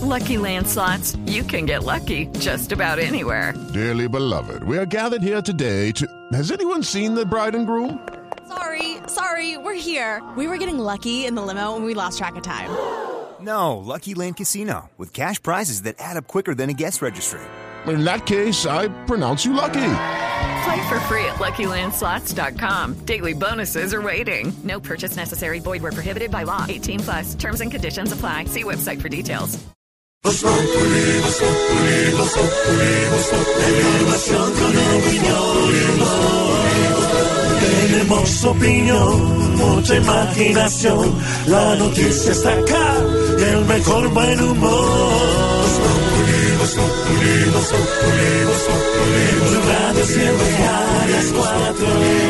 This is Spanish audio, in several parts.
Lucky Land Slots, you can get lucky just about anywhere. Dearly beloved, we are gathered here today to... Has anyone seen the bride and groom? Sorry, we're here. We were getting lucky in the limo and we lost track of time. No, Lucky Land Casino, with cash prizes that add up quicker than a guest registry. In that case, I pronounce you lucky. Play for free at LuckyLandSlots.com. Daily bonuses are waiting. No purchase necessary. Void where prohibited by law. 18+. Terms and conditions apply. See website for details. Tenemos opinión, mucha imaginación. La noticia está acá y el mejor buen humor. Radio siempre a las 4.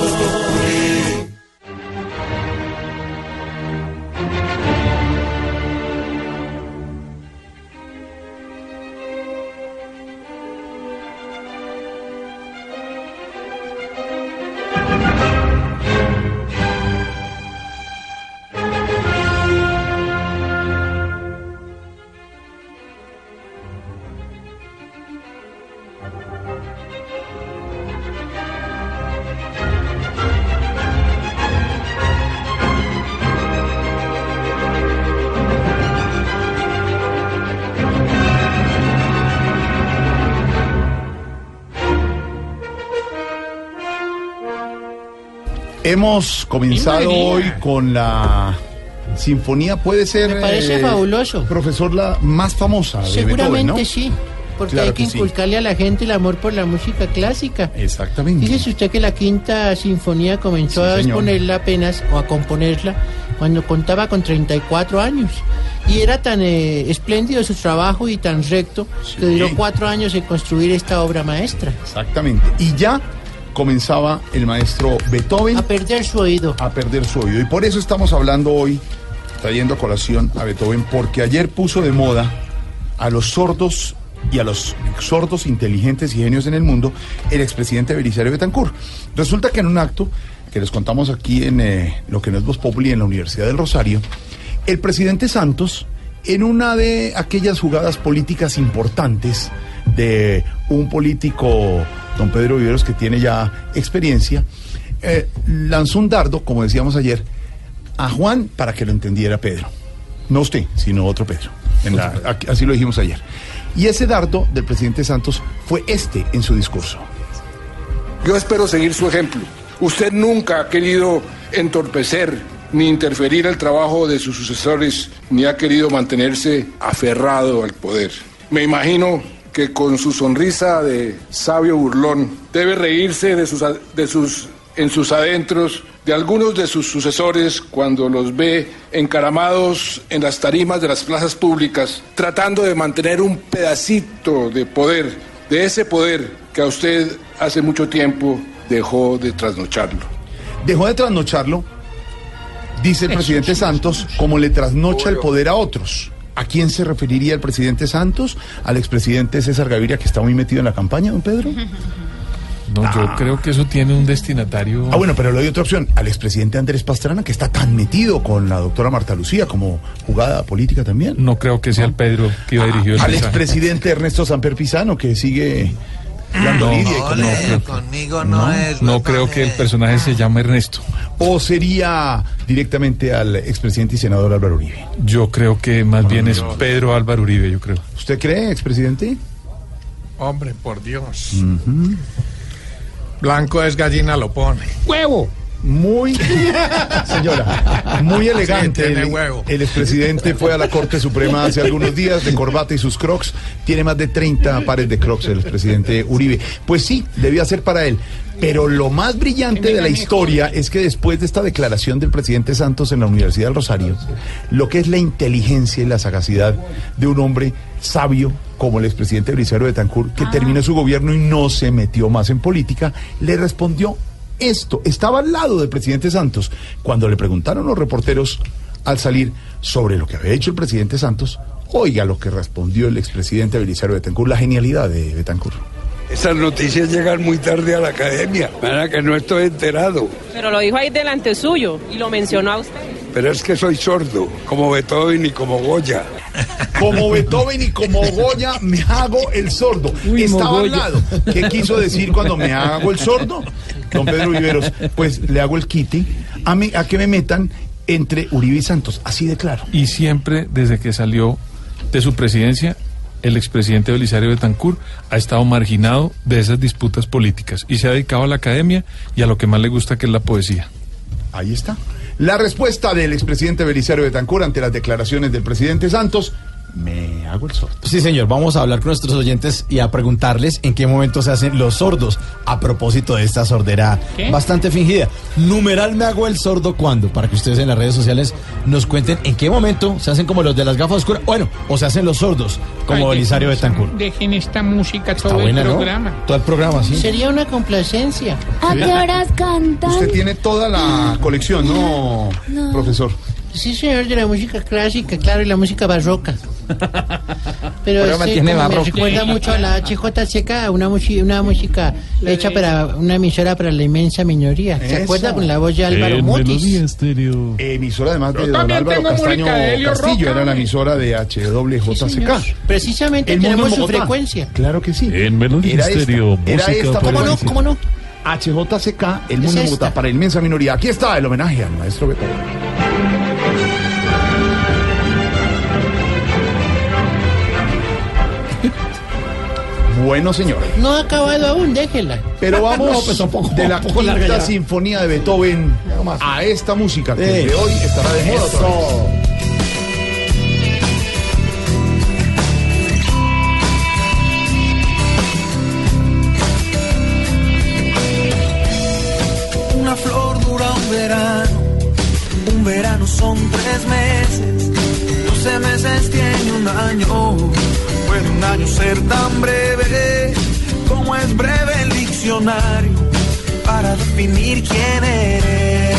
Hemos comenzado hoy con la sinfonía, puede ser... Me parece fabuloso. Profesor, la más famosa de Seguramente Beethoven, ¿no? Sí, porque Claro hay que inculcarle a la gente el amor por la música clásica. Exactamente. Fíjese usted que la quinta sinfonía comenzó a exponerla apenas, o a componerla, cuando contaba con 34 años. Y era tan espléndido su trabajo y tan recto, que duró 4 años en construir esta obra maestra. Exactamente. Y ya comenzaba el maestro Beethoven a perder su oído. Y por eso estamos hablando hoy, trayendo a colación a Beethoven, porque ayer puso de moda a los sordos y a los sordos inteligentes y genios en el mundo el expresidente Belisario Betancur. Resulta que en un acto que les contamos aquí en lo que no es Voz Populi, en la Universidad del Rosario, el presidente Santos, en una de aquellas jugadas políticas importantes de un político, don Pedro Viveros, que tiene ya experiencia, lanzó un dardo, como decíamos ayer, a Juan para que lo entendiera Pedro. No usted, sino otro Pedro. Así lo dijimos ayer. Y ese dardo del presidente Santos fue en su discurso. Yo espero seguir su ejemplo. Usted nunca ha querido entorpecer ni interferir el trabajo de sus sucesores, ni ha querido mantenerse aferrado al poder. Me imagino que con su sonrisa de sabio burlón debe reírse en sus adentros de algunos de sus sucesores cuando los ve encaramados en las tarimas de las plazas públicas, tratando de mantener un pedacito de poder, de ese poder que a usted hace mucho tiempo dejó de trasnocharlo. Dejó de trasnocharlo, dice el presidente Santos, como le trasnocha el poder a otros. ¿A quién se referiría el presidente Santos? ¿Al expresidente César Gaviria, que está muy metido en la campaña, don Pedro? No, yo creo que eso tiene un destinatario... Bueno, pero le doy otra opción. Al expresidente Andrés Pastrana, que está tan metido con la doctora Marta Lucía como jugada política también. No creo que sea el Pedro que iba dirigido el al mensaje. Expresidente Ernesto Samper Pizano, que sigue... Conmigo no es. No creo que el personaje se llame Ernesto. ¿O sería directamente al expresidente y senador Álvaro Uribe? Yo creo que más bien es Pedro Álvaro Uribe, yo creo. ¿Usted cree, expresidente? Hombre, por Dios. Blanco es gallina, lo pone. ¡Huevo! Muy, señora, muy elegante. Sí, tiene huevo. El expresidente fue a la Corte Suprema hace algunos días de corbata y sus crocs. Tiene más de 30 pares de crocs el expresidente Uribe. Pues sí, debía ser para él. Pero lo más brillante de la historia es que después de esta declaración del presidente Santos en la Universidad del Rosario, lo que es la inteligencia y la sagacidad de un hombre sabio como el expresidente Belisario Betancur, que terminó su gobierno y no se metió más en política, le respondió esto. Estaba al lado del presidente Santos cuando le preguntaron los reporteros al salir sobre lo que había hecho el presidente Santos. Oiga lo que respondió el expresidente Belisario Betancur, la genialidad de Betancur. Esas noticias llegan muy tarde a la academia, para que no estoy enterado. Pero lo dijo ahí delante suyo y lo mencionó a usted. pero es que soy sordo, como Beethoven y como Goya. Como Beethoven y como Goya me hago el sordo. Estaba al lado. ¿Qué quiso decir cuando me hago el sordo? Don Pedro Viveros, pues le hago el kitty a que me metan entre Uribe y Santos, así de claro. Y siempre, desde que salió de su presidencia, el expresidente Belisario Betancur ha estado marginado de esas disputas políticas y se ha dedicado a la academia y a lo que más le gusta, que es la poesía. Ahí está. La respuesta del expresidente Belisario Betancur ante las declaraciones del presidente Santos: me hago el sordo. Sí, señor, vamos a hablar con nuestros oyentes y a preguntarles en qué momento se hacen los sordos a propósito de esta sordera bastante fingida. Numeral me hago el sordo cuando, para que ustedes en las redes sociales nos cuenten en qué momento se hacen como los de las gafas oscuras, bueno, o se hacen los sordos como Belisario Betancur. Dejen esta música Está todo buena, el programa. ¿no? Todo el programa, sí. Sería una complacencia. ¿A qué horas cantan? Usted tiene toda la colección, ¿no, profesor? Sí, señor, de la música clásica, claro, y la música barroca. Pero me recuerda mucho a la HJCK, una música hecha para una emisora para la inmensa minoría. ¿Se acuerda? Con la voz de Álvaro Mutis. Emisora además de don también Álvaro tengo Castaño música de Helio Castillo, Roca. era la emisora de HWJCK. Precisamente tenemos su frecuencia. Claro que sí. En Melodía Estéreo, Era esta, ¿Cómo no? HJCK, el mundo en Bogotá, para la inmensa minoría. Aquí está el homenaje al maestro Beethoven. Bueno, señor. No ha acabado aún, déjela. Pero vamos de la quinta sinfonía de Beethoven a esta música que de hoy estará de moda otra vez. Una flor dura un verano son 3 meses, 12 meses tiene un año. Puede un año ser tan breve como es breve el diccionario para definir quién eres.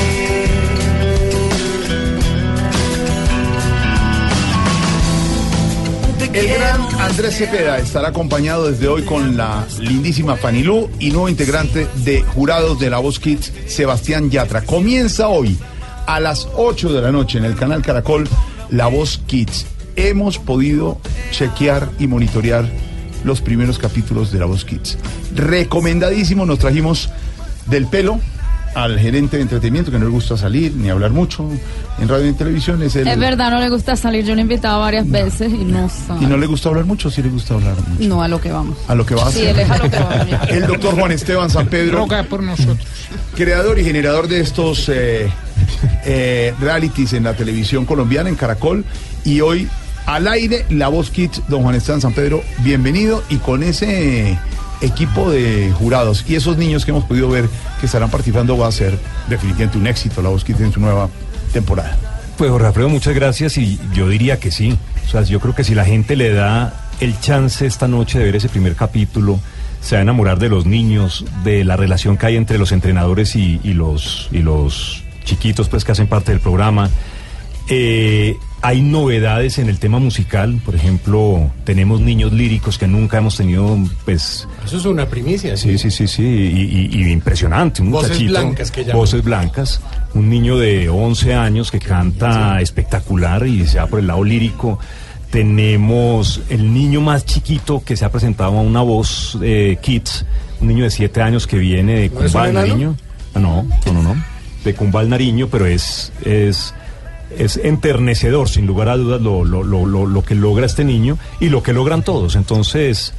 El gran Andrés Cepeda estará acompañado desde hoy con la lindísima Fanny Lu y nuevo integrante de jurados de La Voz Kids, Sebastián Yatra. Comienza hoy a las 8 de la noche en el canal Caracol La Voz Kids. Hemos podido chequear y monitorear los primeros capítulos de La Voz Kids. Recomendadísimo, nos trajimos del pelo al gerente de entretenimiento, que no le gusta salir ni hablar mucho en radio y en televisión. Es verdad, no le gusta salir, yo lo he invitado varias veces y no sabe. ¿Y no le gusta hablar mucho? Sí le gusta hablar mucho. No, a lo que vamos. ¿A lo que va a hacer? Sí, él es a lo que vamos. El doctor Juan Esteban San Pedro, Roga por nosotros. creador y generador de estos realities en la televisión colombiana, en Caracol, y hoy al aire La Voz Kids. Don Juan Esteban San Pedro, bienvenido, y con ese equipo de jurados y esos niños que hemos podido ver que estarán participando, va a ser definitivamente un éxito La Voz Kids en su nueva temporada. Pues Jorge Alfredo, muchas gracias, y yo diría que sí. O sea, yo creo que si la gente le da el chance esta noche de ver ese primer capítulo, se va a enamorar de los niños, de la relación que hay entre los entrenadores y los chiquitos, pues, que hacen parte del programa. Hay novedades en el tema musical, por ejemplo, tenemos niños líricos que nunca hemos tenido, pues... Eso es una primicia. Sí, y impresionante, un voces muchachito, blancas que llaman. Voces blancas, un niño de 11 años que canta espectacular y se va por el lado lírico. Tenemos el niño más chiquito que se ha presentado a Una Voz Kids, un niño de 7 años que viene de Cumbal, Nariño. No, de Cumbal, Nariño, pero es enternecedor, sin lugar a dudas, lo que logra este niño y lo que logran todos. Entonces,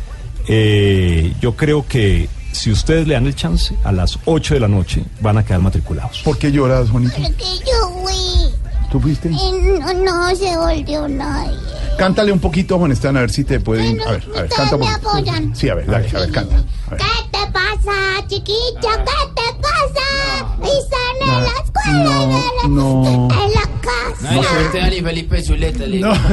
yo creo que si ustedes le dan el chance, a las 8 de la noche van a quedar matriculados. ¿Por qué lloras, Juanito? Porque yo fui. ¿Tú fuiste? No se volvió nadie. Cántale un poquito, Juan Esteban, a ver si te pueden... A ver, canta un poquito. ¿Me apoyan? Sí, a ver, dale, a ver, canta. A ver. ¿Qué te pasa, chiquillo? ¿Qué te pasa? Y sana en la escuela, no. en la casa. No sé. Esteban y Felipe Zuleta.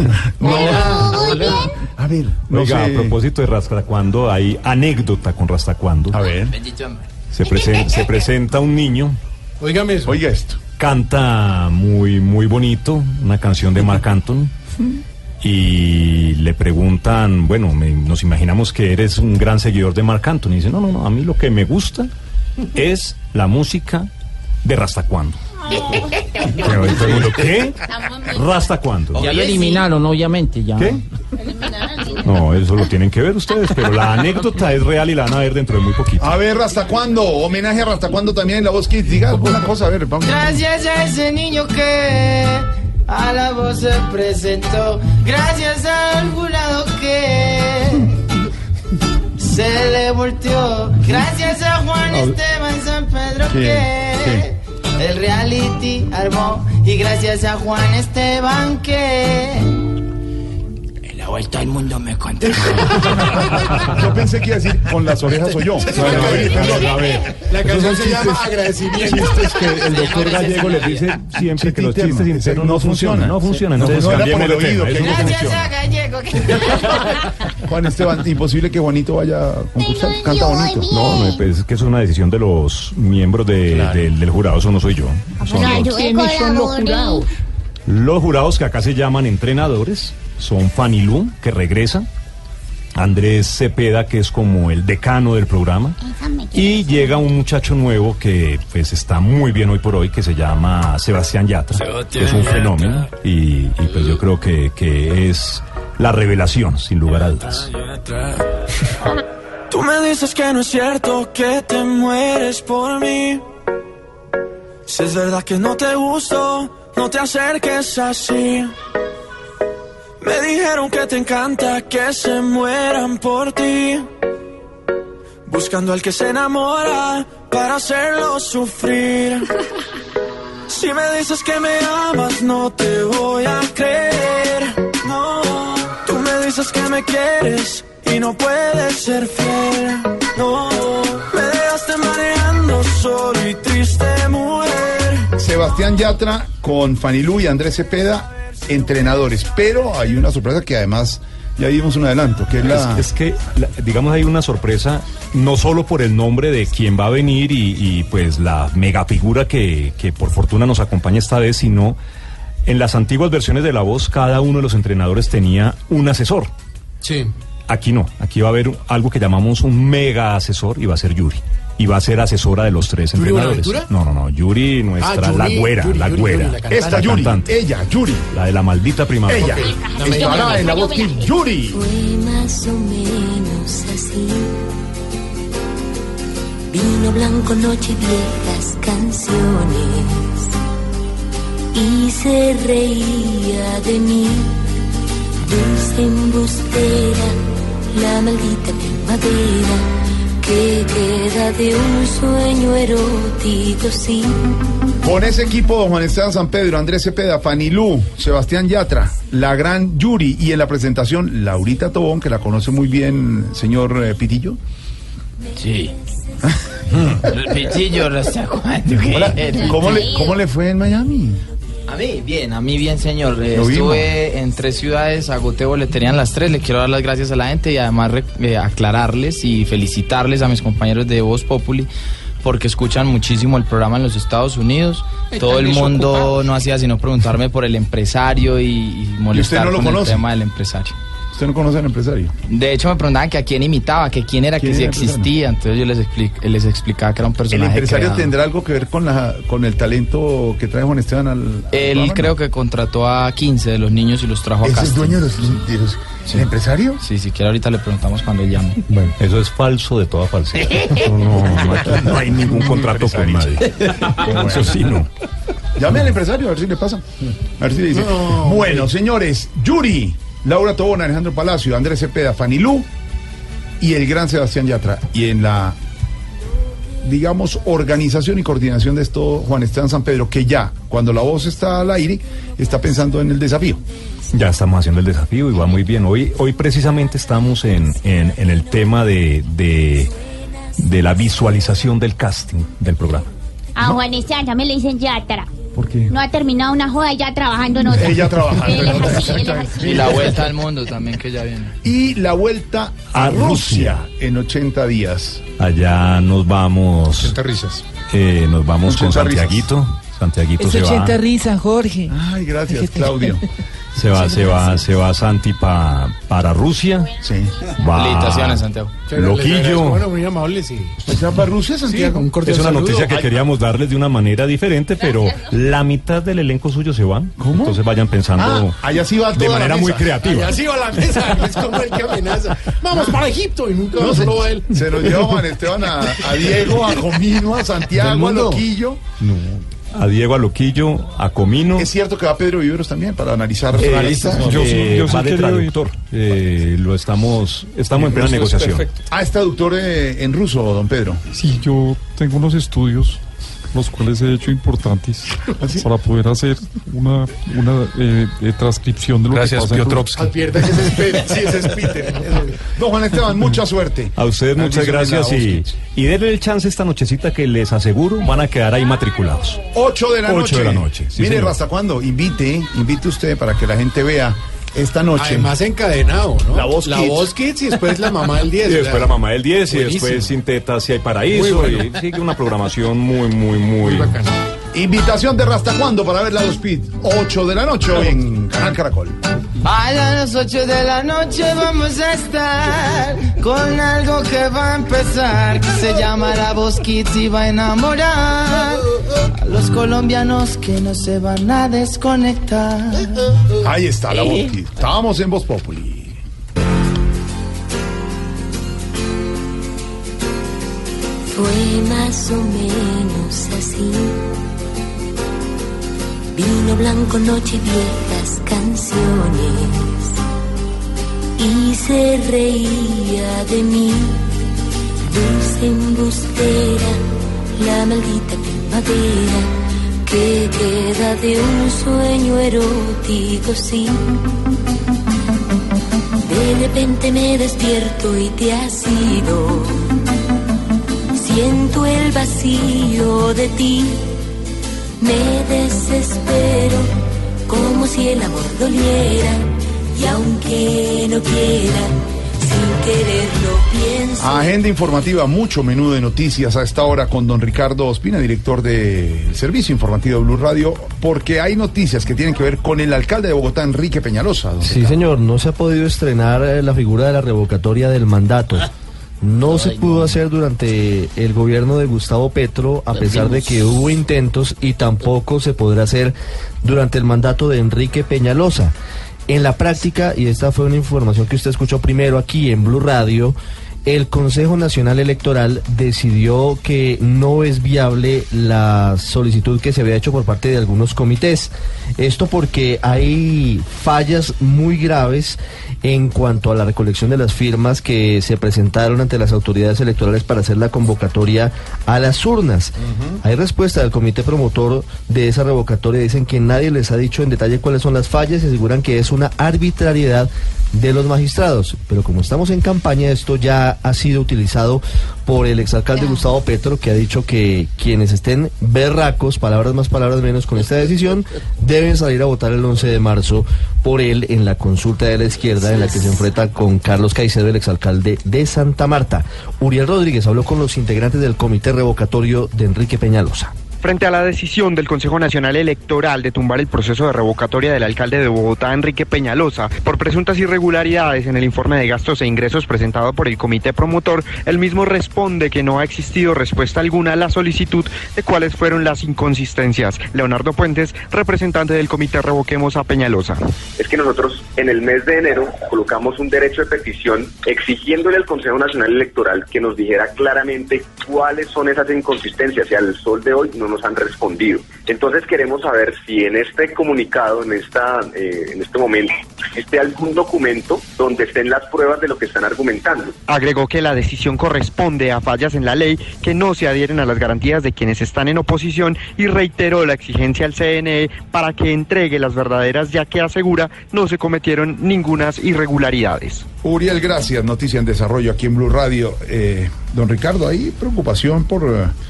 Muy bien. A ver, Oiga, a propósito de Rastacuando, hay anécdota con Rastacuando. A ver. Bendito hombre. Se presenta un niño. Óigame eso. Oiga esto. Canta muy, muy bonito, una canción de Marc Anthony. Y le preguntan, bueno, nos imaginamos que eres un gran seguidor de Marc Anthony. Y dice, no, a mí lo que me gusta es la música de Rastacuando. ¿Qué? ¿Rasta cuándo? Ya lo eliminaron, obviamente, ya. ¿Qué? No, eso lo tienen que ver ustedes, pero la anécdota es real y la van a ver dentro de muy poquito. A ver, ¿hasta cuándo? Homenaje a ¿Hasta cuándo? También en La Voz Kids. Diga alguna cosa, a ver, vamos. Gracias a ese niño que a La Voz se presentó. Gracias al jurado que se le volteó. Gracias a Juan Esteban San Pedro que el reality armó. Y gracias a Juan Esteban que la vuelta al mundo me contó. Yo pensé que iba a decir con las orejas soy yo. A ver. La canción se llama Agradecimiento. Chistes que el doctor Gallego les dice siempre que los chistes internos no funcionan. No funcionan. Entonces cambiemos el oído. Gracias a Gallego. Juan Esteban, imposible que Juanito vaya a concursar. Canta bonito. No, pues es que eso es una decisión de los miembros del jurado. Eso no soy yo. ¿Quiénes son los jurados? Los jurados, que acá se llaman entrenadores, son Fanny Lu, que regresa, Andrés Cepeda, que es como el decano del programa, y llega un muchacho nuevo que pues está muy bien hoy por hoy, que se llama Sebastián Yatra, que es un fenómeno, y pues yo creo que es la revelación, sin lugar a dudas. Tú me dices que no es cierto, que te mueres por mí. Si es verdad que no te gusto, no te acerques así. Me dijeron que te encanta que se mueran por ti, buscando al que se enamora para hacerlo sufrir. Si me dices que me amas, no te voy a creer. No, tú me dices que me quieres y no puedes ser fiel. No, me dejaste mareando solo y triste, mujer. Sebastián Yatra con Fanny Lu y Andrés Cepeda, entrenadores. Pero hay una sorpresa que además ya dimos un adelanto, que es que, digamos, hay una sorpresa no solo por el nombre de quien va a venir y pues la mega figura que por fortuna nos acompaña esta vez, sino en las antiguas versiones de La Voz cada uno de los entrenadores tenía un asesor. Sí. Aquí no, aquí va a haber algo que llamamos un mega asesor y va a ser Yuri. Y va a ser asesora de los tres entrenadores. No, Yuri, nuestra, Yuri, la güera. Esta Yuri, cantante. ella, Yuri. La de la maldita primavera. Ella, estará en La Voz Kids, Yuri. Fue más o menos así. Vino blanco, noche y viejas canciones. Y se reía de mí. Dulce embustera, la maldita primavera. Que queda de un sueño erótico, sí. Con ese equipo, don Juan Esteban San Pedro, Andrés Cepeda, Fanny Lu, Sebastián Yatra, la gran Yuri, y en la presentación, Laurita Tobón, que la conoce muy bien, señor Pitillo. Sí. El Pitillo, ¿hasta cuándo? Hola, ¿cómo le fue en Miami? A mí bien, señor. Estuve en 3 ciudades, agoté boletería en las 3. Le quiero dar las gracias a la gente y además aclararles y felicitarles a mis compañeros de Voz Populi porque escuchan muchísimo el programa en los Estados Unidos. Todo el mundo no hacía sino preguntarme por el empresario y molestar con el tema del empresario. ¿Usted no conoce al empresario? De hecho me preguntaban que a quién imitaba, que quién era, que si existía. Entonces yo les explicaba que era un personaje. ¿El empresario creado. tendrá algo que ver con el talento que trae Juan Esteban al Él programa? Creo que contrató a 15 de los niños y los trajo acá. ¿Es el dueño de los ¿el empresario? Sí, si quiere ahorita le preguntamos cuando él llame. Bueno, eso es falso de toda falsedad. No hay ningún contrato con nadie. Eso sí, no. Llame al empresario a ver si le pasa. A ver si le dice. No. Bueno, señores, Yuri, Laura Tobón, Alejandro Palacio, Andrés Cepeda, Fanny Lu y el gran Sebastián Yatra. Y en la, digamos, organización y coordinación de esto, Juan Esteban San Pedro, que ya, cuando La Voz está al aire, está pensando en el desafío. Ya estamos haciendo el desafío y va muy bien. Hoy precisamente estamos en el tema de la visualización del casting del programa. A Juan Esteban también le dicen Yatra. ¿Por qué? No ha terminado una joda, ya trabajando en otra. Ella trabajando en otra. Y la vuelta al mundo también, que ya viene. Y la vuelta a Rusia en 80 días. Allá nos vamos. 80 risas. Nos vamos con Santiaguito. Santiaguito Es se 80 va. risas, Jorge. Ay, gracias, Claudio. Se va Santi para Rusia. Sí. Va Felicitaciones, Santiago. Loquillo. Bueno, muy amable, sí. ¿Usted se va para Rusia, Santiago? Un cordial Es una saludo. noticia que Ay, queríamos darles de una manera diferente, pero la mitad del elenco suyo se van. ¿Cómo? Entonces vayan pensando allá sí va de toda la manera muy mesa. creativa. Así va la mesa, es como el que amenaza. Vamos para Egipto y nunca No, solo va él. se nos lleva Juan Esteban a Diego, a Comino, a Santiago, a Loquillo. No. A Diego, a Loquillo, a Comino. Es cierto que va Pedro Viveros también para analizar Yo va de traductor. Lo estamos en plena negociación. ¿Es traductor en ruso, don Pedro? Sí, yo tengo unos estudios, los cuales he hecho importantes, para poder hacer una transcripción de lo Gracias, que pasa Piotr en Rusia. Advierta que ese es Peter. Don Juan Esteban, mucha suerte. A ustedes muchas gracias y denle el chance esta nochecita que les aseguro van a quedar ahí matriculados. 8 de la noche. 8 de la noche. Sí, Mire, señor. ¿hasta cuándo? Invite usted para que la gente vea esta noche. Además encadenado, ¿no? La Voz Kids y después la mamá del 10. Y después la mamá del 10 y Buenísimo. después Sin Tetas y Hay Paraíso. Muy bueno. Y sigue una programación muy bacana. Invitación de ¿Hasta cuándo? Para ver la 2 Speed. 8 de la noche hoy en Canal Caracol. A las 8 de la noche vamos a estar con algo que va a empezar, que se llama La Voz Kids y va a enamorar a los colombianos que no se van a desconectar. Ahí está la Voz Kids. Estábamos en Voz Populi. Fue más o menos así. Vino blanco, noche y viejas canciones. Y se reía de mí, dulce embustera, la maldita primavera que queda de un sueño erótico, sí. De repente me despierto y te has ido. Siento el vacío de ti. Me desespero, como si el amor doliera, y aunque no quiera, sin quererlo pienso. Agenda informativa, mucho menú de noticias a esta hora con don Ricardo Ospina, director del Servicio Informativo de Blue Radio, porque hay noticias que tienen que ver con el alcalde de Bogotá, Enrique Peñalosa. Sí, señor, no se ha podido estrenar la figura de la revocatoria del mandato. No se pudo hacer durante el gobierno de Gustavo Petro, a pesar de que hubo intentos, y tampoco se podrá hacer durante el mandato de Enrique Peñalosa. En la práctica, y esta fue una información que usted escuchó primero aquí en Blue Radio, el Consejo Nacional Electoral decidió que no es viable la solicitud que se había hecho por parte de algunos comités. Esto porque hay fallas muy graves en cuanto a la recolección de las firmas que se presentaron ante las autoridades electorales para hacer la convocatoria a las urnas. Hay respuesta del comité promotor de esa revocatoria. Dicen que nadie les ha dicho en detalle cuáles son las fallas y aseguran que es una arbitrariedad de los magistrados, pero como estamos en campaña, esto ya ha sido utilizado por el exalcalde Gustavo Petro, que ha dicho que quienes estén berracos, palabras más, palabras menos, con esta decisión, deben salir a votar el 11 de marzo por él en la consulta de la izquierda, en la que se enfrenta con Carlos Caicedo, el exalcalde de Santa Marta. Uriel Rodríguez habló con los integrantes del comité revocatorio de Enrique Peñalosa. Frente a la decisión del Consejo Nacional Electoral de tumbar el proceso de revocatoria del alcalde de Bogotá, Enrique Peñalosa, por presuntas irregularidades en el informe de gastos e ingresos presentado por el comité promotor, el mismo responde que no ha existido respuesta alguna a la solicitud de cuáles fueron las inconsistencias. Leonardo Puentes, representante del comité Revoquemos a Peñalosa. Es que nosotros en el mes de enero colocamos un derecho de petición exigiéndole al Consejo Nacional Electoral que nos dijera claramente cuáles son esas inconsistencias, y al sol de hoy no nos han respondido. Entonces queremos saber si en este comunicado, en este momento, existe algún documento donde estén las pruebas de lo que están argumentando. Agregó que la decisión corresponde a fallas en la ley que no se adhieren a las garantías de quienes están en oposición, y reiteró la exigencia al CNE para que entregue las verdaderas, ya que asegura no se cometieron ningunas irregularidades. Uriel, gracias. Noticia en desarrollo aquí en Blue Radio. Don Ricardo, hay preocupación por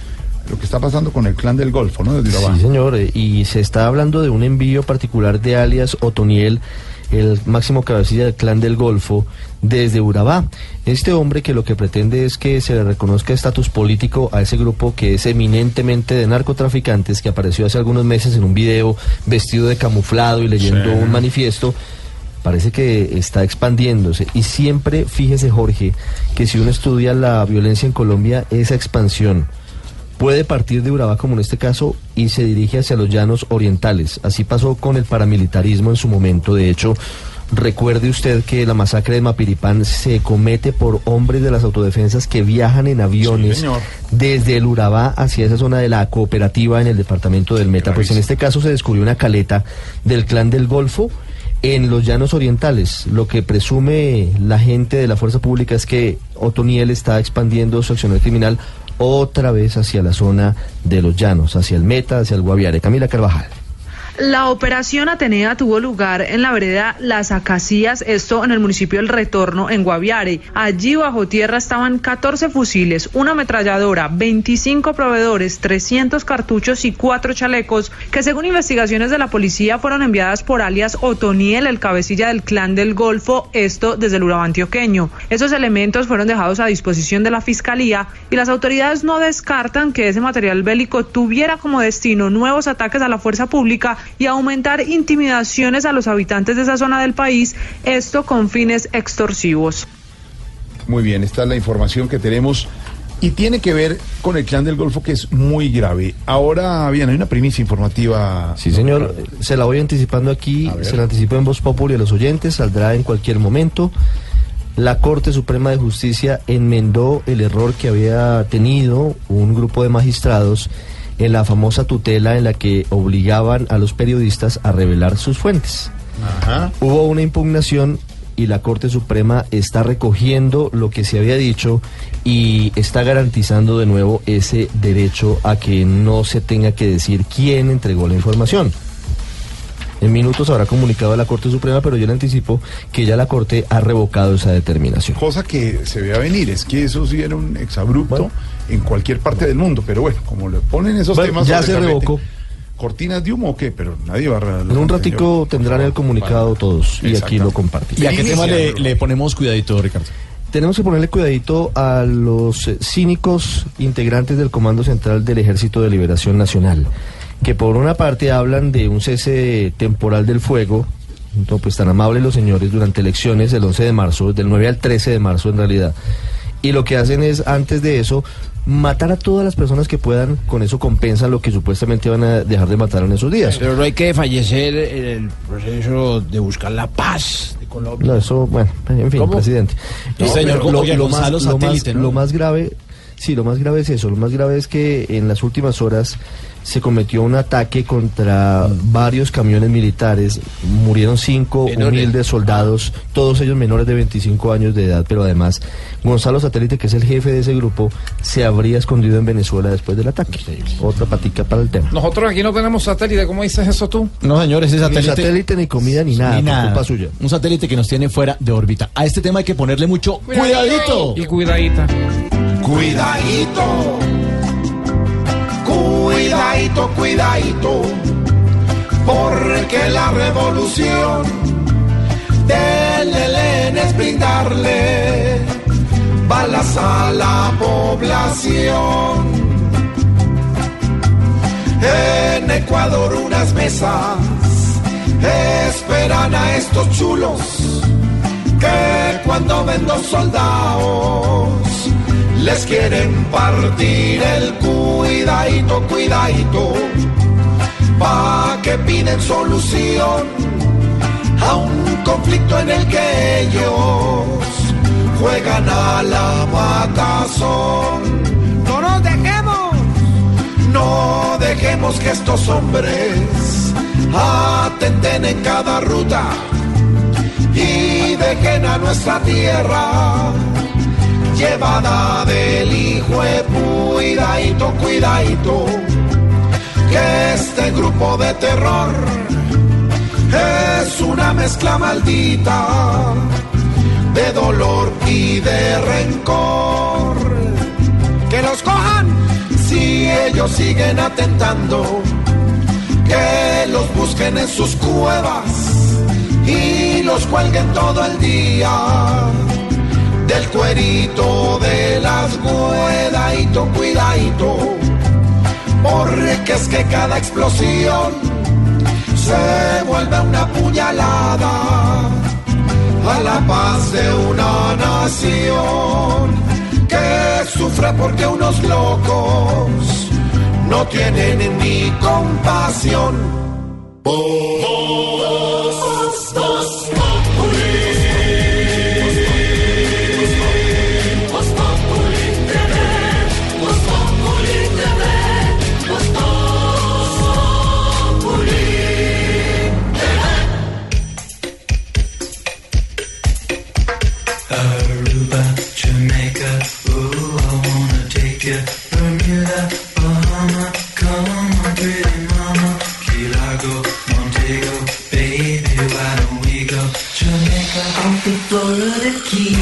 lo que está pasando con el clan del Golfo, ¿no? Desde Urabá. Sí, señor, y se está hablando de un envío particular de alias Otoniel el máximo cabecilla del Clan del Golfo, desde Urabá. Este hombre que lo que pretende es que se le reconozca estatus político a ese grupo que es eminentemente de narcotraficantes, que apareció hace algunos meses en un video vestido de camuflado y leyendo un manifiesto. Parece que está expandiéndose y siempre, fíjese Jorge, que si uno estudia la violencia en Colombia, esa expansión puede partir de Urabá, como en este caso, y se dirige hacia los llanos orientales. Así pasó con el paramilitarismo en su momento. De hecho, recuerde usted que la masacre de Mapiripán se comete por hombres de las autodefensas que viajan en aviones desde el Urabá hacia esa zona de la cooperativa en el departamento del Meta. Pues en este caso se descubrió una caleta del Clan del Golfo en los llanos orientales. Lo que presume la gente de la fuerza pública es que Otoniel está expandiendo su accionar criminal otra vez hacia la zona de los llanos, hacia el Meta, hacia el Guaviare. Camila Carvajal. La operación Atenea tuvo lugar en la vereda Las Acacias, esto en el municipio del Retorno, en Guaviare. Allí bajo tierra estaban 14 fusiles, una ametralladora, 25 proveedores, 300 cartuchos y 4 chalecos, que según investigaciones de la policía fueron enviadas por alias Otoniel, el cabecilla del Clan del Golfo, esto desde el Urabá antioqueño. Esos elementos fueron dejados a disposición de la Fiscalía y las autoridades no descartan que ese material bélico tuviera como destino nuevos ataques a la fuerza pública y aumentar intimidaciones a los habitantes de esa zona del país, esto con fines extorsivos. Muy bien, esta es la información que tenemos y tiene que ver con el Clan del Golfo, que es muy grave. Ahora, bien, hay una primicia informativa. Sí, señor, se la voy anticipando aquí, se la anticipo en Voz Populi a los oyentes, saldrá en cualquier momento. La Corte Suprema de Justicia enmendó el error que había tenido un grupo de magistrados en la famosa tutela en la que obligaban a los periodistas a revelar sus fuentes. Hubo una impugnación y la Corte Suprema está recogiendo lo que se había dicho y está garantizando de nuevo ese derecho a que no se tenga que decir quién entregó la información. En minutos habrá comunicado a la Corte Suprema, pero yo le anticipo que ya la Corte ha revocado esa determinación. Cosa que se ve a venir, es que eso sí era un exabrupto en cualquier parte del mundo, pero bueno, como le ponen esos temas... Ya se revocó. ¿Cortinas de humo o qué? Pero nadie va a... En un ratico tendrán el comunicado todos y aquí lo compartimos. ¿Y a qué tema le ponemos cuidadito, Ricardo? Tenemos que ponerle cuidadito a los cínicos integrantes del Comando Central del Ejército de Liberación Nacional, que por una parte hablan de un cese temporal del fuego, no, pues tan amables los señores, durante elecciones del 11 de marzo, del 9 al 13 de marzo en realidad, y lo que hacen es, antes de eso, matar a todas las personas que puedan, con eso compensan lo que supuestamente van a dejar de matar en esos días. Pero no hay que fallecer en el proceso de buscar la paz de Colombia. No, eso, bueno, en fin, ¿cómo? Presidente. No, señor, lo más grave, sí, lo más grave es eso, lo más grave es que en las últimas horas se cometió un ataque contra varios camiones militares, murieron 5 humildes soldados, todos ellos menores de 25 años de edad, pero además Gonzalo Satélite, que es el jefe de ese grupo, se habría escondido en Venezuela después del ataque. Otra patica para el tema. Nosotros aquí no tenemos satélite, ¿cómo dices eso tú? No, señor, ese satélite... Ni satélite, ni comida, ni nada, por culpa suya. Un satélite que nos tiene fuera de órbita. A este tema hay que ponerle mucho cuidadito. Y cuidadita. Cuidadito. Cuidadito, cuidadito, porque la revolución del ELN es brindarle balas a la población. En Ecuador unas mesas esperan a estos chulos que cuando ven dos soldados les quieren partir el cuidadito, cuidadito, pa' que piden solución a un conflicto en el que ellos juegan a la matazón. ¡No nos dejemos! No dejemos que estos hombres atenten en cada ruta y dejen a nuestra tierra llevada del hijo de cuidadito, cuidadito, que este grupo de terror es una mezcla maldita de dolor y de rencor. ¡Que los cojan! Si ellos siguen atentando, que los busquen en sus cuevas y los cuelguen todo el día. Del cuerito de las cuidadito, cuidadito, porque es que cada explosión se vuelve una puñalada a la paz de una nación que sufre porque unos locos no tienen ni compasión. Aruba, Jamaica, ooh, I wanna take you. Bermuda, Bahama, come on, pretty mama. Key Largo, Montego, baby, why don't we go? Jamaica, off the Florida Keys.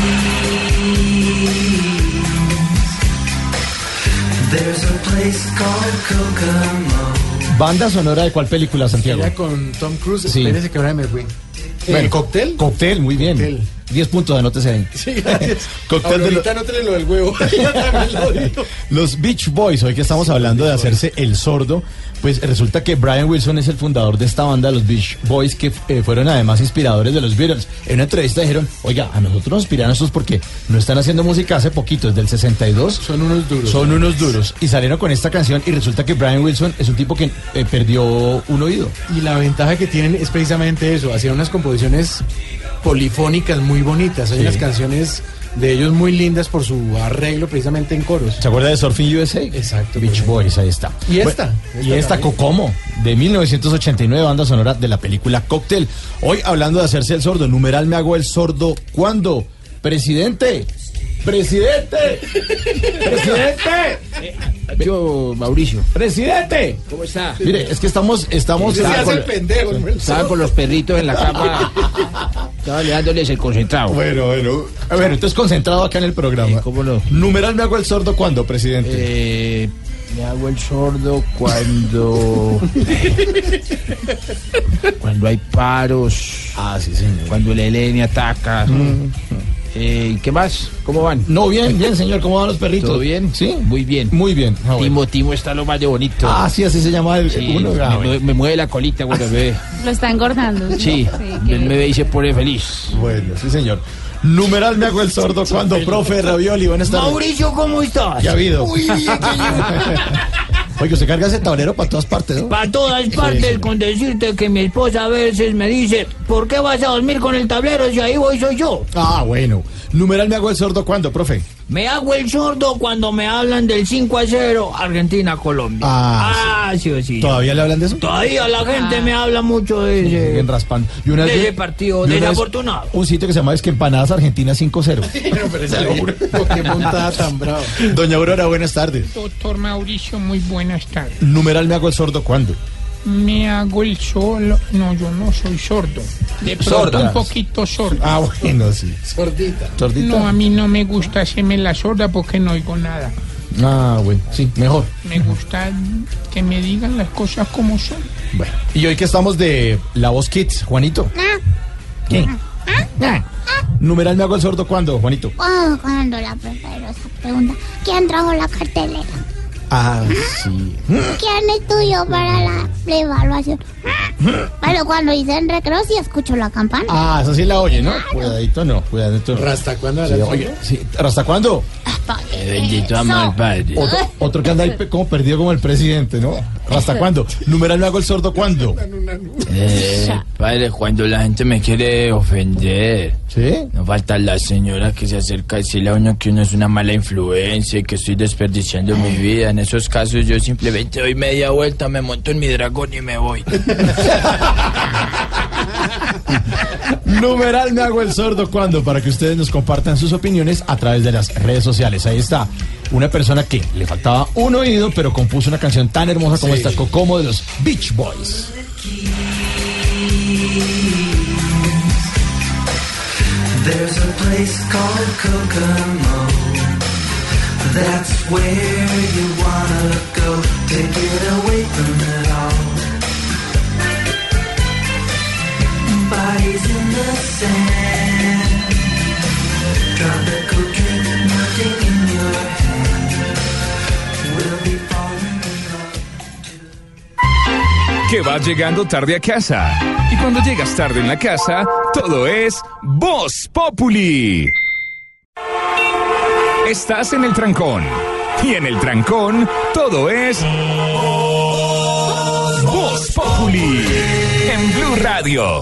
There's a place called Kokomo. ¿Banda sonora de cuál película, Santiago? Era con Tom Cruise, Sí. espérese que ahora me fui. Bueno, ¿Cóctel? Cóctel, muy bien. Cóctel. 10 puntos, anótese ahí. Sí, gracias. Cóctel de Ahorita no tiene lo del huevo. Yo también lo digo. Los Beach Boys, hoy que estamos hablando de hacerse el sordo, pues resulta que Brian Wilson es el fundador de esta banda, los Beach Boys, que fueron además inspiradores de los Beatles. En una entrevista dijeron, oiga, a nosotros nos inspiran estos porque no están haciendo música hace poquito, desde el 62. Son unos duros. Son unos duros. Y salieron con esta canción y resulta que Brian Wilson es un tipo que perdió un oído. Y la ventaja que tienen es precisamente eso, hacían unas composiciones polifónicas muy bonitas, hay Sí. unas canciones de ellos muy lindas por su arreglo precisamente en coros. ¿Se acuerda de Surfing USA? Exacto. Beach Boys, ahí está. ¿Y esta? Y esta Kokomo, de 1989, banda sonora de la película Cóctel. Hoy hablando de hacerse el sordo, numeral me hago el sordo, ¿cuándo? Presidente. ¡Presidente! ¡Presidente! Yo, Mauricio. ¡Presidente! ¿Cómo está? Mire, es que estamos Estaba con los perritos en la cama. Estaba dándoles el concentrado. Bueno, entonces concentrado acá en el programa. ¿Cómo no? Numeral me hago el sordo, ¿cuándo, presidente? Me hago el sordo cuando hay paros. Ah, sí, señor. Cuando el ELN ataca. ¿Qué más? ¿Cómo van? No, bien, señor. ¿Cómo van los perritos? ¿Todo bien? Sí. Muy bien. Muy bien. Ah, bueno. Timo está lo más de bonito. Ah, sí, así se llama el Sí, uno. Ah, bueno. me mueve la colita cuando me ve. Lo está engordando. Sí, él me ve y se pone feliz. Bueno, sí, señor. Numeral me hago el sordo cuando, profe Ravioli, buenas tardes. Mauricio, ¿cómo estás? Ya ha habido. Muy bien, Oye, usted carga ese tablero para todas partes, ¿no? Para todas partes, Sí. con decirte que mi esposa a veces me dice, ¿por qué vas a dormir con el tablero si ahí voy soy yo? Ah, bueno. Numeral me hago el sordo cuando, profe. Me hago el sordo cuando me hablan del 5-0 Argentina-Colombia. Sí. ¿Todavía le hablan de eso? Todavía la gente me habla mucho de ese, Siguen raspando. Y una de vez ese partido y una vez desafortunado. un sitio que se llama es que Empanadas Argentina 5-0. Pero esa qué montada tan brava. Doña Aurora, buenas tardes. Doctor Mauricio, muy buenas tardes. Numeral me hago el sordo cuando. Me hago el solo. No, yo no soy sordo. De pronto Sorda. un poquito sordo. Ah, bueno, sí. Sordita. ¿Sordita? No, a mí no me gusta hacerme la sorda porque no oigo nada. Ah, bueno, sí, mejor. Me gusta que me digan las cosas como son. Bueno, y hoy que estamos de La Voz Kids, Juanito. ¿Qué? Numeral me hago el sordo cuando, Juanito. Cuando la profesora pregunta, ¿quién trajo la cartelera? Ah, sí. ¿Quién estudió para la evaluación? Pero cuando dicen recreo sí escucho la campana. Ah, eso sí la oye, ¿no? Cuidadito no, cuidadito no. ¿Hasta cuándo? Sí, oye, sí. ¿Hasta cuándo? Bendito amor, padre. Otro que anda ahí como perdido como el presidente, ¿no? ¿Hasta cuándo? Numeral me hago el sordo cuándo. Padre, cuando la gente me quiere ofender. ¿Sí? No falta la señora que se acerca a decirle a uno que uno es una mala influencia y que estoy desperdiciando mi vida. En esos casos yo simplemente doy media vuelta, me monto en mi dragón y me voy. Numeral me hago el sordo cuando, para que ustedes nos compartan sus opiniones a través de las redes sociales. Ahí está, una persona que le faltaba un oído, pero compuso una canción tan hermosa como esta Kokomo de los Beach Boys. There's a place called Kokomo. That's where you wanna go to get away from it all. bodies in the sand. Tropical drink melting in your hand. We'll be falling in love. Que vas llegando tarde a casa. Y cuando llegas tarde en la casa, todo es Voz Populi. Estás en el trancón. Y en el trancón, todo es Voz Populi. En Blue Radio.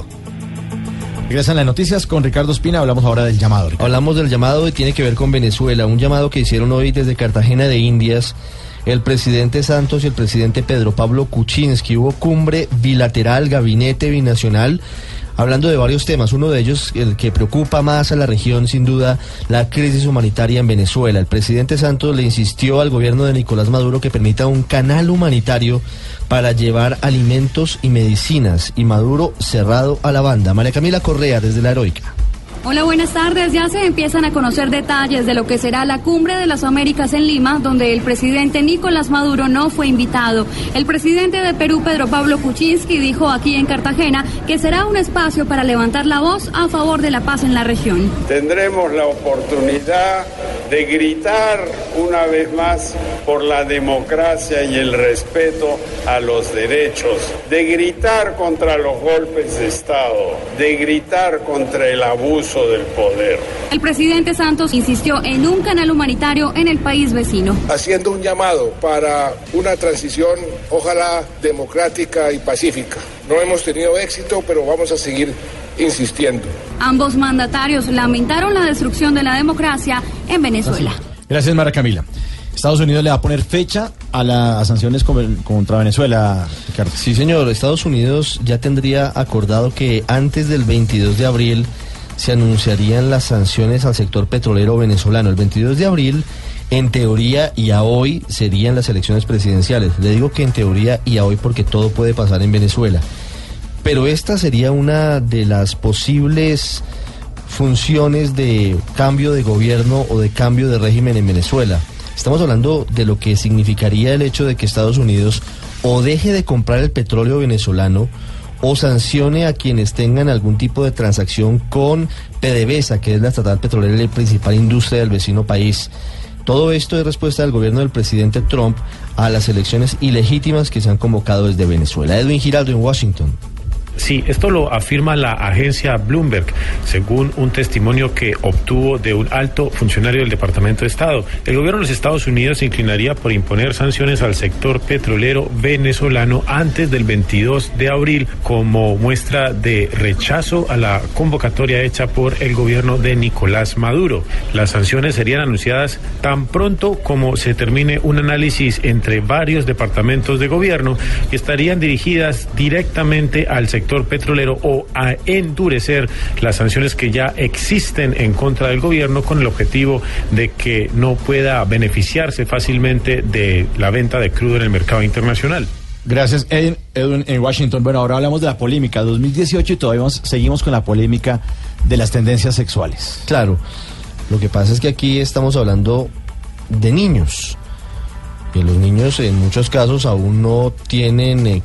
Regresan las noticias con Ricardo Espina. Hablamos ahora del llamado. Ricardo. Hablamos del llamado y tiene que ver con Venezuela. Un llamado que hicieron hoy desde Cartagena de Indias el presidente Santos y el presidente Pedro Pablo Kuczynski. Hubo cumbre bilateral, gabinete binacional, hablando de varios temas. Uno de ellos, el que preocupa más a la región, sin duda, la crisis humanitaria en Venezuela. El presidente Santos le insistió al gobierno de Nicolás Maduro que permita un canal humanitario para llevar alimentos y medicinas, y Maduro cerrado a la banda. María Camila Correa, desde La Heroica. Hola, buenas tardes. Ya se empiezan a conocer detalles de lo que será la Cumbre de las Américas en Lima, donde el presidente Nicolás Maduro no fue invitado. El presidente de Perú, Pedro Pablo Kuczynski, dijo aquí en Cartagena que será un espacio para levantar la voz a favor de la paz en la región. Tendremos la oportunidad de gritar una vez más por la democracia y el respeto a los derechos, de gritar contra los golpes de Estado, de gritar contra el abuso del poder. El presidente Santos insistió en un canal humanitario en el país vecino. Haciendo un llamado para una transición, ojalá democrática y pacífica. No hemos tenido éxito, pero vamos a seguir insistiendo. Ambos mandatarios lamentaron la destrucción de la democracia en Venezuela. Gracias, María Camila. Estados Unidos le va a poner fecha a las sanciones contra Venezuela, Ricardo. Sí, señor. Estados Unidos ya tendría acordado que antes del 22 de abril se anunciarían las sanciones al sector petrolero venezolano. El 22 de abril, en teoría y a hoy, serían las elecciones presidenciales. Le digo que en teoría y a hoy porque todo puede pasar en Venezuela. Pero esta sería una de las posibles funciones de cambio de gobierno o de cambio de régimen en Venezuela. Estamos hablando de lo que significaría el hecho de que Estados Unidos o deje de comprar el petróleo venezolano o sancione a quienes tengan algún tipo de transacción con PDVSA, que es la estatal petrolera y la principal industria del vecino país. Todo esto es respuesta del gobierno del presidente Trump a las elecciones ilegítimas que se han convocado desde Venezuela. Edwin Giraldo en Washington. Sí, esto lo afirma la agencia Bloomberg, según un testimonio que obtuvo de un alto funcionario del Departamento de Estado. El gobierno de los Estados Unidos se inclinaría por imponer sanciones al sector petrolero venezolano antes del 22 de abril como muestra de rechazo a la convocatoria hecha por el gobierno de Nicolás Maduro. Las sanciones serían anunciadas tan pronto como se termine un análisis entre varios departamentos de gobierno y estarían dirigidas directamente al sector petrolero o a endurecer las sanciones que ya existen en contra del gobierno con el objetivo de que no pueda beneficiarse fácilmente de la venta de crudo en el mercado internacional. Gracias, Edwin, en Washington. Bueno, ahora hablamos de la polémica 2018 y todavía seguimos con la polémica de las tendencias sexuales. Claro, lo que pasa es que aquí estamos hablando de niños. Que los niños en muchos casos aún no tienen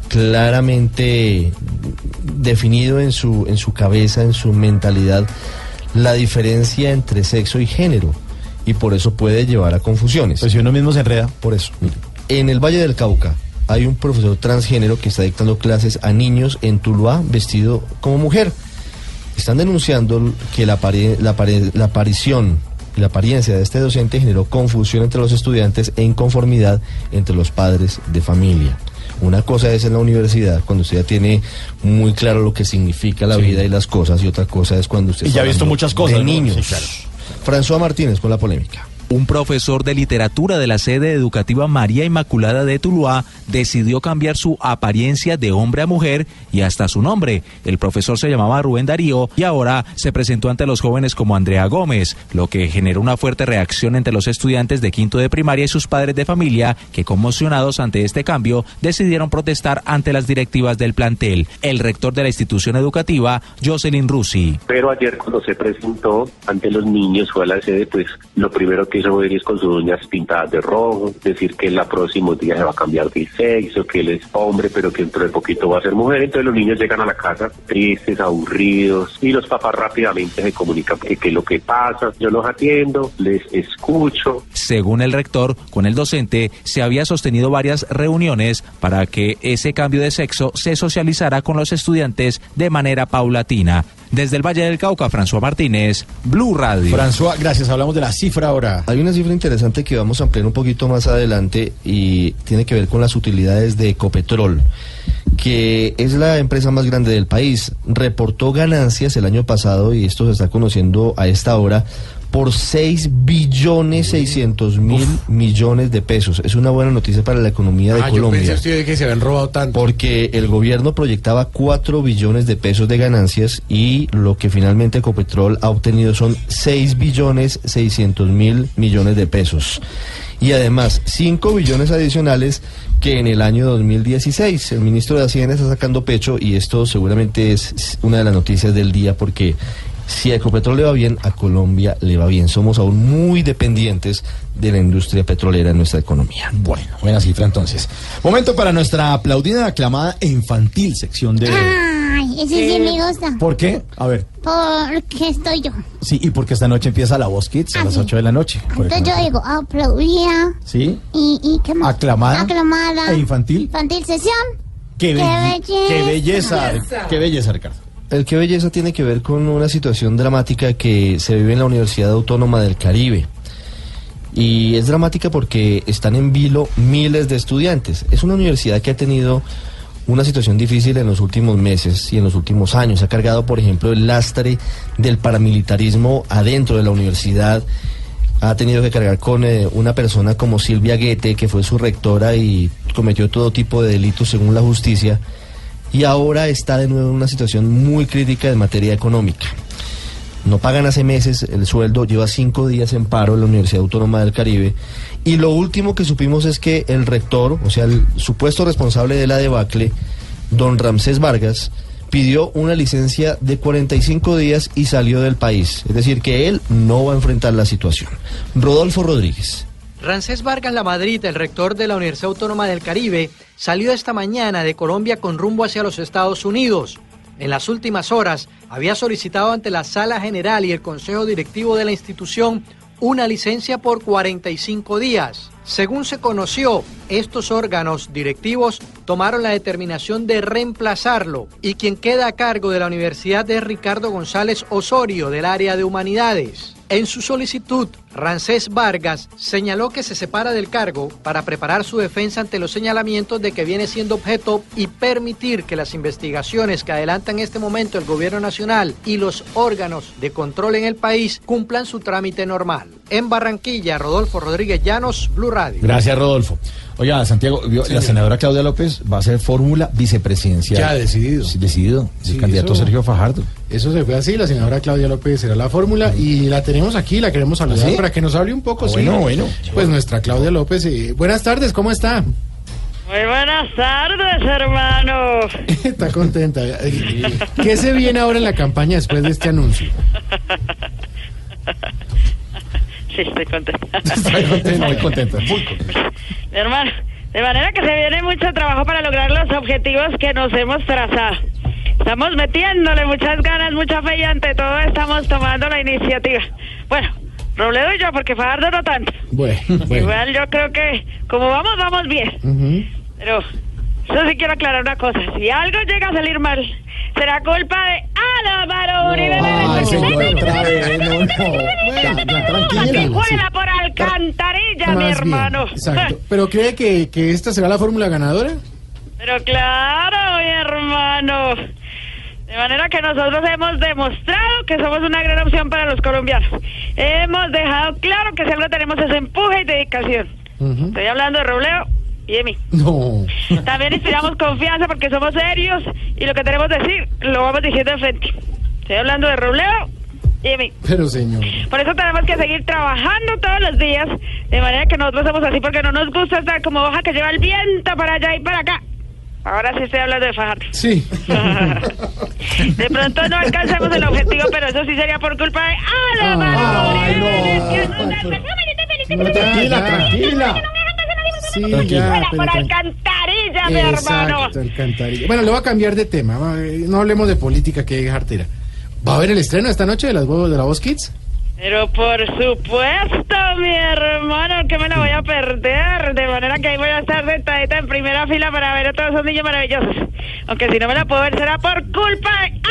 claramente definido en su cabeza, en su mentalidad, la diferencia entre sexo y género, y por eso puede llevar a confusiones. Pues si uno mismo se enreda, por eso. En el Valle del Cauca hay un profesor transgénero que está dictando clases a niños en Tuluá vestido como mujer. Están denunciando que la aparición y la apariencia de este docente generó confusión entre los estudiantes e inconformidad entre los padres de familia. Una cosa es en la universidad, cuando usted ya tiene muy claro lo que significa la vida y las cosas, y otra cosa es cuando usted ya ha visto muchas cosas de niños. Sí, claro. François Martínez con la polémica. Un profesor de literatura de la sede educativa María Inmaculada de Tuluá decidió cambiar su apariencia de hombre a mujer y hasta su nombre. El profesor se llamaba Rubén Darío y ahora se presentó ante los jóvenes como Andrea Gómez, lo que generó una fuerte reacción entre los estudiantes de quinto de primaria y sus padres de familia, que conmocionados ante este cambio decidieron protestar ante las directivas del plantel. El rector de la institución educativa, Jocelyn Rusi. Pero ayer cuando se presentó ante los niños fue a la sede, pues lo primero que hizo venir con sus uñas pintadas de rojo, decir que en la próxima día se va a cambiar de sexo, que él es hombre pero que dentro de poquito va a ser mujer. Entonces los niños llegan a la casa tristes, aburridos, y los papás rápidamente se comunican que qué es lo que pasa. Yo los atiendo, les escucho. Según el rector, con el docente se había sostenido varias reuniones para que ese cambio de sexo se socializara con los estudiantes de manera paulatina. Desde el Valle del Cauca, François Martínez, Blue Radio. François, gracias. Hablamos de la cifra ahora. Hay una cifra interesante que vamos a ampliar un poquito más adelante y tiene que ver con las utilidades de Ecopetrol, que es la empresa más grande del país. Reportó ganancias el año pasado, y esto se está conociendo a esta hora, por 6.600.000.000.000 de pesos. Es una buena noticia para la economía de Colombia. Yo pensé usted que se habían robado tanto. Porque el gobierno proyectaba 4 billones de pesos de ganancias y lo que finalmente Ecopetrol ha obtenido son 6.600.000.000.000 de pesos. Y además 5 billones adicionales que en el año 2016. El ministro de Hacienda está sacando pecho y esto seguramente es una de las noticias del día, porque si a Ecopetrol le va bien, a Colombia le va bien. Somos aún muy dependientes de la industria petrolera en nuestra economía. Bueno, buena cifra entonces. Momento para nuestra aplaudida, aclamada e infantil sección de... Ay, ese sí me gusta. ¿Por qué? A ver. Porque estoy yo. Sí, y porque esta noche empieza La Voz Kids a las 8 de la noche. Entonces yo digo, aplaudida. ¿Sí? ¿Y qué más? Aclamada e infantil. Infantil sesión. Qué belleza. Qué belleza, Ricardo. El Qué Belleza tiene que ver con una situación dramática que se vive en la Universidad Autónoma del Caribe. Y es dramática porque están en vilo miles de estudiantes. Es una universidad que ha tenido una situación difícil en los últimos meses y en los últimos años. Ha cargado, por ejemplo, el lastre del paramilitarismo adentro de la universidad. Ha tenido que cargar con una persona como Silvia Guete, que fue su rectora y cometió todo tipo de delitos según la justicia. Y ahora está de nuevo en una situación muy crítica en materia económica. No pagan hace meses el sueldo, lleva 5 días en paro en la Universidad Autónoma del Caribe. Y lo último que supimos es que el rector, o sea, el supuesto responsable de la debacle, don Ramsés Vargas, pidió una licencia de 45 días y salió del país. Es decir, que él no va a enfrentar la situación. Rodolfo Rodríguez. Ramsés Vargas Lamadrid, el rector de la Universidad Autónoma del Caribe, salió esta mañana de Colombia con rumbo hacia los Estados Unidos. En las últimas horas había solicitado ante la Sala General y el Consejo Directivo de la institución una licencia por 45 días. Según se conoció, estos órganos directivos tomaron la determinación de reemplazarlo y quien queda a cargo de la universidad es Ricardo González Osorio, del área de Humanidades. En su solicitud, Ramsés Vargas señaló que se separa del cargo para preparar su defensa ante los señalamientos de que viene siendo objeto y permitir que las investigaciones que adelanta en este momento el gobierno nacional y los órganos de control en el país cumplan su trámite normal. En Barranquilla, Rodolfo Rodríguez Llanos, Blue Radio. Gracias, Rodolfo. Oiga, Santiago, la senadora Claudia López va a ser fórmula vicepresidencial. Ya, decidido. Sí, decidido. Sí, el candidato eso, Sergio Fajardo. Eso se fue así, la senadora Claudia López será la fórmula y la tenemos aquí, la queremos saludar ¿Sí? para que nos hable un poco. Bueno. Pues nuestra Claudia López. Buenas tardes, ¿cómo está? Muy buenas tardes, hermano. Está contenta. ¿Qué se viene ahora en la campaña después de este anuncio? Sí, estoy contenta. Estoy contenta, muy contenta. Mi hermano, de manera que se viene mucho trabajo para lograr los objetivos que nos hemos trazado. Estamos metiéndole muchas ganas, mucha fe y ante todo estamos tomando la iniciativa. Bueno, Robledo y yo, porque Fajardo no tanto. Bueno. Igual yo creo que como vamos bien. Pero eso sí quiero aclarar una cosa. Si algo llega a salir mal, será culpa de Álvaro Uribe. Ay, señor, otra vez, no. Ya, tranquila. Juega por alcantarilla, mi hermano. Exacto. ¿Pero cree que esta será la fórmula ganadora? Pero claro, mi hermano. De manera que nosotros hemos demostrado que somos una gran opción para los colombianos. Hemos dejado claro que si algo tenemos es empuje y dedicación. Estoy hablando de Robledo y de mí. No. También inspiramos confianza porque somos serios y lo que tenemos que decir lo vamos diciendo de frente. Estoy hablando de Robledo y de mí. Pero señor. Por eso tenemos que seguir trabajando todos los días, de manera que nosotros somos así porque no nos gusta estar como hoja que lleva el viento para allá y para acá. Ahora sí estoy hablando de Fajardo. Sí. De pronto no alcanzamos el objetivo, pero eso sí sería por culpa de Álvaro Uribe. Tranquila. Sí, ya, por alcantarilla, mi hermano. Alcantarilla. Bueno, le voy a cambiar de tema. No hablemos de política, que es jartera. ¿Va a haber el estreno esta noche de las huevos de la Voz Kids? Pero por supuesto, mi hermano, que me la voy a perder. De manera que ahí voy a estar sentadita en primera fila para ver a todos esos niños maravillosos. Aunque si no me la puedo ver será por culpa de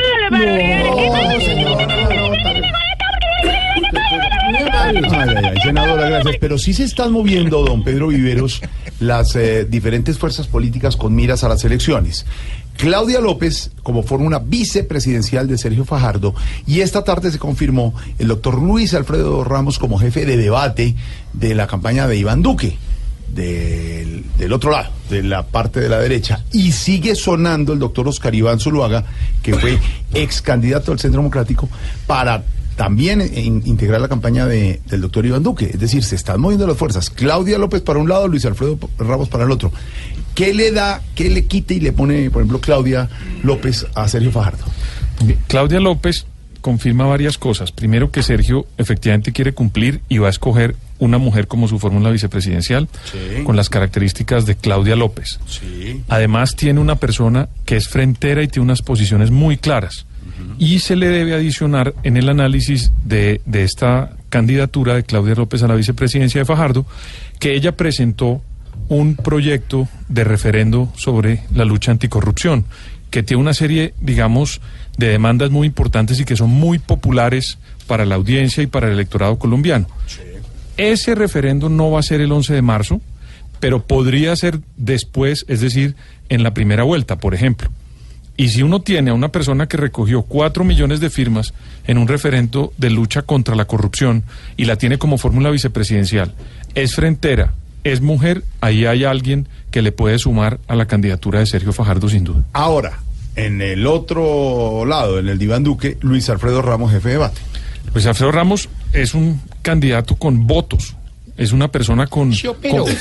senadora, gracias. Pero sí se están moviendo, don Pedro Viveros, las diferentes fuerzas políticas con miras a las elecciones. Claudia López como fórmula vicepresidencial de Sergio Fajardo, y esta tarde se confirmó el doctor Luis Alfredo Ramos como jefe de debate de la campaña de Iván Duque, del otro lado, de la parte de la derecha, y sigue sonando el doctor Oscar Iván Zuluaga, que fue ex candidato al Centro Democrático, para también integrar la campaña del doctor Iván Duque. Es decir, se están moviendo las fuerzas. Claudia López para un lado, Luis Alfredo Ramos para el otro. ¿Qué le da, qué le quita y le pone, por ejemplo, Claudia López a Sergio Fajardo? Claudia López confirma varias cosas. Primero, que Sergio efectivamente quiere cumplir y va a escoger una mujer como su fórmula vicepresidencial, sí, con las características de Claudia López. Sí. Además, tiene una persona que es frentera y tiene unas posiciones muy claras. Y se le debe adicionar en el análisis de esta candidatura de Claudia López a la vicepresidencia de Fajardo, que ella presentó un proyecto de referendo sobre la lucha anticorrupción, que tiene una serie, digamos, de demandas muy importantes y que son muy populares para la audiencia y para el electorado colombiano. Sí. Ese referendo no va a ser el 11 de marzo, pero podría ser después, es decir, en la primera vuelta, por ejemplo. Y si uno tiene a una persona que recogió 4 millones de firmas en un referendo de lucha contra la corrupción y la tiene como fórmula vicepresidencial, es frentera, es mujer, ahí hay alguien que le puede sumar a la candidatura de Sergio Fajardo, sin duda. Ahora, en el otro lado, en el de Iván Duque, Luis Alfredo Ramos, jefe de debate. Luis Alfredo Ramos es un candidato con votos. Es una persona con votos,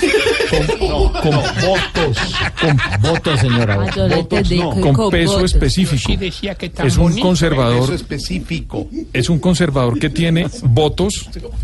señora. Votos, no, con peso específico. Es un conservador específico. Es un conservador que tiene votos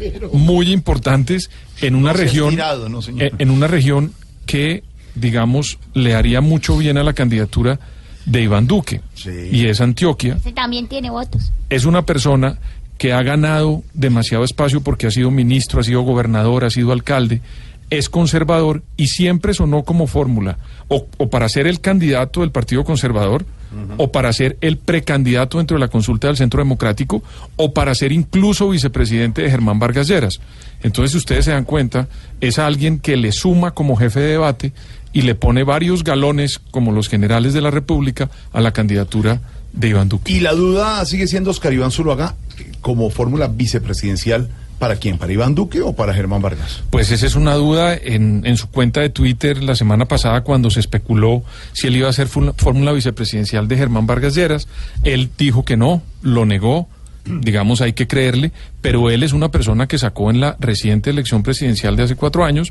muy importantes en una región, en una región que, digamos, le haría mucho bien a la candidatura de Iván Duque. Sí. Y es Antioquia. Ese también tiene votos. Es una persona que ha ganado demasiado espacio porque ha sido ministro, ha sido gobernador, ha sido alcalde, es conservador y siempre sonó como fórmula, o para ser el candidato del Partido Conservador, o para ser el precandidato dentro de la consulta del Centro Democrático, o para ser incluso vicepresidente de Germán Vargas Lleras. Entonces, si ustedes se dan cuenta, es alguien que le suma como jefe de debate y le pone varios galones, como los generales de la República, a la candidatura de Iván Duque. Y la duda sigue siendo Oscar Iván Zuluaga como fórmula vicepresidencial. ¿Para quién? ¿Para Iván Duque o para Germán Vargas? Pues esa es una duda en su cuenta de Twitter la semana pasada, cuando se especuló si él iba a ser fórmula vicepresidencial de Germán Vargas Lleras. Él dijo que no, lo negó, digamos, hay que creerle, pero él es una persona que sacó en la reciente elección presidencial de hace 4 años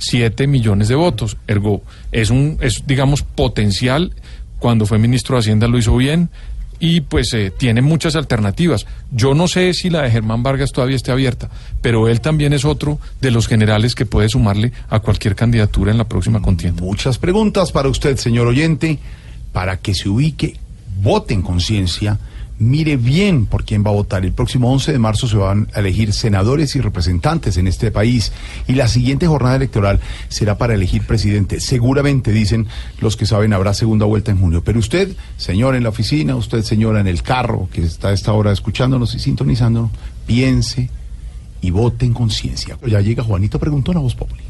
7 millones de votos. Ergo, es digamos, potencial. Cuando fue ministro de Hacienda lo hizo bien. Y pues tiene muchas alternativas. Yo no sé si la de Germán Vargas todavía esté abierta, pero él también es otro de los generales que puede sumarle a cualquier candidatura en la próxima contienda. Muchas preguntas para usted, señor oyente, para que se ubique, vote en conciencia, mire bien por quién va a votar. El próximo 11 de marzo se van a elegir senadores y representantes en este país, y la siguiente jornada electoral será para elegir presidente. Seguramente, dicen los que saben, habrá segunda vuelta en junio. Pero usted, señor en la oficina, usted, señora en el carro, que está a esta hora escuchándonos y sintonizándonos, piense y vote en conciencia. Ya llega Juanito Preguntón a Voz Populi.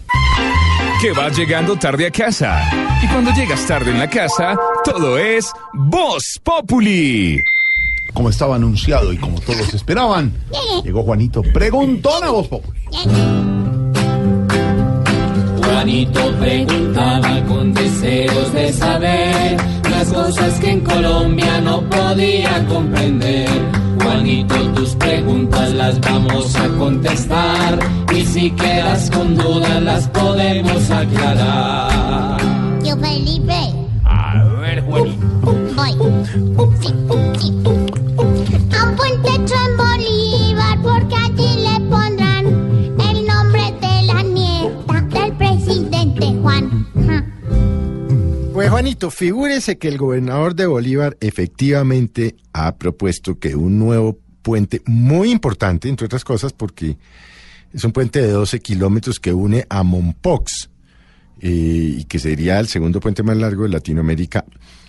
Que vas llegando tarde a casa. Y cuando llegas tarde en la casa, todo es Voz Populi. Como estaba anunciado y como todos esperaban, llegó Juanito Preguntón a Voz Populi. Juanito preguntaba con deseos de saber las cosas que en Colombia no podía comprender. Juanito, tus preguntas las vamos a contestar, y si quedas con dudas las podemos aclarar. Yo, Felipe. A ver, Juanito. Voy. Sí. A un buen techo en Bolívar, porque allí le pondrán el nombre de Juanito, figúrese que el gobernador de Bolívar efectivamente ha propuesto que un nuevo puente muy importante, entre otras cosas, porque es un puente de 12 kilómetros que une a Mompox, y que sería el segundo puente más largo de Latinoamérica,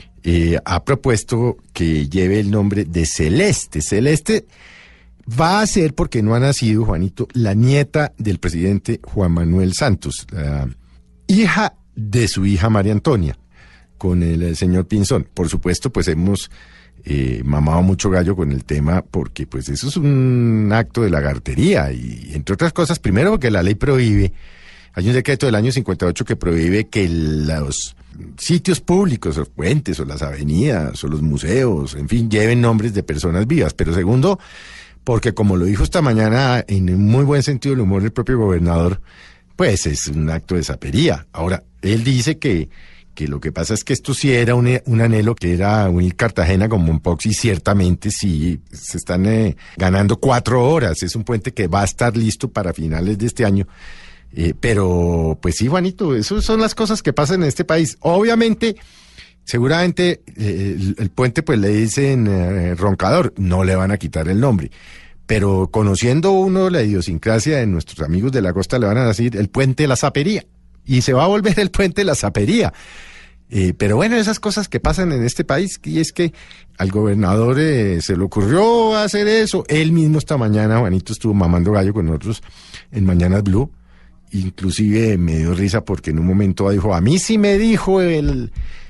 ha propuesto que lleve el nombre de Celeste. Celeste va a ser, porque no ha nacido, Juanito, la nieta del presidente Juan Manuel Santos, la hija de su hija María Antonia, con el señor Pinzón. Por supuesto, pues hemos mamado mucho gallo con el tema, porque pues eso es un acto de lagartería, y entre otras cosas, primero porque la ley prohíbe, hay un decreto del año 58 que prohíbe que los sitios públicos, o puentes, o las avenidas, o los museos, en fin, lleven nombres de personas vivas. Pero segundo, porque como lo dijo esta mañana, en un muy buen sentido del humor, el propio gobernador, pues es un acto de sapería. Ahora, él dice que lo que pasa es que esto sí era un anhelo, que era unir Cartagena con Mompox, y ciertamente sí, se están ganando 4 horas. Es un puente que va a estar listo para finales de este año. Pero, pues sí, Juanito, esas son las cosas que pasan en este país. Obviamente, seguramente el puente, pues le dicen Roncador, no le van a quitar el nombre. Pero conociendo uno la idiosincrasia de nuestros amigos de la costa, le van a decir el puente de la Sapería. Y se va a volver el puente de la Sapería. Pero bueno, esas cosas que pasan en este país, y es que al gobernador se le ocurrió hacer eso. Él mismo esta mañana, Juanito, estuvo mamando gallo con nosotros en Mañanas Blue. Inclusive me dio risa porque en un momento dijo, a mí sí me dijo el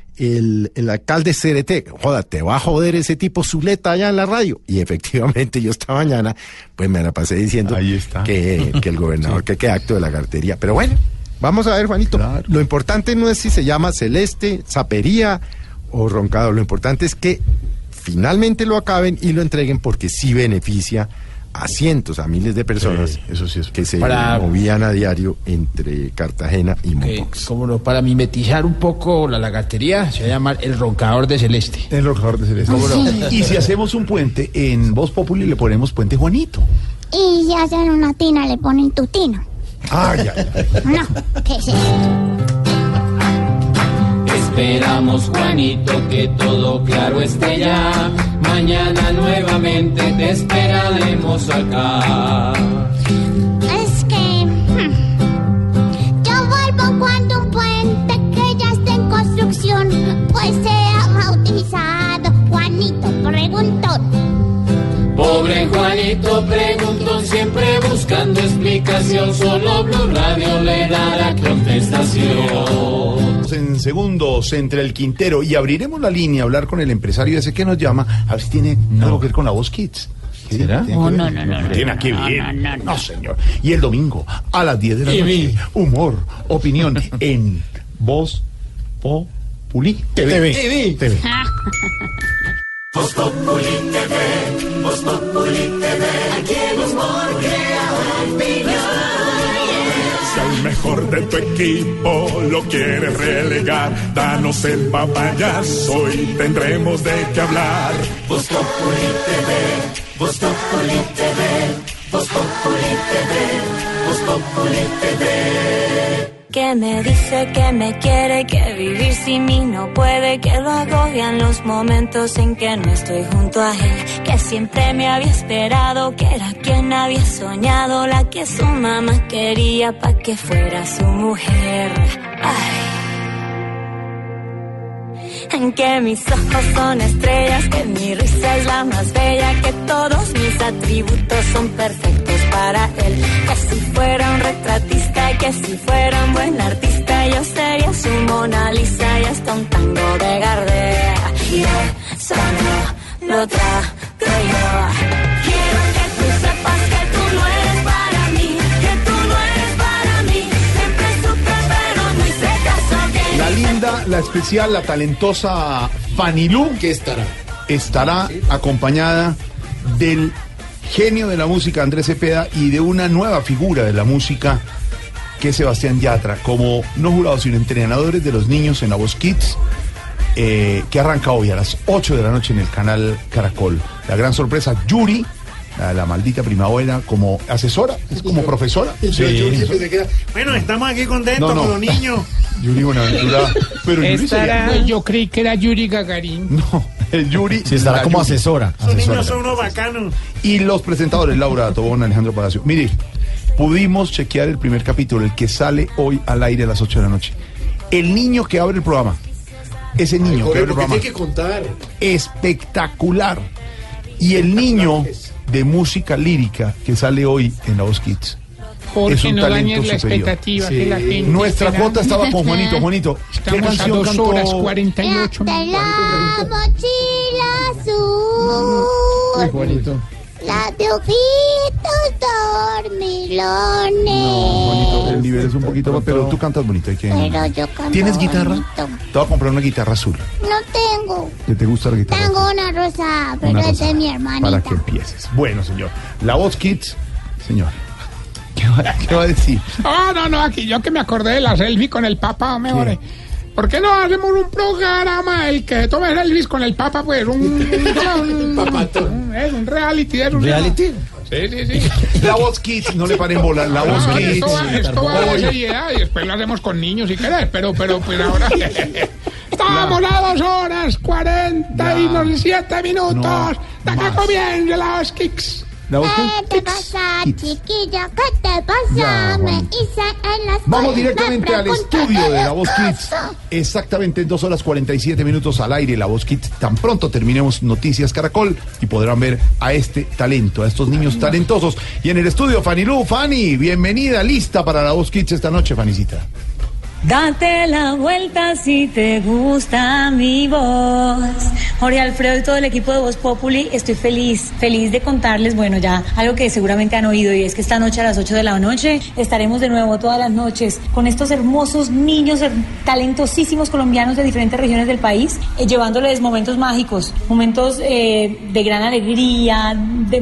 alcalde CRT, joda, te va a joder ese tipo Zuleta allá en la radio. Y efectivamente yo esta mañana pues me la pasé diciendo que el gobernador, sí, que qué acto de lagartería. Pero bueno, vamos a ver, Juanito, claro. Lo importante no es si se llama Celeste, Sapería o Roncador, lo importante es que finalmente lo acaben y lo entreguen, porque sí beneficia a cientos, a miles de personas, eso sí es que se movían a diario entre Cartagena y Mompox. Como no, para mimetizar un poco la lagartería, se va a llamar el Roncador de Celeste. El Roncador de Celeste. Y si hacemos un puente, en Voz Populi le ponemos Puente Juanito. Y si hacen una tina, le ponen tutino. Ah, ya. No, ¿qué es esto? Esperamos, Juanito, que todo claro esté ya. Mañana nuevamente te esperaremos acá. Es que yo vuelvo cuando un puente que ya está en construcción pues sea bautizado Juanito Preguntón. Pobre Juanito Preguntón, siempre buscando explicación, solo Blue Radio le dará contestación. En segundos entre el Quintero, y abriremos la línea a hablar con el empresario ese que nos llama, a ver si tiene algo que ver con la Voz Kids. ¿Será? No. Tiene que ver. No, señor. Y el domingo a las 10 de la noche, humor, opinión en Voz Populi TV. Voz Populi TV, Voz Populi TV, aquí el humor crea opinión. Si al mejor de tu equipo lo quieres relegar, danos el papayazo y tendremos de qué hablar. Voz Populi TV, Voz Populi TV, Voz Populi TV, Voz Populi TV. Que me dice que me quiere, que vivir sin mí no puede, que lo agobian los momentos en que no estoy junto a él, que siempre me había esperado, que era quien había soñado, la que su mamá quería pa' que fuera su mujer. Ay. En que mis ojos son estrellas, que mi risa es la más bella, que todos mis atributos son perfectos para él, que si fuera un retratista, que si fuera un buen artista, yo sería su Mona Lisa y hasta un tango de Gardel. Y eso no lo trato yo. Quiero que tú sepas que tú no eres para mí, que tú no eres para mí, siempre supe pero no hice caso que... La linda, la especial, la talentosa Fanny Lu, ¿qué estará? Estará acompañada del genio de la música Andrés Cepeda y de una nueva figura de la música que es Sebastián Yatra, como no jurados sino entrenadores de los niños en la Voz Kids, que arranca hoy a las 8 de la noche en el canal Caracol. La gran sorpresa, Yuri, la maldita primavera, como asesora, es como profesora. Sí. Bueno, estamos aquí contentos con los niños. Yuri Buenaventura Pero Yuri sería... Pues yo creí que era Yuri Gagarin. No, el Yuri... Sí, estará como Yuri. asesora. Esos niños son unos bacanos. Y los presentadores, Laura Tobón, Alejandro Palacio. Mire, pudimos chequear el primer capítulo, el que sale hoy al aire a las 8 de la noche. El niño que abre el programa, ese niño que abre el programa, tiene que contar. espectacular. Y el niño de música lírica que sale hoy en La Voz Kids. Porque es un no talento dañes la superior. expectativa que la gente Nuestra espera. cuota estaba con Juanito. Juanito, ¿qué Estamos a canción 2 cantó? horas 48 De minutos. la mochila azul, Ay, Juanito. la de ojitos dormilones. Juanito, el nivel es un poquito más, pero tú cantas bonito. Hay que... Pero yo canto ¿Tienes guitarra? bonito. Te voy a comprar una guitarra azul. No tengo. ¿Qué te gusta la guitarra? Tengo una rosa, pero Una es rosa, de mi hermanita. para que empieces. Bueno, señor. La Voz Kids, señor. ¿Qué va a decir? No, aquí yo que me acordé de la selfie con el Papa, mejor. ¿Por qué no hacemos un programa el que tome selfies con el Papa, pues? Un reality de esos. ¿Reality? Sí. La Voz Kids, no le paren bola. La Voz Kids. Esto va de seriedad y después lo hacemos con niños si querés, pero pues ahora... Estamos a 2 horas 47 minutos. De que comience la Voz Kids. ¿Qué te pasa, chiquilla? ¿Qué te pasa? Me hice en las Vamos directamente al estudio de La Voz Kids. Exactamente en 2 horas 47 minutos al aire La Voz Kids. Tan pronto terminemos Noticias Caracol y podrán ver a este talento, a estos niños talentosos. Y en el estudio, Fanny Lu. Fanny, bienvenida, lista para La Voz Kids esta noche, Fanicita. Date la vuelta si te gusta mi voz. Jorge Alfredo y todo el equipo de Voz Populi, estoy feliz de contarles, bueno, ya algo que seguramente han oído, y es que esta noche a las 8 de la noche estaremos de nuevo todas las noches con estos hermosos niños talentosísimos colombianos de diferentes regiones del país, llevándoles momentos mágicos, momentos de gran alegría,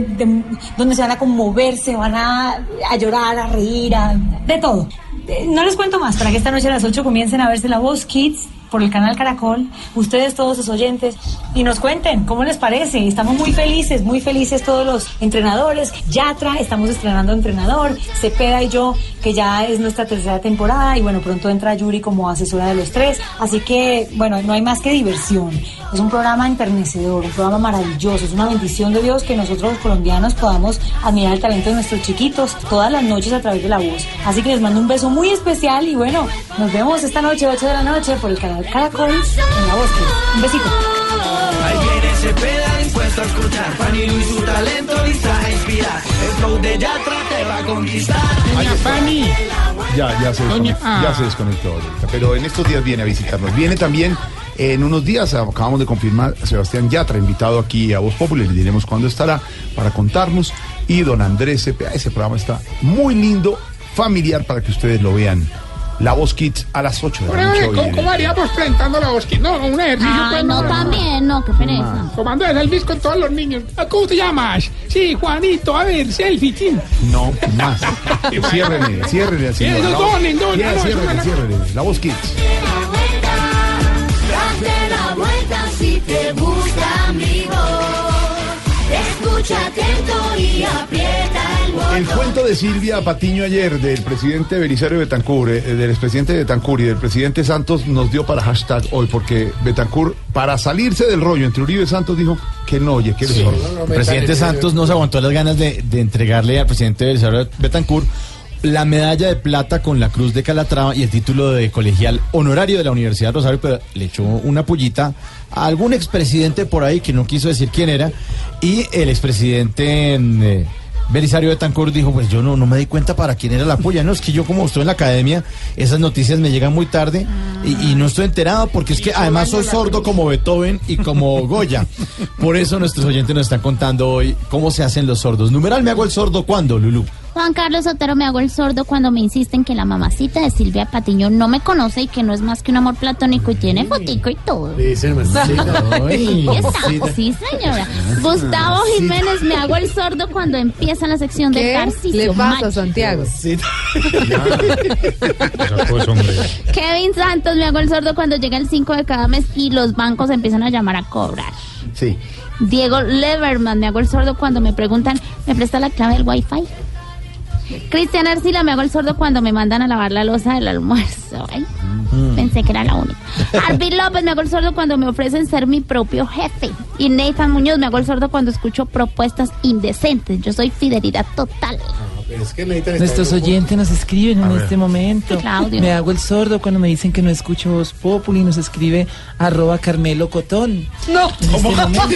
donde se van a conmover, se van a llorar, a reír, de todo. No les cuento más, para que esta noche a las 8 comiencen a verse La Voz Kids por el canal Caracol, ustedes todos sus oyentes, y nos cuenten cómo les parece. Estamos muy felices todos los entrenadores. Yatra, estamos estrenando entrenador, Cepeda y yo, que ya es nuestra 3ª temporada, y bueno, pronto entra Yuri como asesora de los 3, así que bueno, no hay más que diversión. Es un programa enternecedor, un programa maravilloso, es una bendición de Dios que nosotros los colombianos podamos admirar el talento de nuestros chiquitos todas las noches a través de La Voz. Así que les mando un beso muy especial y bueno, nos vemos esta noche, 8 de la noche, por el canal Caracol en La Voz. Un besito. Ahí viene Cepeda dispuesto a escuchar. Fanny Lu y su talento lista a inspirar. El flow de Yatra te va a conquistar. Doña Fanny. Ya se desconectó ahorita, pero en estos días viene a visitarnos. Viene también en unos días, acabamos de confirmar, Sebastián Yatra, invitado aquí a Voz Populi, le diremos cuándo estará para contarnos. Y don Andrés Cepeda, ese programa está muy lindo, familiar, para que ustedes lo vean. La Voz Kids a las 8 de la noche. ¿Cómo haríamos presentando La Voz Kids? No, un ejercicio. Ay, no, también, no, qué pereza. Tomando de selfies con todos los niños. ¿Cómo te llamas? Sí, Juanito, a ver, selfie, chin. No, más. Ciérrenle al señor. Ciérrenle. La Voz Kids. Date la vuelta si te gusta mi voz. Escucha atento y aprieta el botón. El cuento de Silvia Patiño ayer del presidente Belisario Betancur, del expresidente Betancur y del presidente Santos nos dio para hashtag hoy, porque Betancur, para salirse del rollo entre Uribe y Santos, dijo que no, oye, que eres sordo. El presidente Santos no se aguantó las ganas de entregarle al presidente Belisario Betancur la medalla de plata con la Cruz de Calatrava y el título de colegial honorario de la Universidad Rosario, pero le echó una pullita a algún expresidente por ahí que no quiso decir quién era, y el expresidente Belisario Betancur dijo, pues yo no me di cuenta para quién era la puya. No, es que yo como estoy en la academia, esas noticias me llegan muy tarde y no estoy enterado, porque es que además soy sordo como Beethoven y como Goya. Por eso nuestros oyentes nos están contando hoy cómo se hacen los sordos. Numeral, ¿me hago el sordo cuándo, Lulú? Juan Carlos Otero, me hago el sordo cuando me insisten que la mamacita de Silvia Patiño no me conoce y que no es más que un amor platónico y tiene fotico y todo. Sí, señora. Gustavo Jiménez, me hago el sordo cuando empieza la sección de Tarcisio. ¿Qué le pasa, Maya. Santiago? Kevin Santos, me hago el sordo cuando llega el 5 de cada mes y los bancos empiezan a llamar a cobrar. Sí. Diego Leverman, me hago el sordo cuando me preguntan, ¿me presta la clave del Wi-Fi? Cristian Arcila, me hago el sordo cuando me mandan a lavar la loza del almuerzo. Ay, pensé que era la única. Arvin López, me hago el sordo cuando me ofrecen ser mi propio jefe. Y Nathan Muñoz, me hago el sordo cuando escucho propuestas indecentes. Yo soy fidelidad total. Es que nuestros oyentes nos escriben en este momento. Claudio. Me hago el sordo cuando me dicen que no escucho Voz Populi. Nos escribe @Carmelo Cotón. No. ¿Cómo?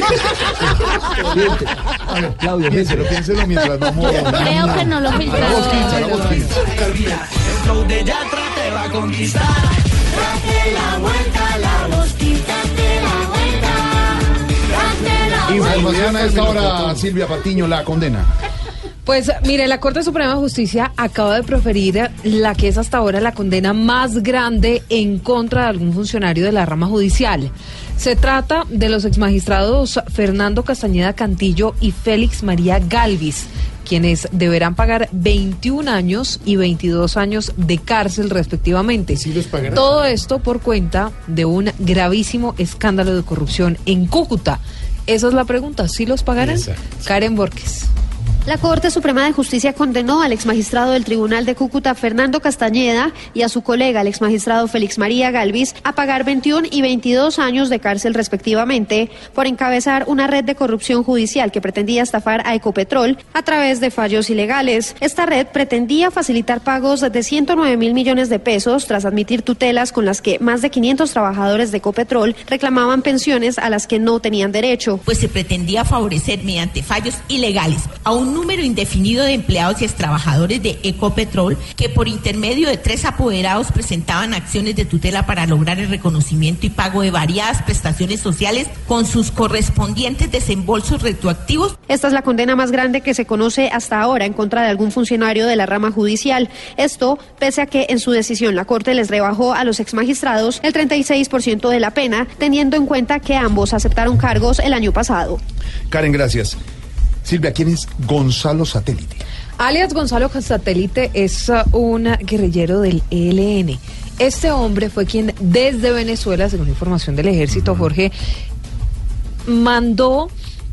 Claudio, piénselo mientras vamos. Creo que no lo filtraron. El flow de Yatra te va a conquistar. Date la vuelta, la mosquita te la vuelta. Date la vuelta. Información a esta hora, Silvia Patiño, la condena. Pues mire, la Corte Suprema de Justicia acaba de proferir la que es hasta ahora la condena más grande en contra de algún funcionario de la rama judicial. Se trata de los exmagistrados Fernando Castañeda Cantillo y Félix María Galvis, quienes deberán pagar 21 años y 22 años de cárcel respectivamente. ¿Sí los pagarán? Todo esto por cuenta de un gravísimo escándalo de corrupción en Cúcuta. Esa es la pregunta, ¿sí los pagarán? Exacto. Karen Borges. La Corte Suprema de Justicia condenó al exmagistrado del Tribunal de Cúcuta, Fernando Castañeda, y a su colega, el exmagistrado Félix María Galvis, a pagar 21 y 22 años de cárcel respectivamente por encabezar una red de corrupción judicial que pretendía estafar a Ecopetrol a través de fallos ilegales. Esta red pretendía facilitar pagos de 109.000 millones de pesos tras admitir tutelas con las que más de 500 trabajadores de Ecopetrol reclamaban pensiones a las que no tenían derecho. Pues se pretendía favorecer mediante fallos ilegales a un número indefinido de empleados y extrabajadores de Ecopetrol que por intermedio de 3 apoderados presentaban acciones de tutela para lograr el reconocimiento y pago de variadas prestaciones sociales con sus correspondientes desembolsos retroactivos. Esta es la condena más grande que se conoce hasta ahora en contra de algún funcionario de la rama judicial. Esto pese a que en su decisión la Corte les rebajó a los exmagistrados el 36% de la pena, teniendo en cuenta que ambos aceptaron cargos el año pasado. Karen, gracias. Silvia, ¿quién es Gonzalo Satélite? Alias Gonzalo Satélite es un guerrillero del ELN. Este hombre fue quien desde Venezuela, según información del ejército, Jorge, mandó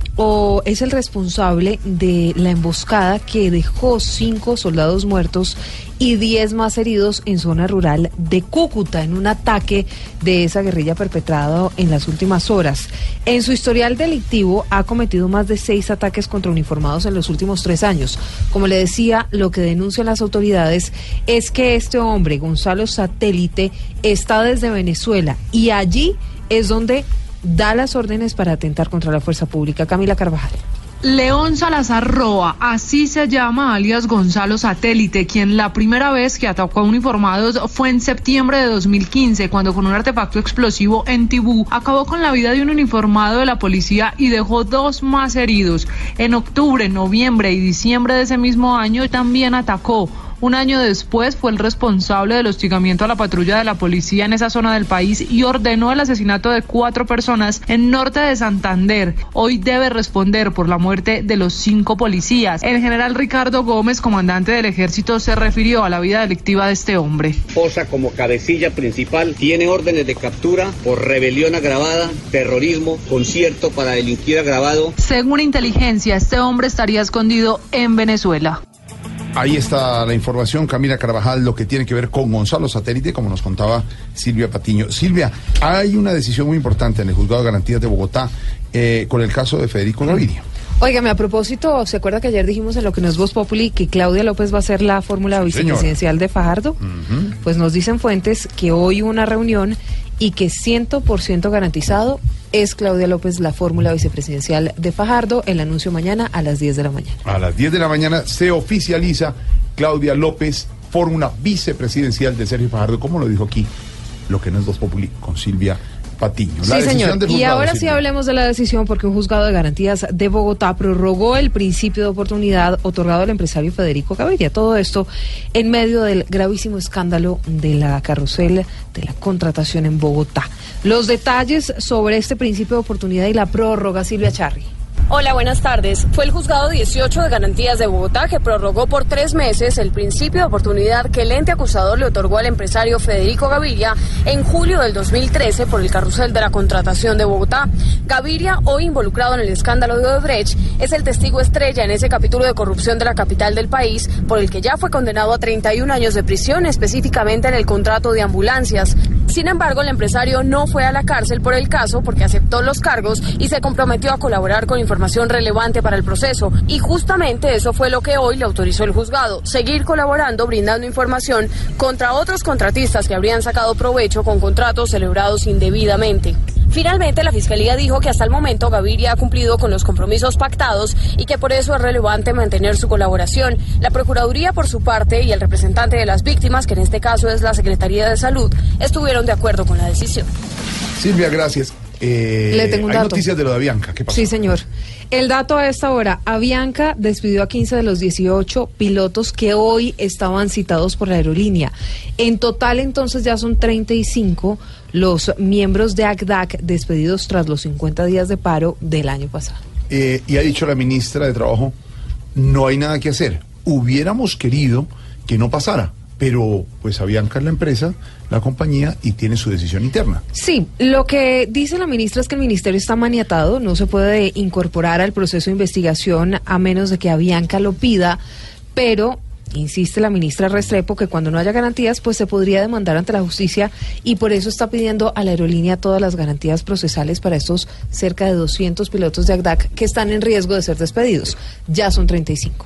o es el responsable de la emboscada que dejó 5 soldados muertos y 10 más heridos en zona rural de Cúcuta, en un ataque de esa guerrilla perpetrado en las últimas horas. En su historial delictivo ha cometido más de 6 ataques contra uniformados en los últimos 3 años. Como le decía, lo que denuncian las autoridades es que este hombre, Gonzalo Satélite, está desde Venezuela y allí es donde da las órdenes para atentar contra la fuerza pública. Camila Carvajal. León Salazar Roa, así se llama, alias Gonzalo Satélite, quien la primera vez que atacó a uniformados fue en septiembre de 2015, cuando con un artefacto explosivo en Tibú acabó con la vida de un uniformado de la policía y dejó 2 más heridos. En octubre, noviembre y diciembre de ese mismo año también atacó. Un año después fue el responsable del hostigamiento a la patrulla de la policía en esa zona del país y ordenó el asesinato de 4 personas en norte de Santander. Hoy debe responder por la muerte de los 5 policías. El general Ricardo Gómez, comandante del ejército, se refirió a la vida delictiva de este hombre. Posa como cabecilla principal, tiene órdenes de captura por rebelión agravada, terrorismo, concierto para delinquir agravado. Según inteligencia, este hombre estaría escondido en Venezuela. Ahí está la información, Camila Carvajal, lo que tiene que ver con Gonzalo Satélite, como nos contaba Silvia Patiño. Silvia, hay una decisión muy importante en el Juzgado de Garantías de Bogotá con el caso de Federico Gaviria. Óigame, a propósito, ¿se acuerda que ayer dijimos en lo que no es Voz Populi que Claudia López va a ser la fórmula vicepresidencial de Fajardo? Pues nos dicen fuentes que hoy hubo una reunión y que 100% garantizado es Claudia López la fórmula vicepresidencial de Fajardo. El anuncio mañana a las 10 de la mañana. A las 10 de la mañana se oficializa Claudia López, fórmula vicepresidencial de Sergio Fajardo, como lo dijo aquí, lo que no es Voz Populi, con Silvia Patiño. Sí, señor. Y ahora sí hablemos de la decisión, porque un juzgado de garantías de Bogotá prorrogó el principio de oportunidad otorgado al empresario Federico Gaviria. Todo esto en medio del gravísimo escándalo de la carrusel de la contratación en Bogotá. Los detalles sobre este principio de oportunidad y la prórroga, Silvia Charri. Hola, buenas tardes. Fue el Juzgado 18 de Garantías de Bogotá que prorrogó por 3 meses el principio de oportunidad que el ente acusador le otorgó al empresario Federico Gaviria en julio del 2013 por el carrusel de la contratación de Bogotá. Gaviria, hoy involucrado en el escándalo de Odebrecht, es el testigo estrella en ese capítulo de corrupción de la capital del país, por el que ya fue condenado a 31 años de prisión, específicamente en el contrato de ambulancias. Sin embargo, el empresario no fue a la cárcel por el caso porque aceptó los cargos y se comprometió a colaborar con información relevante para el proceso. Y justamente eso fue lo que hoy le autorizó el juzgado, seguir colaborando, brindando información contra otros contratistas que habrían sacado provecho con contratos celebrados indebidamente. Finalmente, la Fiscalía dijo que hasta el momento Gaviria ha cumplido con los compromisos pactados y que por eso es relevante mantener su colaboración. La Procuraduría, por su parte, y el representante de las víctimas, que en este caso es la Secretaría de Salud, estuvieron de acuerdo con la decisión. Silvia, gracias. Le tengo un dato. Hay noticias de lo de Avianca. ¿Qué pasó? Sí, señor. El dato a esta hora, Avianca despidió a 15 de los 18 pilotos que hoy estaban citados por la aerolínea. En total, entonces, ya son 35 los miembros de ACDAC despedidos tras los 50 días de paro del año pasado. Y ha dicho la ministra de Trabajo, no hay nada que hacer. Hubiéramos querido que no pasara, pero pues Avianca es la empresa, la compañía, y tiene su decisión interna. Sí, lo que dice la ministra es que el ministerio está maniatado, no se puede incorporar al proceso de investigación a menos de que Avianca lo pida, pero insiste la ministra Restrepo que cuando no haya garantías, pues se podría demandar ante la justicia, y por eso está pidiendo a la aerolínea todas las garantías procesales para estos cerca de 200 pilotos de ACDAC que están en riesgo de ser despedidos. Ya son 35.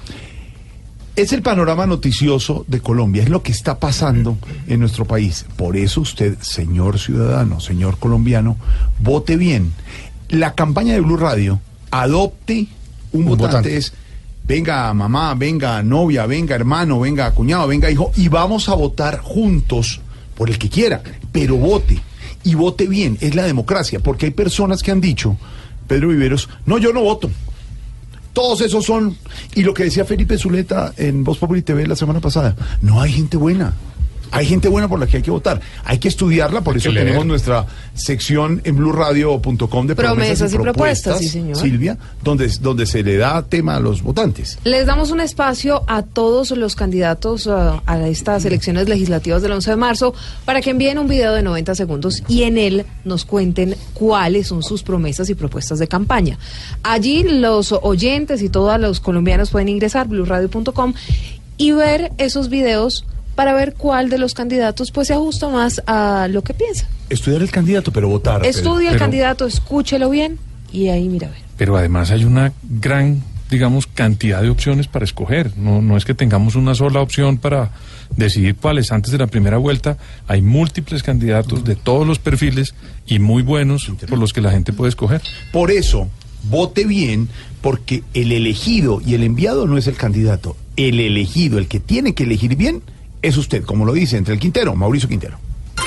Es el panorama noticioso de Colombia, es lo que está pasando en nuestro país. Por eso usted, señor ciudadano, señor colombiano, vote bien. La campaña de Blue Radio, adopte un votante. Es, venga mamá, venga novia, venga hermano, venga cuñado, venga hijo, y vamos a votar juntos por el que quiera, pero vote, y vote bien, es la democracia, porque hay personas que han dicho, Pedro Viveros, no, yo no voto. Todos esos son, y lo que decía Felipe Zuleta en Voz Populi TV la semana pasada, no hay gente buena. Hay gente buena por la que hay que votar. Hay que estudiarla, por eso tenemos nuestra sección en blueradio.com de promesas y propuestas, sí, señor. Silvia, donde se le da tema a los votantes. Les damos un espacio a todos los candidatos a estas elecciones legislativas del 11 de marzo para que envíen un video de 90 segundos y en él nos cuenten cuáles son sus promesas y propuestas de campaña. Allí los oyentes y todos los colombianos pueden ingresar blueradio.com y ver esos videos para ver cuál de los candidatos pues se ajusta más a lo que piensa. Estudiar el candidato, pero votar. Estudia el candidato, escúchelo bien y ahí mira a ver. Pero además hay una gran, digamos, cantidad de opciones para escoger. No es que tengamos una sola opción para decidir cuáles. Antes de la primera vuelta hay múltiples candidatos de todos los perfiles y muy buenos por los que la gente puede escoger. Por eso, vote bien, porque el elegido y el enviado no es el candidato. El elegido, el que tiene que elegir bien, es usted, como lo dice Entre el Quintero, Mauricio Quintero.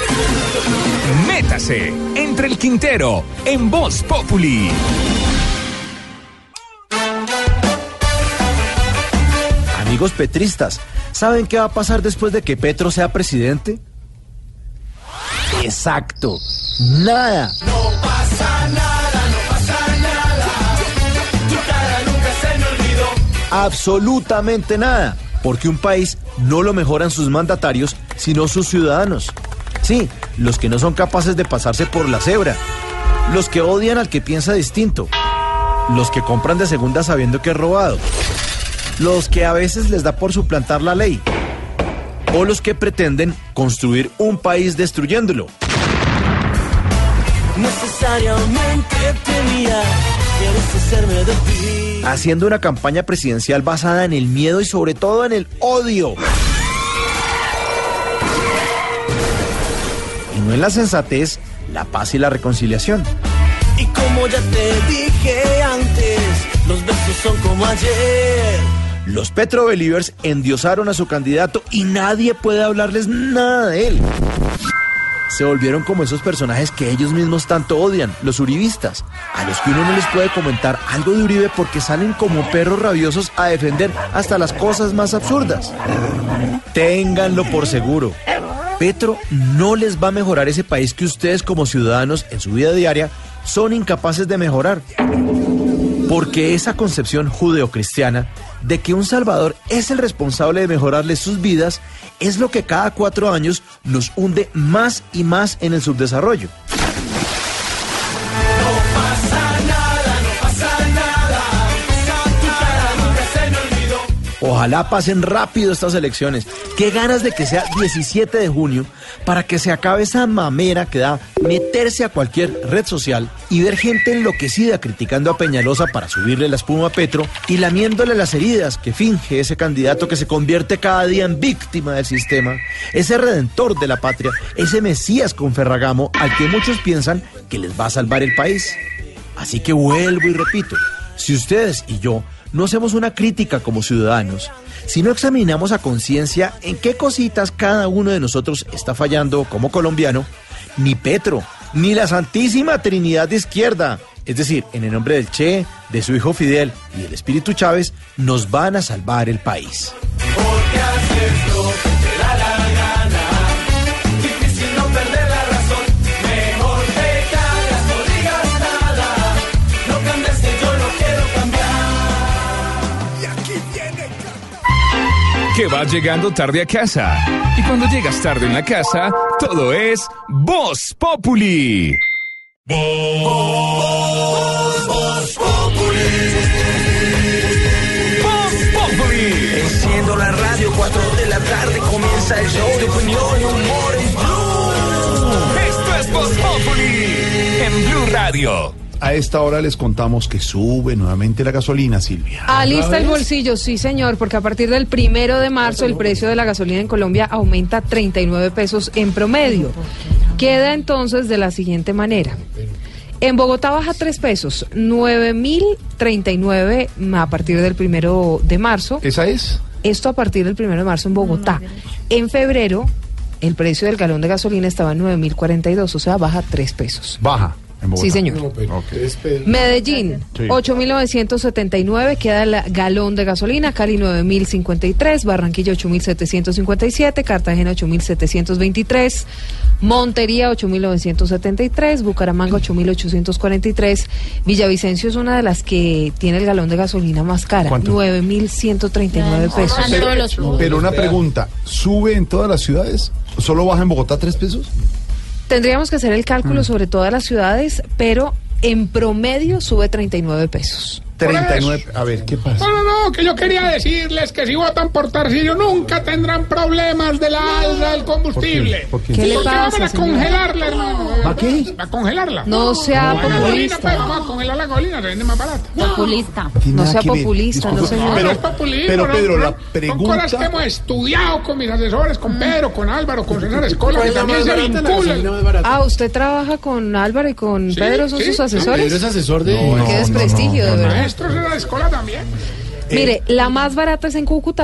Métase Entre el Quintero en Voz Populi. Amigos petristas, ¿saben qué va a pasar después de que Petro sea presidente? Exacto, nada. No pasa nada, no pasa nada. Tu cara nunca se me olvidó. Absolutamente nada. Porque un país no lo mejoran sus mandatarios, sino sus ciudadanos. Sí, los que no son capaces de pasarse por la cebra. Los que odian al que piensa distinto. Los que compran de segunda sabiendo que es robado. Los que a veces les da por suplantar la ley. O los que pretenden construir un país destruyéndolo. Necesariamente tenía que deshacerme de ti. Haciendo una campaña presidencial basada en el miedo y sobre todo en el odio. Y no en la sensatez, la paz y la reconciliación. Y como ya te dije antes, los besos son como ayer. Los Petro Believers endiosaron a su candidato y nadie puede hablarles nada de él. Se volvieron como esos personajes que ellos mismos tanto odian, los uribistas, a los que uno no les puede comentar algo de Uribe porque salen como perros rabiosos a defender hasta las cosas más absurdas. Ténganlo por seguro, Petro no les va a mejorar ese país que ustedes como ciudadanos en su vida diaria son incapaces de mejorar. Porque esa concepción judeocristiana de que un salvador es el responsable de mejorarles sus vidas es lo que cada 4 años nos hunde más y más en el subdesarrollo. No pasa nada, no pasa nada. Tu cara nunca se me olvidó. Ojalá pasen rápido estas elecciones. Qué ganas de que sea 17 de junio para que se acabe esa mamera que da meterse a cualquier red social y ver gente enloquecida criticando a Peñalosa para subirle la espuma a Petro y lamiéndole las heridas que finge ese candidato que se convierte cada día en víctima del sistema, ese redentor de la patria, ese Mesías con Ferragamo al que muchos piensan que les va a salvar el país. Así que vuelvo y repito, si ustedes y yo no hacemos una crítica como ciudadanos, si no examinamos a conciencia en qué cositas cada uno de nosotros está fallando como colombiano, ni Petro, ni la Santísima Trinidad de Izquierda, es decir, en el nombre del Che, de su hijo Fidel y del Espíritu Chávez, nos van a salvar el país. Porque haces lo que te da la gana. Difícil no perder la razón. Mejor te callas, no digas nada. No cambies que yo no quiero cambiar. Y aquí viene. Que vas llegando tarde a casa. Y cuando llegas tarde en la casa, todo es Voz Populi. Voz Populi. Enciendo la radio, 4 de la tarde comienza el show de opinión y humor en Blue. Esto es Voz Populi en Blue Radio. A esta hora les contamos que sube nuevamente la gasolina, Silvia. Alista el bolsillo, sí señor, porque a partir del 1 de marzo el precio de la gasolina en Colombia aumenta 39 pesos en promedio. Queda entonces de la siguiente manera. En Bogotá baja 3 pesos, 9.039 a partir del 1 de marzo. ¿Esa es? Esto a partir del 1 de marzo en Bogotá. En febrero, el precio del galón de gasolina estaba en 9.042, o sea, baja 3 pesos. Baja. Sí, señor. Medellín, Sí. 8.979 queda el galón de gasolina, Cali 9.053, Barranquilla 8.757, Cartagena 8.723, Montería 8.973, Bucaramanga 8.843, Villavicencio es una de las que tiene el galón de gasolina más cara, 9.139 pesos. Pero una pregunta, ¿sube en todas las ciudades? ¿Solo baja en Bogotá 3 pesos? Tendríamos que hacer el cálculo sobre todas las ciudades, pero en promedio sube 39 pesos. 39, a ver, ¿qué pasa? No, que yo quería decirles que si votan por Tarcillo nunca tendrán problemas de la alza del combustible. ¿Por qué? ¿Qué le Porque pasa, van a señor? congelarla, hermano. ¿A qué? A congelarla. No sea La gasolina, populista. pues, vamos a congelar la gasolina, se vende más barata. Populista. No sea populista, no señor. No es populismo, pero Pedro, la Son pregunta... cosas que hemos estudiado con mis asesores, con Pedro, con Álvaro, con César Escola, que también se vinculan. Ah, ¿usted trabaja con Álvaro y con Pedro? ¿Son sus asesores? Pedro es asesor de... Qué desprestigio, de verdad. Maestros de la escuela también. Mire, la más barata es en Cúcuta,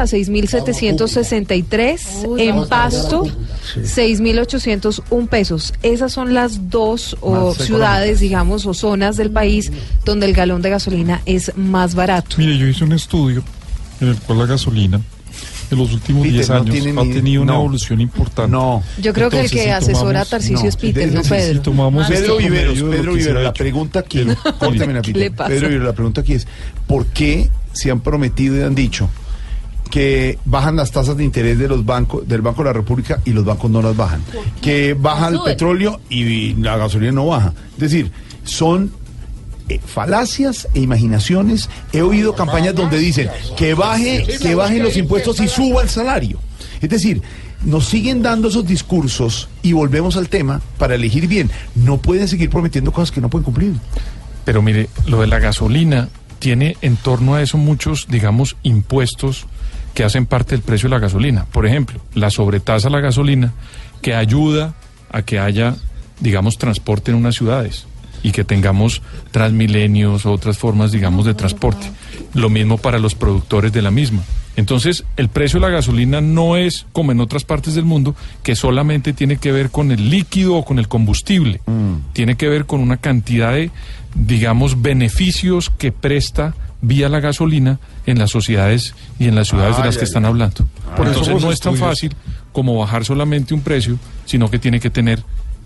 6.763, en Pasto, 6.801 pesos. Esas son las dos ciudades, digamos, o zonas del país donde el galón de gasolina es más barato. Mire, yo hice un estudio en el cual la gasolina en los últimos 10 años ha tenido una evolución importante. Yo creo que el que asesora a Tarcisio es Peter, no Pedro. Pedro Viveros, la pregunta aquí, córteme la ¿Qué le pasa? Pedro Viveros, la pregunta aquí es, ¿por qué se han prometido y han dicho que bajan las tasas de interés de los bancos, del Banco de la República, y los bancos no las bajan? Que baja el petróleo y la gasolina no baja. Es decir, son falacias e imaginaciones. He oído campañas donde dicen que bajen los impuestos y suba el salario. Es decir, nos siguen dando esos discursos y volvemos al tema para elegir bien. No pueden seguir prometiendo cosas que no pueden cumplir. Pero mire, lo de la gasolina tiene en torno a eso muchos, digamos, impuestos que hacen parte del precio de la gasolina. Por ejemplo, la sobretasa a la gasolina, que ayuda a que haya, digamos, transporte en unas ciudades y que tengamos Transmilenios o otras formas, digamos, de transporte. Lo mismo para los productores de la misma. Entonces, el precio de la gasolina no es, como en otras partes del mundo, que solamente tiene que ver con el líquido o con el combustible. Tiene que ver con una cantidad de, digamos, beneficios que presta vía la gasolina en las sociedades y en las ciudades de las que están hablando. Por entonces no es tan fácil como bajar solamente un precio, sino que tiene que tener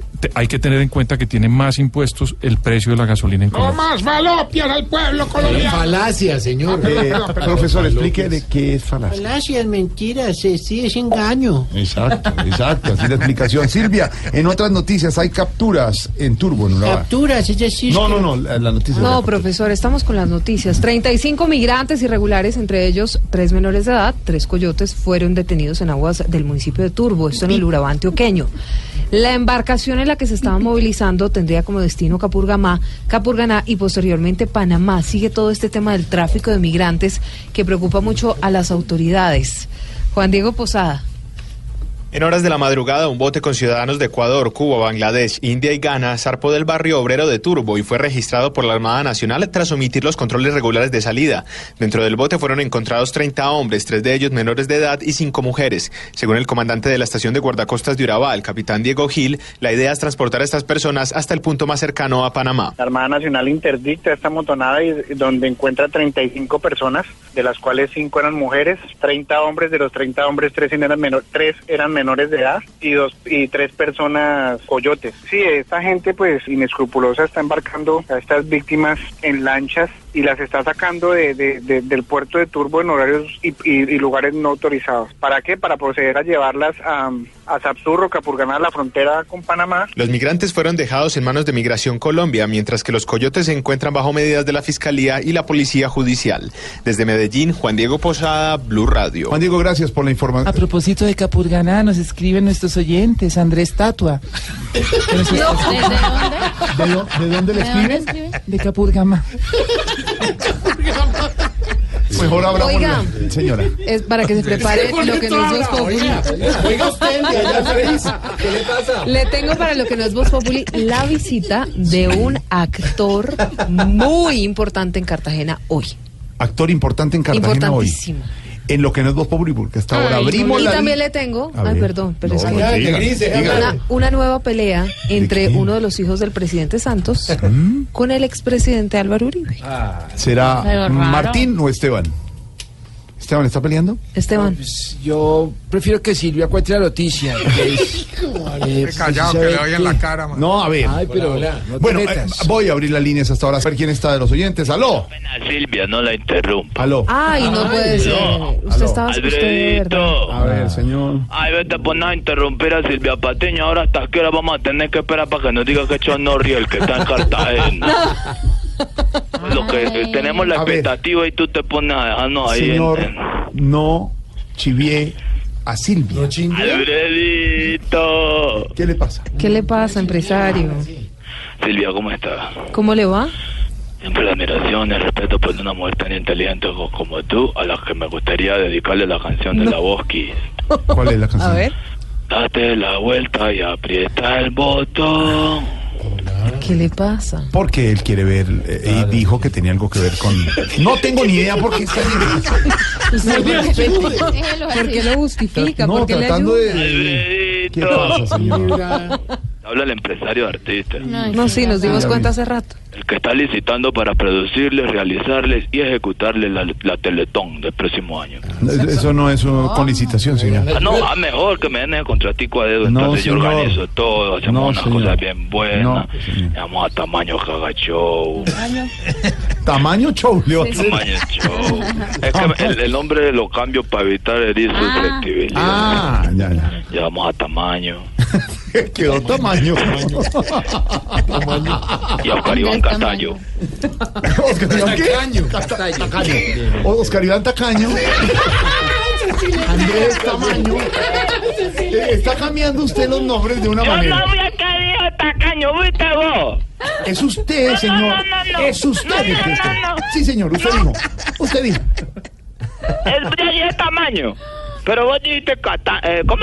hay que tener en cuenta que tiene más impuestos el precio de la gasolina en No Colombia. más falopias al pueblo colombiano. Falacia, señor. Profesor, explíquele qué es falacia. Falacias, mentiras, sí, es engaño. Exacto, así la explicación. Silvia, en otras noticias hay capturas en Turbo, en Urabá. Capturas, es decir... No, la noticia. No, profesor, estamos con las noticias. 35 migrantes irregulares, entre ellos 3 menores de edad, 3 coyotes, fueron detenidos en aguas del municipio de Turbo, esto en el Urabá antioqueño. La embarcación en la que se estaban movilizando tendría como destino Capurganá y posteriormente Panamá. Sigue todo este tema del tráfico de migrantes que preocupa mucho a las autoridades. Juan Diego Posada. En horas de la madrugada, un bote con ciudadanos de Ecuador, Cuba, Bangladesh, India y Ghana zarpó del barrio obrero de Turbo y fue registrado por la Armada Nacional tras omitir los controles regulares de salida. Dentro del bote fueron encontrados 30 hombres, 3 de ellos menores de edad y 5 mujeres. Según el comandante de la estación de guardacostas de Urabá, el capitán Diego Gil, la idea es transportar a estas personas hasta el punto más cercano a Panamá. La Armada Nacional interdicta esta motonada donde encuentra 35 personas, de las cuales 5 eran mujeres, 30 hombres, de los 30 hombres 3 eran menores de edad y 3 personas coyotes. Sí, esta gente pues inescrupulosa está embarcando a estas víctimas en lanchas y las está sacando del puerto de Turbo en horarios y lugares no autorizados. ¿Para qué? Para proceder a llevarlas a Sapsurro, Capurganá, la frontera con Panamá. Los migrantes fueron dejados en manos de Migración Colombia, mientras que los coyotes se encuentran bajo medidas de la Fiscalía y la Policía Judicial. Desde Medellín, Juan Diego Posada, Blue Radio. Juan Diego, gracias por la información. A propósito de Capurganá, nos escriben nuestros oyentes, Andrés Tatua. ¿De dónde le escriben? De Capurganá. Mejor hablamos. Oiga, señora. Es para que se prepare lo que no es Voz Populi. Oiga usted, ¿qué le pasa? Le tengo para lo que no es Voz Populi la visita de un actor muy importante en Cartagena hoy. Actor importante en Cartagena hoy. Importantísimo. En lo que no es Voz Populi, porque hasta ahora abrimos y la... también le tengo, perdón, pero es que una nueva pelea entre uno de los hijos del presidente Santos con el expresidente Álvaro Uribe. ¿Será Martín o Esteban? ¿Esteban está peleando? Esteban. No, pues, yo prefiero que Silvia cuente la noticia. Callado, que le doy en la cara, man. No, a ver. Ay, pero bueno, voy a abrir las líneas hasta ahora a ver quién está de los oyentes. ¡Aló! Silvia, no la interrumpa. ¡Aló! Ay, no puede ser. Usted estaba de verdad. A ver, señor. Ay, vete por nada a interrumpir a Silvia Patiño. Ahora hasta qué hora vamos a tener que esperar para que nos diga que echó Norriel, que está en Cartagena. Lo que tenemos la expectativa y tú te pones a dejarnos ahí. Señor, no chivié a Silvia. Alfredito. ¿Qué le pasa? ¿Qué le pasa, empresario? Silvia, ¿cómo está? ¿Cómo le va? Siempre la admiración y el respeto por una mujer tan inteligente como tú, a la que me gustaría dedicarle la canción de la Voz Kiss. ¿Cuál es la canción? A ver. Date la vuelta y aprieta el botón. ¿Qué le pasa? Porque él quiere ver y dijo que tenía algo que ver con... No tengo ni idea por qué está ¿Por qué lo justifica? No, ¿Por qué tratando le de... ¿Qué pasa, señor? Habla el empresario artista. No, sí, nos dimos cuenta hace rato. El que está licitando para producirles, realizarles y ejecutarles la Teletón del próximo año. Eso no es con licitación, señor. Mejor que me den el contratico a dedo. No, entonces señor. yo organizo todo, hacemos unas señor. cosas bien buenas. No, Llamamos a Tamaño Caga Show. ¿Tamaño show? Tamaño Show. Es que el nombre lo cambio para evitar herir susceptibilidad. Ya. Llamamos a Tamaño. Quedó Tamaño. Y a Oscar Iván Castaño. ¿Oscar Iván qué? Tacaño. Oscar Iván Tacaño. Andrés Tamaño. Está cambiando usted los nombres de una manera. Yo no voy a caer Tacaño, ¿viste vos? Es usted, señor. No. Es usted. No. Sí, señor, usted dijo. Usted dijo. Es Tamaño. Pero vos dijiste ¿cómo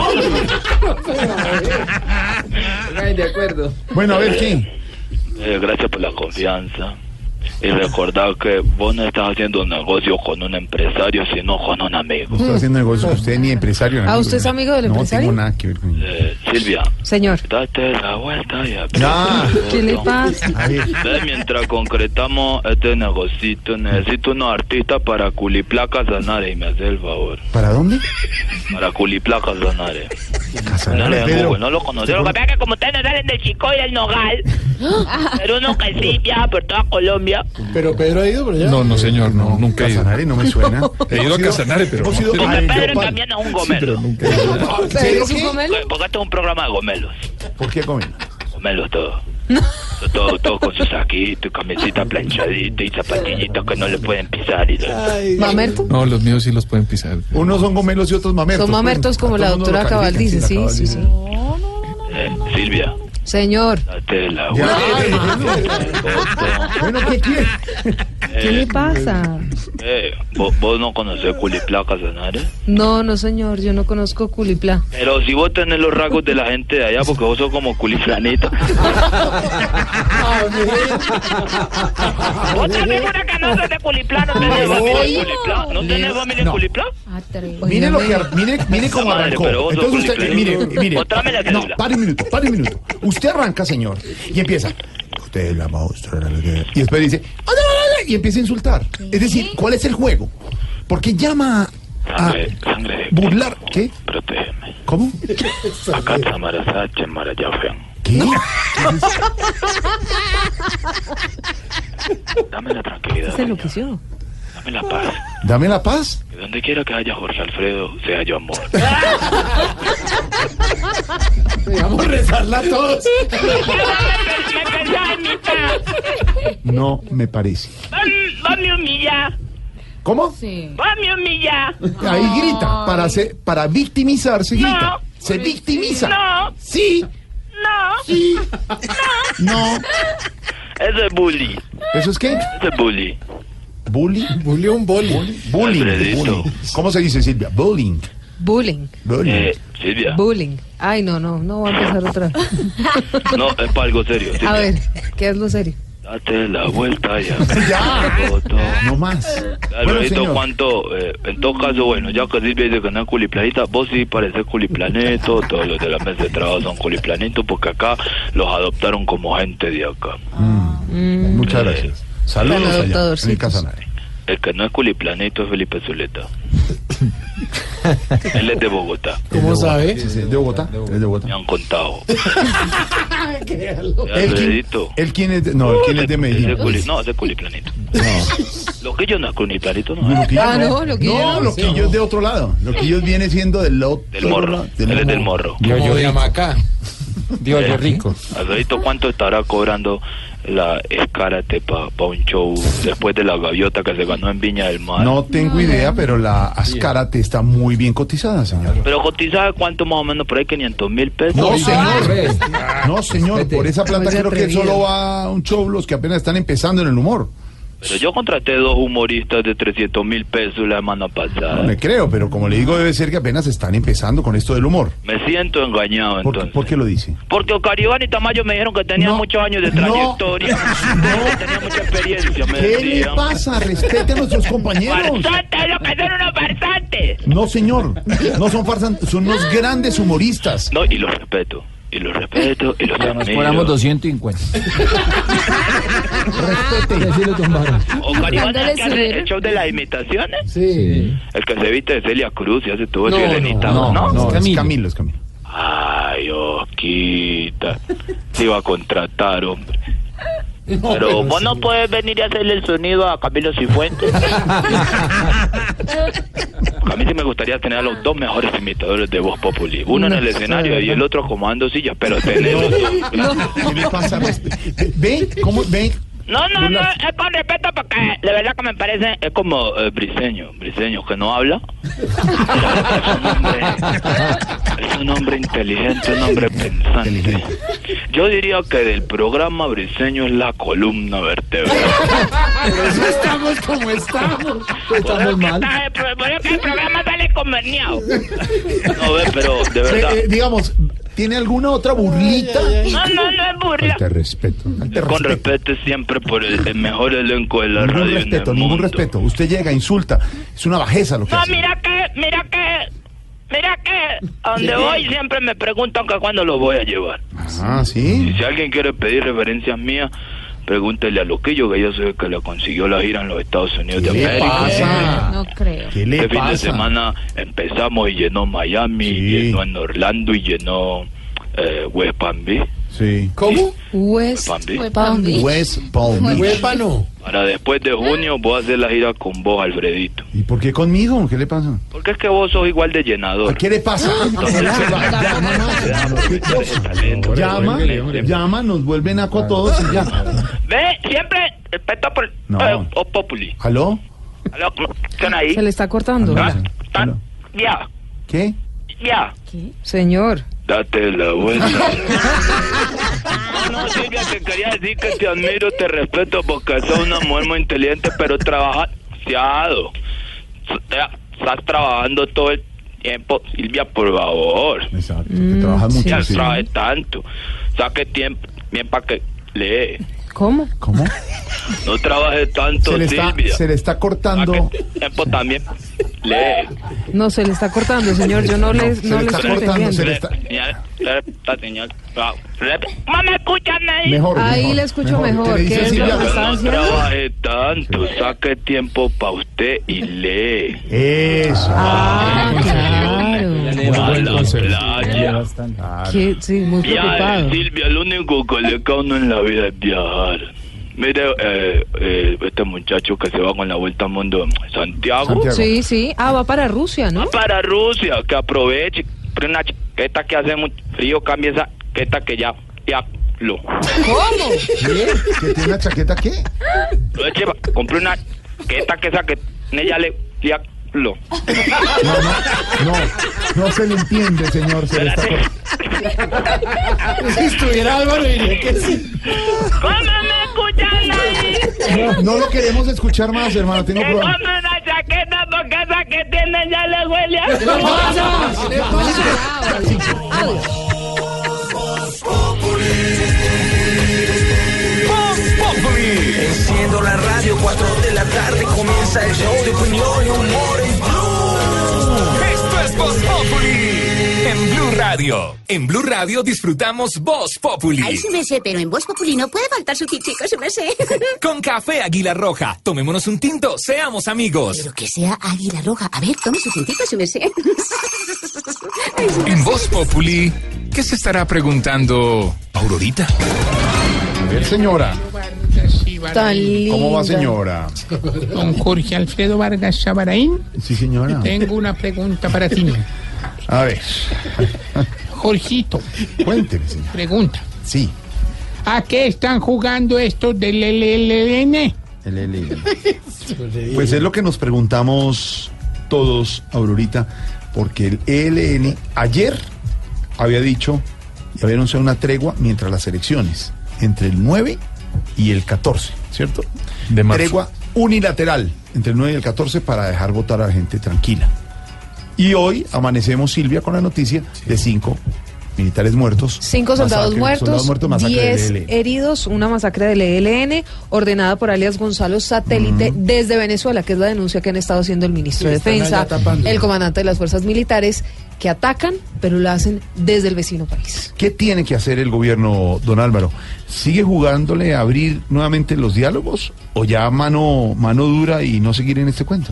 de acuerdo. Bueno, a ver, ¿qué? Gracias por la confianza. Y recordar que vos no estás haciendo un negocio con un empresario, sino con un amigo. No estoy haciendo negocio con usted ni empresario. ¿Ah, usted es amigo del empresario? No tengo nada que ver con eso. Silvia. Señor. Date la vuelta y ¿Qué le pasa? Ve, mientras concretamos este negocito, necesito unos artistas para Culiplá Casanare y me hace el favor. ¿Para dónde? Para Culiplá Casanare. Pedro. No lo conocí. Lo que pasa es que como ustedes no salen del Chico y del Nogal, pero uno que sí viaja por toda Colombia. Pero Pedro ha ido por allá. No, señor, no, nunca he ido. Casanare no me suena. He ido a Casanare, pero hemos ido no. a Pedro también es un gomelo. ¿Pedro es un gomelo? Porque este es un programa de gomelos. ¿Por qué comen? Gomelos todos. Todo con su saquito y camisita planchadita y zapatillitas que no le pueden pisar. ¿Mamerto? No, los míos sí los pueden pisar. Unos son gomelos y otros mamertos. Son mamertos como la doctora Cabal dice, sí. Silvia. Señor. Date la Bueno, ¿qué quiere? ¿Qué le pasa? ¿Vos no conocés Culiplá Casanare? No, señor, yo no conozco Culiplá. Pero si vos tenés los rasgos de la gente de allá, porque vos sos como culiflanito. ¿Vos también una que no sos de Culiplá? ¿No tenés familia en Culiplá? ¿No tenés familia en Culiplá? Mire lo que mire cómo arrancó. Entonces usted, mire. Mostrame la No, cédula. pare un minuto. Usted arranca, señor, y empieza. Usted es la maestra. Y después dice, y empieza a insultar. Es decir, ¿cuál es el juego? Porque llama a Sangre. burlar. ¿Qué? Protégeme. ¿Cómo? Acá Samarasache, Marayafean. ¿Qué? Dame la tranquilidad. Se enloqueció. Dame la paz. Dame la paz. Que donde quiera que haya Jorge Alfredo, sea yo amor. Vamos a rezarla a todos. Me pensaba en mi paz. No me parece. Va me humilla. ¿Cómo? Va me humilla. Ahí grita. Para victimizarse grita. No. Se victimiza. No. Sí. No. Sí. No. Eso es bully. ¿Eso es qué? Eso es bully. ¿Bully? Bully un boli. Bullying. ¿Cómo se dice, Silvia? Bullying. Bullying. Silvia. Bullying. Ay, no va a empezar otra vez. No, es para algo serio. Silvia. A ver, ¿qué es lo serio? Date la vuelta ya. No más. Alfredito, ¿cuánto? En todo caso, bueno, ya que Silvia dice que no es culiplanita, vos sí pareces culiplanito, todos los de la mesa de trabajo son culiplanitos, porque acá los adoptaron como gente de acá. Muchas gracias. Saludos allá en el Casanare. El que no es culiplanito es Felipe Zuleta. Él es de Bogotá. ¿Cómo sabe? Sí, ¿de Bogotá? Es de Bogotá. Me han contado. ¿Él quién es de? No, él quién es de Medellín. No, es de culiplanito. Loquillo no es culiplanito, ¿no? Loquillo es de otro lado. Loquillo viene siendo del otro. Del morro. Él es del morro. Yo de Amacá. Dios, yo rico. Alfredito, ¿cuánto estará cobrando la Escárate para un show después de la gaviota que se ganó en Viña del Mar? No tengo idea, pero la Escárate está muy bien cotizada, señor. Pero cotizada, ¿cuánto más o menos? Por ahí 500,000 pesos. No, señor. No, señor. Por esa plata creo que solo va a un show los que apenas están empezando en el humor. Pero yo contraté 2 humoristas de 300,000 pesos la semana pasada. No me creo, pero como le digo, debe ser que apenas están empezando con esto del humor. Me siento engañado, entonces. ¿Por qué lo dice? Porque Ocaribán y Tamayo me dijeron que tenían muchos años de trayectoria. Que tenían mucha experiencia, me ¿Qué decían. le pasa? Respete a nuestros compañeros. ¡Farsantes! ¡Es lo que son unos farsantes! No, señor. No son farsantes, son unos grandes humoristas. No, y los respeto. Y los admiro. Nos cobramos 250. Respete. Así lo tomaron. Ocaribán es que hace el show de las imitaciones. Sí. El que se viste de Celia Cruz y hace todo No, Elenita, no, es Camilo. Ay, Osquita. Te iba a contratar, hombre. Pero vos no puedes venir a hacerle el sonido a Camilo Cifuentes. A mí sí me gustaría tener a los 2 mejores imitadores de Voz Populi. Uno en el escenario y el otro acomodando sillas, pero tenerlos. ¿Qué le pasa? ¿Ven? ¿Cómo? ¿Ven? No, es con respeto porque de verdad que me parece, es como Briseño que no habla. Es un hombre inteligente, un hombre pensante. Yo diría que del programa Briseño es la columna vertebral. Por eso estamos como estamos. Estamos mal. Por eso que el programa sale conveniado. No, pero de verdad. Digamos, ¿tiene alguna otra burlita? No es burla. Te respeto. Con respeto siempre por el mejor elenco de la radio. Ningún respeto. Usted llega, insulta. Es una bajeza lo que hace. Mira Mira que a donde voy siempre me preguntan que cuándo los voy a llevar. Ah, ¿sí? Y si alguien quiere pedir referencias mías, pregúntele a Loquillo, que yo soy el que le consiguió la gira en los Estados Unidos de América. Pasa? No creo. ¿Qué le Este fin de pasa? semana empezamos y llenó Miami, llenó en Orlando y llenó West Palm Beach. Sí. ¿Cómo? West Palm Beach. West Palm Beach. Huépano. Para después de junio voy a hacer la gira con vos, Alfredito. ¿Y por qué conmigo? ¿Qué le pasa? Porque es que vos sos igual de llenador. ¿Qué le pasa? Llama, nos vuelven a todos y ya. Ve, siempre respeto por o Populi. ¿Aló? ¿Aló? ¿Están ahí? Se le está cortando. Ya. ¿Qué? Ya. Señor. Date la vuelta. No, Silvia, te quería decir que te admiro, te respeto porque sos una mujer muy inteligente, pero trabajas demasiado. Estás trabajando todo el tiempo, Silvia, por favor. Exacto, que trabajas mucho. Ya sí. trabaje tanto. Saque tiempo bien para que lee. ¿Cómo? ¿Cómo? No trabaje tanto, Silvia. Se le está cortando. Saque tiempo también. Lee. No, se le está cortando, señor. Yo no le estoy entendiendo. Señal. ¿Cómo me escuchan ahí? Mejor. Ahí le escucho mejor. ¿Qué es lo que está No haciendo? trabaje tanto, saque tiempo para usted y lee. Eso. Claro. A la playa. Sí, muy preocupado. Silvia, lo único que le cae a uno en la vida es viajar. Mire, este muchacho que se va con la vuelta al mundo, Santiago. Sí. Va para Rusia, ¿no? Va para Rusia, que aproveche. Pero una chaqueta que hace mucho frío, cambia esa chaqueta que ya lo. ¿Cómo? ¿Qué? ¿Que tiene una chaqueta qué? Compré una chaqueta que esa que ella le lo. No se le entiende, señor. Se le está Si estuviera Álvaro diría que sí. ¿Cómo me escuchan ahí? No lo queremos escuchar más, hermano. Tengo Que problema. compre una chaqueta porque esa que tiene ya le huele a... ¿Qué le pasa? ¿Qué le Enciendo la radio, 4 de la tarde comienza el show de opinión y humor en Blue. Esto es Voz Populi en Blue Radio. En Blue Radio disfrutamos Voz Populi. Ay, sí me sé, pero en Voz Populi no puede faltar su tintico, sí me sé. Con café Águila Roja. Tomémonos un tinto, seamos amigos. Pero que sea Águila Roja. A ver, tome su tintico, sí me sé. Ay, sí me En sé. Voz Populi, ¿qué se estará preguntando Aurorita? A ver, señora. Tan linda. ¿Cómo va, señora? Don Jorge Alfredo Vargas Chabaraín, Sí, señora. tengo una pregunta para ti. A ver. Jorgito, Cuénteme, señor. pregunta. Sí. ¿A qué están jugando estos del LLN? Pues es lo que nos preguntamos todos, Aurorita, porque el ELN ayer había dicho y había anunciado una tregua mientras las elecciones, entre el 9 y el 14, ¿cierto? De marzo. Tregua unilateral entre el 9 y el 14 para dejar votar a la gente tranquila. Y hoy amanecemos, Silvia, con la noticia de 5 militares muertos. 5 soldados muertos, masacre 10 del ELN. heridos, una masacre del ELN ordenada por alias Gonzalo Satélite desde Venezuela, que es la denuncia que han estado haciendo el ministro de Están Defensa, allá tapando. el comandante de las fuerzas militares, que atacan, pero lo hacen desde el vecino país. ¿Qué tiene que hacer el gobierno, don Álvaro? ¿Sigue jugándole a abrir nuevamente los diálogos o ya mano dura y no seguir en este cuento?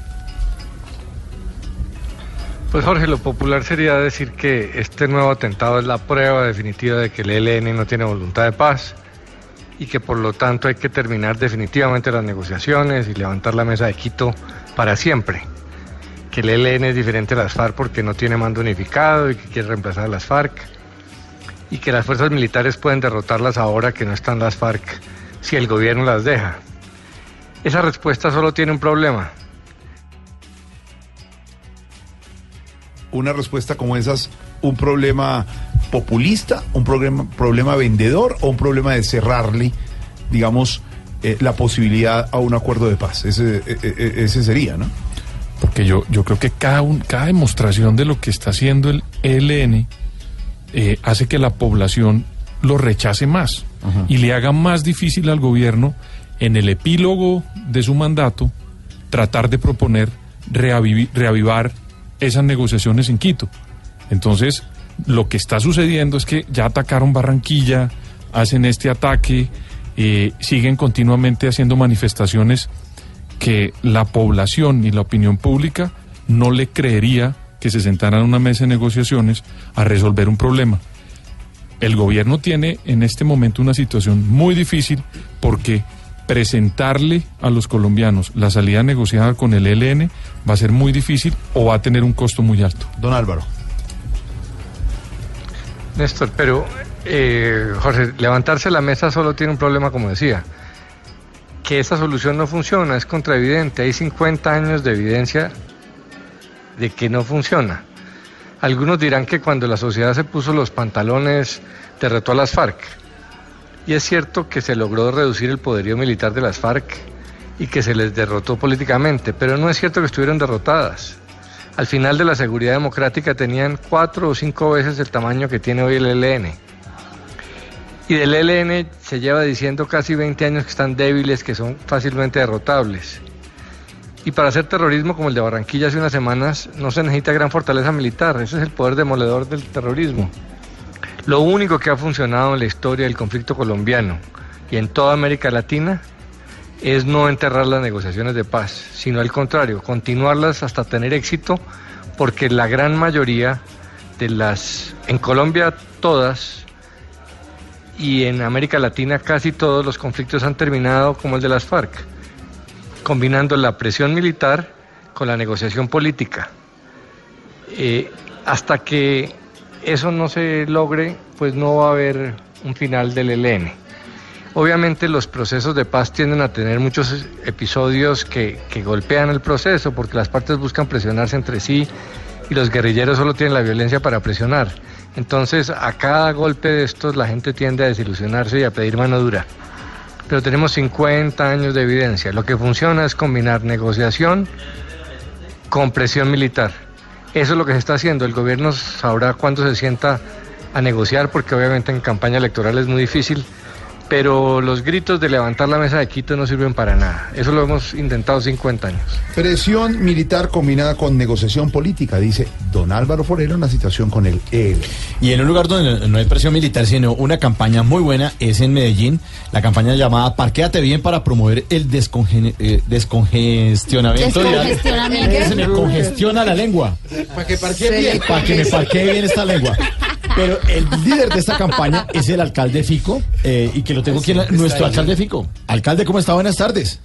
Pues Jorge, lo popular sería decir que este nuevo atentado es la prueba definitiva de que el ELN no tiene voluntad de paz y que por lo tanto hay que terminar definitivamente las negociaciones y levantar la mesa de Quito para siempre. Que el ELN es diferente a las FARC porque no tiene mando unificado y que quiere reemplazar a las FARC y que las fuerzas militares pueden derrotarlas ahora que no están las FARC si el gobierno las deja. Esa respuesta solo tiene un problema. Una respuesta como esas, un problema populista, un problema vendedor o un problema de cerrarle, digamos, la posibilidad a un acuerdo de paz. Ese sería, ¿no? Porque yo creo que cada demostración de lo que está haciendo el ELN hace que la población lo rechace más y le haga más difícil al gobierno en el epílogo de su mandato tratar de proponer reavivar esas negociaciones en Quito. Entonces, lo que está sucediendo es que ya atacaron Barranquilla, hacen este ataque, siguen continuamente haciendo manifestaciones que la población y la opinión pública no le creería que se sentaran a una mesa de negociaciones a resolver un problema. El gobierno tiene en este momento una situación muy difícil porque presentarle a los colombianos la salida negociada con el ELN va a ser muy difícil o va a tener un costo muy alto. Don Álvaro. Néstor, pero Jorge, levantarse la mesa solo tiene un problema, como decía, que esa solución no funciona, es contraevidente, hay 50 años de evidencia de que no funciona. Algunos dirán que cuando la sociedad se puso los pantalones derrotó a las FARC, y es cierto que se logró reducir el poderío militar de las FARC y que se les derrotó políticamente, pero no es cierto que estuvieron derrotadas. Al final de la seguridad democrática tenían 4 o 5 veces el tamaño que tiene hoy el ELN. Y del ELN se lleva diciendo casi 20 años que están débiles, que son fácilmente derrotables. Y para hacer terrorismo como el de Barranquilla hace unas semanas no se necesita gran fortaleza militar, ese es el poder demoledor del terrorismo. Lo único que ha funcionado en la historia del conflicto colombiano y en toda América Latina es no enterrar las negociaciones de paz, sino al contrario, continuarlas hasta tener éxito, porque la gran mayoría de en Colombia todas, y en América Latina casi todos los conflictos han terminado como el de las FARC, combinando la presión militar con la negociación política. Hasta que eso no se logre, pues no va a haber un final del ELN. Obviamente los procesos de paz tienden a tener muchos episodios que golpean el proceso, porque las partes buscan presionarse entre sí y los guerrilleros solo tienen la violencia para presionar. Entonces, a cada golpe de estos la gente tiende a desilusionarse y a pedir mano dura. Pero tenemos 50 años de evidencia. Lo que funciona es combinar negociación con presión militar. Eso es lo que se está haciendo. El gobierno sabrá cuándo se sienta a negociar, porque obviamente en campaña electoral es muy difícil. Pero los gritos de levantar la mesa de Quito no sirven para nada. Eso lo hemos intentado 50 años. Presión militar combinada con negociación política, dice don Álvaro Forero en la situación con el ELN. Y en un lugar donde no hay presión militar, sino una campaña muy buena, es en Medellín, la campaña llamada Parquéate Bien, para promover el descongestionamiento vial. Se me congestiona la lengua. Para que parquee bien. Para que me parquee bien esta lengua. Pero el líder de esta campaña es el alcalde Fico, y que lo tengo aquí, nuestro alcalde Fico. Alcalde, ¿cómo está? Buenas tardes.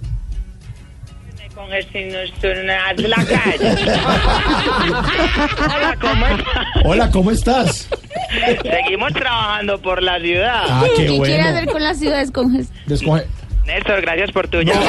La calle. Hola, ¿cómo estás? Hola, ¿cómo estás? Seguimos trabajando por la ciudad. Ah, qué bueno. ¿Qué quiere hacer con la ciudad descongestionada? Néstor, gracias por tu llamada.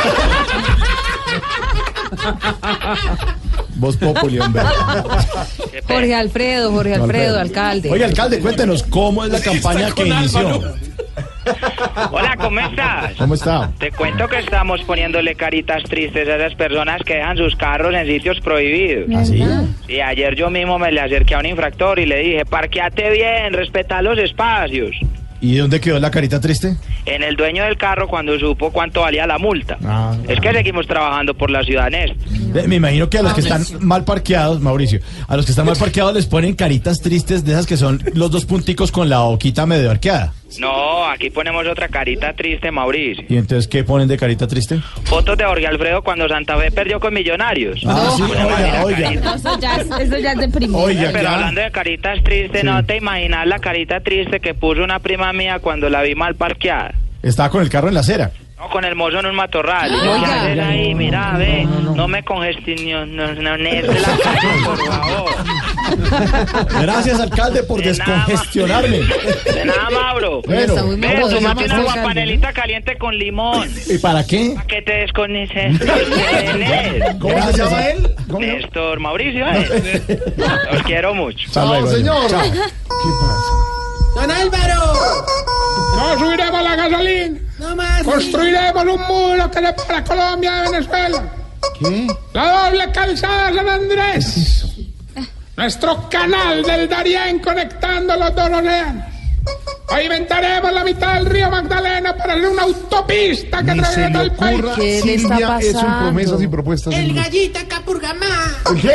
Voz Populi, hombre. Jorge Alfredo, alcalde. Oye, alcalde, cuéntenos cómo es la campaña que inició. Hola, ¿cómo estás? ¿Cómo está? Te cuento que estamos poniéndole caritas tristes a esas personas que dejan sus carros en sitios prohibidos. ¿Ah, sí? Y ayer yo mismo me le acerqué a un infractor y le dije, parquéate bien, respeta los espacios. ¿Y dónde quedó la carita triste? En el dueño del carro cuando supo cuánto valía la multa. Es que seguimos trabajando por la ciudad, Néstor. Me imagino que a los que están mal parqueados, Mauricio, a los que están mal parqueados les ponen caritas tristes de esas que son los dos punticos con la boquita medio arqueada. No, aquí ponemos otra carita triste, Mauricio. ¿Y entonces qué ponen de carita triste? Fotos de Jorge Alfredo cuando Santa Fe perdió con Millonarios. Ah, sí, oiga. Eso ya es deprimido. Pero hablando de caritas tristes, sí. ¿No te imaginas la carita triste que puso una prima mía cuando la vi mal parqueada? Estaba con el carro en la acera. No, con el mozo en un matorral. Yo ahí, mira, ve, no me congestiones la calle, por favor. Gracias, alcalde, por descongestionarme. De nada, Mauro. Bueno, ve, tomate una guapanelita caliente con limón. ¿Y para qué? Para que te descongestiones. ¿Cómo se llama él? Néstor, Mauricio, Los quiero mucho. Chao, señor. Chao. ¿Qué pasa? ¡Don Álvaro! No subiremos la gasolina. No más. Construiremos un muro que separa Colombia de Venezuela. ¿Qué? La doble calzada San Andrés. Nuestro canal del Darién conectando los dos océanos. Pavimentaremos la mitad del río Magdalena para hacer una autopista que atraviese todo el país. ¿Qué le está Silvia, es un pasando? promesas y propuestas. El gallita Capurgamá. ¿Qué?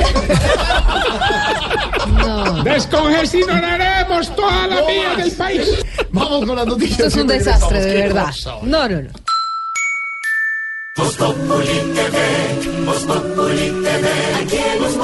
No. Descongestionaremos todas las vías del país. Vamos con las noticias. Esto es un desastre, de verdad. No. Voz Populi TV, Voz Populi TV, aquí en Voz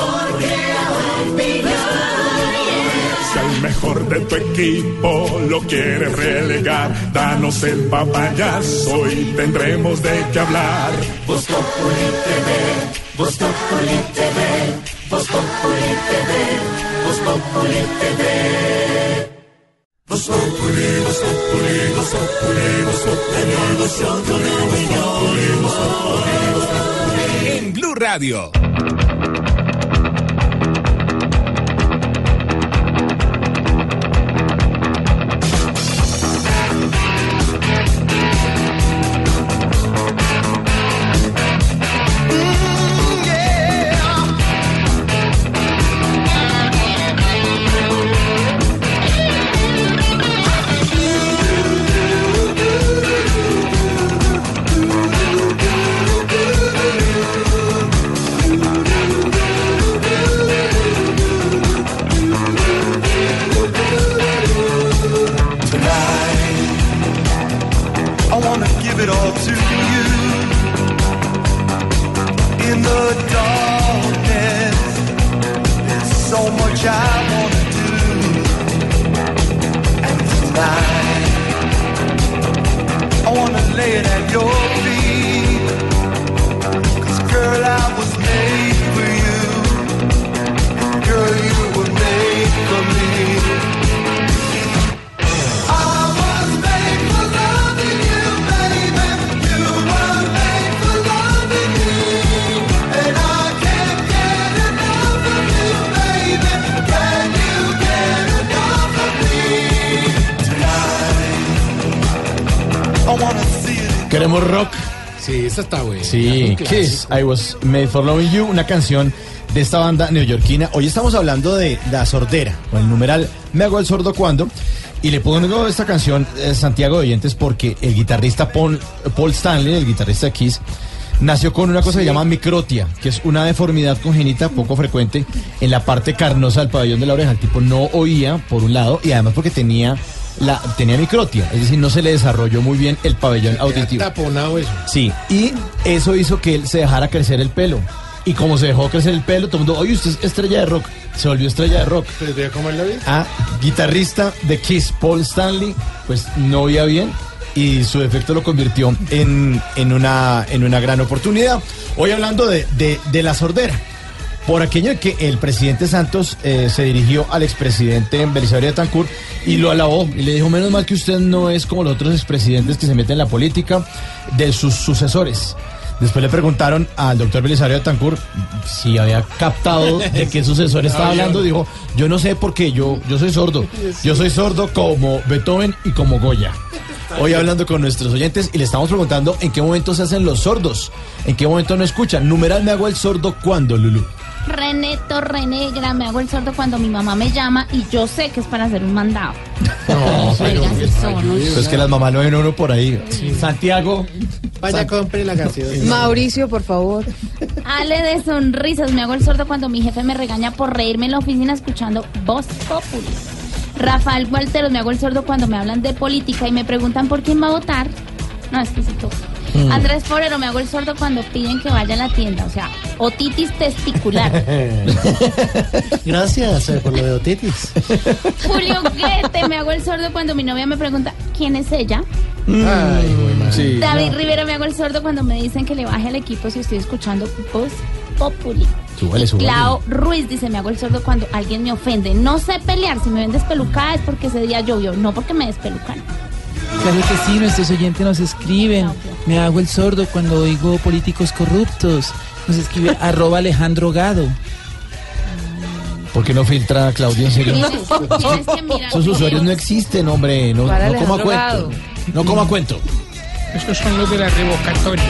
Si al mejor de tu equipo lo quieres relegar, danos el papayazo y tendremos de qué hablar. Voz Populi TV, Voz Populi TV, Voz Populi TV, Voz Populi TV. Voz Populi, Voz Populi, Voz Populi, Voz Populi, Voz Populi, Voz Populi. En Blue Radio. I wanna give it all to you. In the darkness, there's so much I wanna do. And tonight, I wanna lay it at your feet. 'Cause girl, I was made for you. And girl, you were made for me. ¿Queremos rock? Sí, esa está buena. Sí, Kiss, I Was Made for Loving You, una canción de esta banda neoyorquina. Hoy estamos hablando de la sordera, con el numeral Me hago el sordo cuando. Y le pongo esta canción, Santiago de Oyentes, porque el guitarrista Paul Stanley, el guitarrista de Kiss, nació con una cosa que se llama microtia, que es una deformidad congénita poco frecuente en la parte carnosa del pabellón de la oreja. El tipo no oía, por un lado, y además porque tenía microtia, es decir, no se le desarrolló muy bien el pabellón auditivo. Taponado eso. Sí, y eso hizo que él se dejara crecer el pelo. Y como se dejó crecer el pelo, todo el mundo, oye, usted es estrella de rock. Se volvió estrella de rock. ¿Pero de cómo es la vida? Ah, guitarrista de Kiss, Paul Stanley, pues no oía bien y su defecto lo convirtió en una gran oportunidad. Hoy hablando de la sordera. Por aquello que el presidente Santos se dirigió al expresidente Belisario Betancur y lo alabó y le dijo, menos mal que usted no es como los otros expresidentes que se meten en la política de sus sucesores. Después le preguntaron al doctor Belisario Betancur si había captado de qué sucesor estaba hablando. Dijo, yo no sé porque yo soy sordo. Yo soy sordo como Beethoven y como Goya. Hoy hablando con nuestros oyentes y le estamos preguntando en qué momento se hacen los sordos, en qué momento no escuchan. Numeral me hago el sordo cuando, Lulú. René Torrenegra, me hago el sordo cuando mi mamá me llama y yo sé que es para hacer un mandado. No, pero es que las mamás lo ven uno por ahí. Sí. Santiago. Vaya, compre la canción. Mauricio, por favor. Ale de sonrisas, me hago el sordo cuando mi jefe me regaña por reírme en la oficina escuchando Voz Populi. Rafael Gualteros, me hago el sordo cuando me hablan de política y me preguntan por quién va a votar. No, es que sí toca. Andrés Forero, me hago el sordo cuando piden que vaya a la tienda, o sea, otitis testicular. Gracias por lo de otitis. Julio Guete, me hago el sordo cuando mi novia me pregunta ¿quién es ella? Ay, muy mal. Sí. David Rivera, me hago el sordo cuando me dicen que le baje al equipo si estoy escuchando Voz Populi. Súbale. Clau Ruiz dice, me hago el sordo cuando alguien me ofende. No sé pelear, si me ven despelucada es porque ese día llovió, no porque me despelucan. Claro que sí, nuestros oyentes nos escriben. Me hago el sordo cuando oigo políticos corruptos. Nos escribe @Alejandro Gado. ¿Por qué no filtra a Claudio en serio? Tienes que mirar. Esos usuarios no existen, hombre. No coma cuento. No coma cuento. Esos son los de la revocatoria.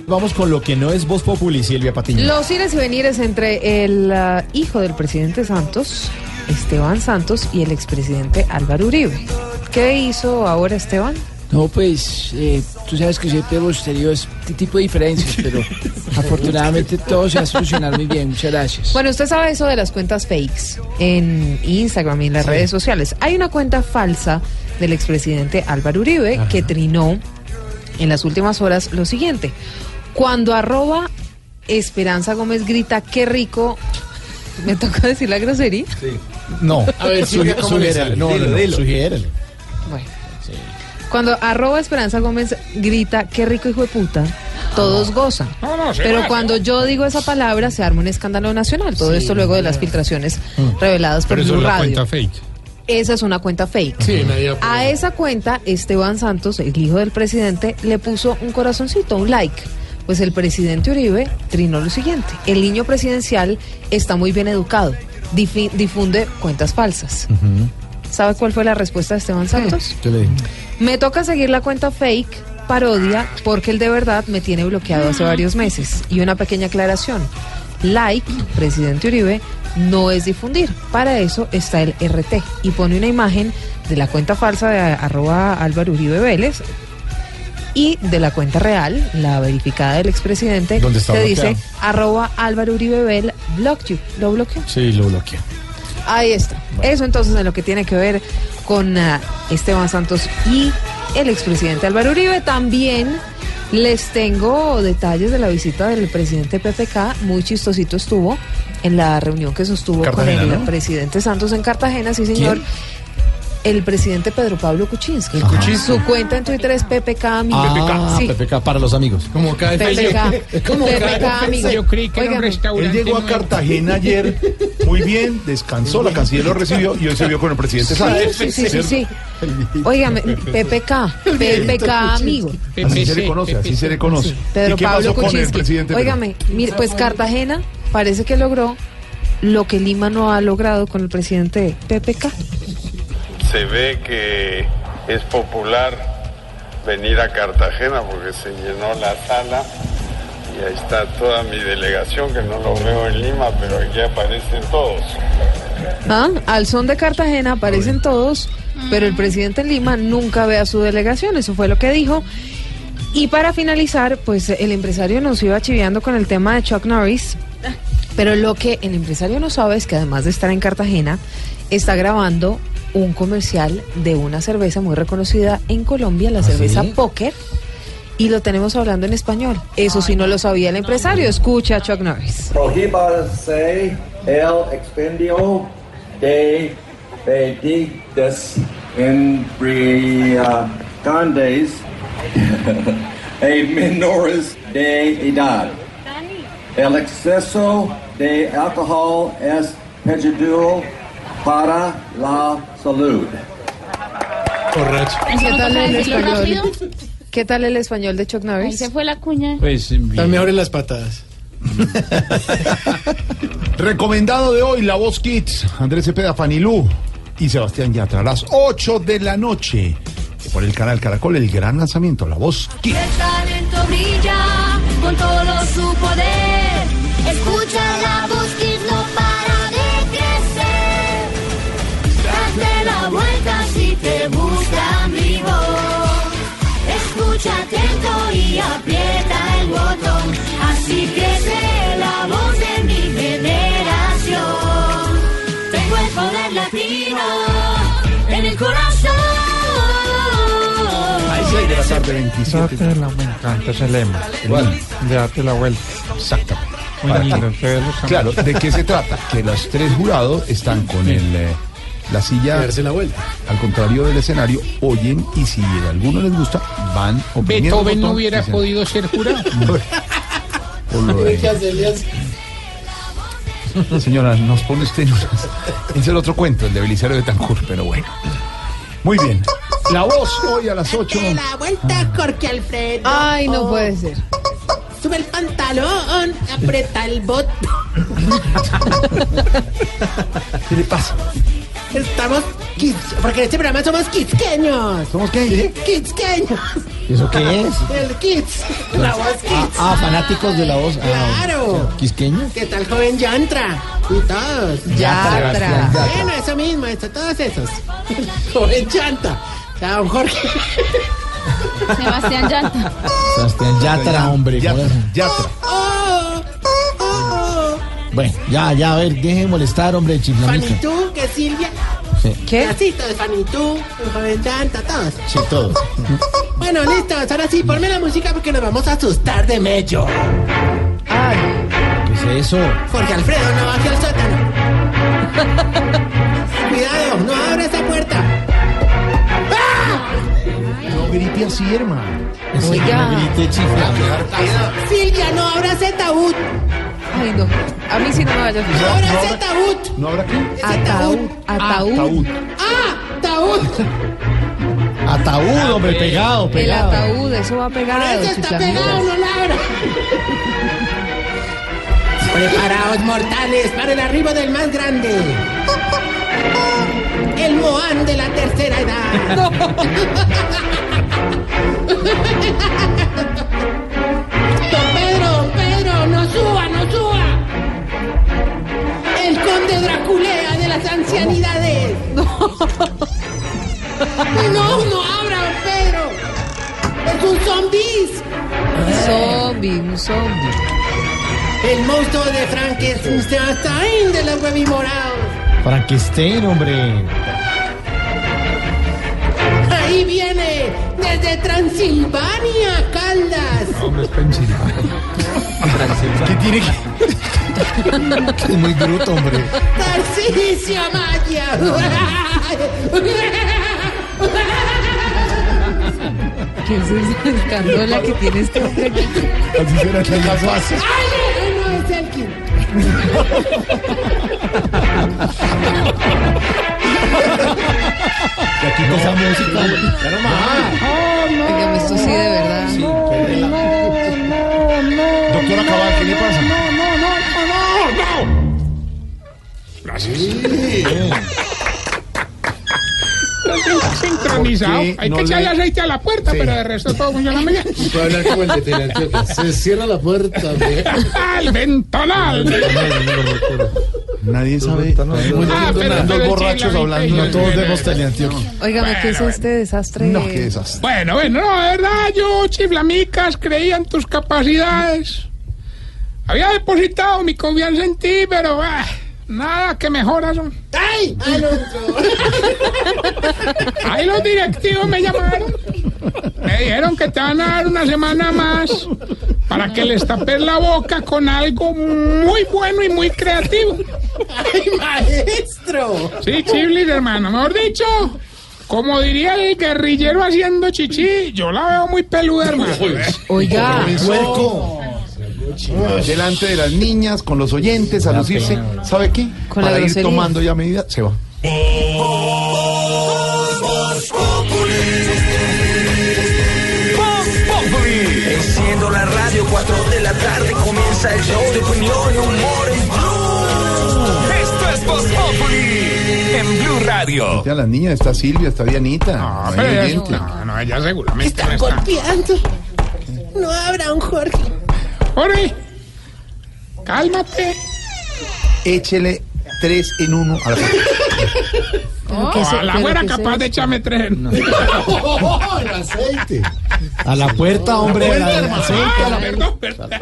vamos con lo que no es Voz Populi, Silvia Patiño. Los ires y venires entre el hijo del presidente Santos, Esteban Santos, y el expresidente Álvaro Uribe. ¿Qué hizo ahora Esteban? No, pues, tú sabes que siempre hemos tenido este tipo de diferencias, pero afortunadamente todo se va a solucionar muy bien. Muchas gracias. Bueno, usted sabe eso de las cuentas fakes en Instagram y en las redes sociales. Hay una cuenta falsa del expresidente Álvaro Uribe que trinó en las últimas horas lo siguiente. Cuando @Esperanza Gómez grita, qué rico, ¿me toca decir la grosería? Sí. No. A ver, sugiérale. No, sugiérale. Bueno. Sí. Cuando @Esperanza Gómez grita, qué rico hijo de puta, todos gozan. Pero cuando yo digo esa palabra, se arma un escándalo nacional. Todo esto luego de las filtraciones reveladas por Blue Radio. Cuenta fake. Esa es una cuenta fake. Sí, a esa cuenta, Esteban Santos, el hijo del presidente, le puso un corazoncito, un like. Pues el presidente Uribe trinó lo siguiente. El niño presidencial está muy bien educado. Difunde cuentas falsas. ¿Sabe cuál fue la respuesta de Esteban Santos? ¿Qué le dije? Me toca seguir la cuenta fake, parodia, porque él de verdad me tiene bloqueado hace varios meses. Y una pequeña aclaración. Like, presidente Uribe, no es difundir. Para eso está el RT. Y pone una imagen de la cuenta falsa de @Álvaro Uribe Vélez y de la cuenta real, la verificada del expresidente, que dice @Álvaro Uribe Vélez, blocked you. ¿Lo bloqueó? Sí, lo bloqueó. Ahí está. Bueno. Eso entonces en lo que tiene que ver con Esteban Santos y el expresidente Álvaro Uribe. También les tengo detalles de la visita del presidente PPK. Muy chistosito estuvo en la reunión que sostuvo Cartagena, con el presidente Santos en Cartagena. Sí, señor. ¿Quién? El presidente Pedro Pablo Kuczynski. Su cuenta en Twitter es PPK Amigo. Sí. PPK para los amigos. Como cada PPK Amigo. Yo creí que era un restaurante. Él llegó a Cartagena ayer, muy bien, descansó, la canciller lo recibió y hoy se vio con el presidente Sánchez. Sí. Óigame, PPK Amigo. Así se le conoce. Pedro Pablo Kuczynski. Óigame, mire, pues Cartagena parece que logró lo que Lima no ha logrado con el presidente PPK. Se ve que es popular venir a Cartagena porque se llenó la sala y ahí está toda mi delegación, que no lo veo en Lima, pero aquí aparecen todos. Al son de Cartagena aparecen todos, pero el presidente en Lima nunca ve a su delegación, eso fue lo que dijo. Y para finalizar, pues el empresario nos iba chiveando con el tema de Chuck Norris, pero lo que el empresario no sabe es que además de estar en Cartagena, está grabando un comercial de una cerveza muy reconocida en Colombia, la cerveza Póker, y lo tenemos hablando en español. Eso sí no lo sabía el empresario. Escucha a Chuck Norris. Prohíbase el expendio de bebidas embriagantes a menores de edad. El exceso de alcohol es perjudicial para la salud. Correcto. ¿Qué tal el español? ¿Qué tal el español de Chuck Norris? Ahí se fue la cuña. Pues están mejores las patadas. Recomendado de hoy, La Voz Kids, Andrés Cepeda, Fanilú y Sebastián Yatra, a las 8 de la noche, por el canal Caracol, el gran lanzamiento, La Voz Kids. El talento brilla con todo su poder. Escucha La Voz Kids, no para de crecer. Date la vuelta si te busca mi voz. Escucha atento y aprieta el botón. Así crece la voz de mi generación. Tengo el poder latino en el corazón. De la tarde, 27. Date la vuelta, ese lema. Bueno, date la vuelta. Exactamente. Muy lindo. Claro, ¿de qué se trata? Que los tres jurados están con la silla darse la vuelta. al contrario del escenario, oyen y si a alguno les gusta, van oprimiendo el Beethoven no botón, hubiera podido ser jurado. Por lo de... Señora, nos pone usted en es el otro cuento, el de Belisario de Tancur, pero bueno. Muy bien. La Voz hoy a las 8. Date la vuelta, Jorge Alfredo. Ay, no puede ser. Sube el pantalón, aprieta el botón. ¿Qué le pasa? Estamos kids, porque en este programa somos kidsqueños. ¿Somos qué? Kidsqueños. ¿Eso qué es? El kids, la voz kids. Fanáticos de la voz. Claro. ¿Quisqueños? ¿Qué tal joven Yantra? Y todos. Yatra. Bueno, eso mismo, todos esos. Joven Chanta. O sea, don Jorge. Sebastián Yatra. Sebastián Yatra, hombre. Yatra. Bueno, ya, a ver, deje de molestar, hombre, chiflamica. Fanitú, que Silvia. Sí. ¿Qué? Así, todos, Fanitú, joven Chanta, todos. Sí, todos. Bueno, listo, ahora sí, ponme la música porque nos vamos a asustar de mello. Ay, ¿qué es eso? Jorge Alfredo, no baje al sótano. Cuidado, no abra esa puerta. No grite así, hermano. Oiga. No grite, chiflamica. Silvia, no abra ese ataúd. Ay, no. A mí sí no me vaya a No abra ese ataúd. ¿No habrá qué? Ataúd. Ataúd. Ataúd. Ataúd, hombre, pegado. El ataúd, eso va Por pegado. eso está pegado, no la abra. Preparaos, mortales, para el arribo del más grande. El Moán de la tercera edad. Don Pedro, no suba. El conde Draculea de las ancianidades. No abra, don Pedro. Es un Un zombie. El monstruo de Frankenstein de los huevimorados. Frankenstein, hombre. Ahí viene, desde Transilvania, Caldas. Hombre, es Pensilvania. ¿Qué tiene que...? Es muy bruto, hombre. Tarcisio Maya. ¿Qué es esa escandola que tiene este hombre aquí? Así será que la pasa. ¡Ay, no es Elkin! Y aquí con esa música. Oigan, esto sí de verdad. Doctora Cabal, ¿qué le pasa? No. Gracias. Sincronizado. ¿Por qué Hay no que le- echarle aceite a la puerta, pero de resto todo funciona muy bien. Puede hablar como el de Teleantioquia. Se cierra la puerta. ¡Al ventonal! Nadie sabe. pero Dos borrachos chifla, hablando. No todos vemos Teleantioquia. Óigame, ¿qué es este desastre? No, qué desastre. Bueno, de verdad, yo, chiflamicas, creía en tus capacidades. Había depositado mi confianza en ti, pero nada que mejoras. ¡Ay! Ahí los directivos me llamaron. Me dijeron que te van a dar una semana más para que les tapes la boca con algo muy bueno y muy creativo. ¡Ay, maestro! Sí, Chiblis, hermano. Mejor dicho, como diría el guerrillero haciendo chichi, yo la veo muy peluda, hermano. Oiga. Puerco. Delante de las niñas, con los oyentes, a lucirse. ¿Sabe qué? Con la Para ir grosería. tomando ya medida, se va. Enciendo la radio, 4 de la tarde comienza el show de opinión y humor en Blue. Esto es Voz Populi en Blue Radio. Ya las niñas, está Silvia, está Dianita. No, hay pero ella, oyente. no, ella seguramente no Están está. golpeando. No abra, un Jorge. Jorge, cálmate. Échele 3 en 1 a la La güera capaz de echarme 3 en uno. El aceite. A la puerta, hombre. Ah, aceite. perdón.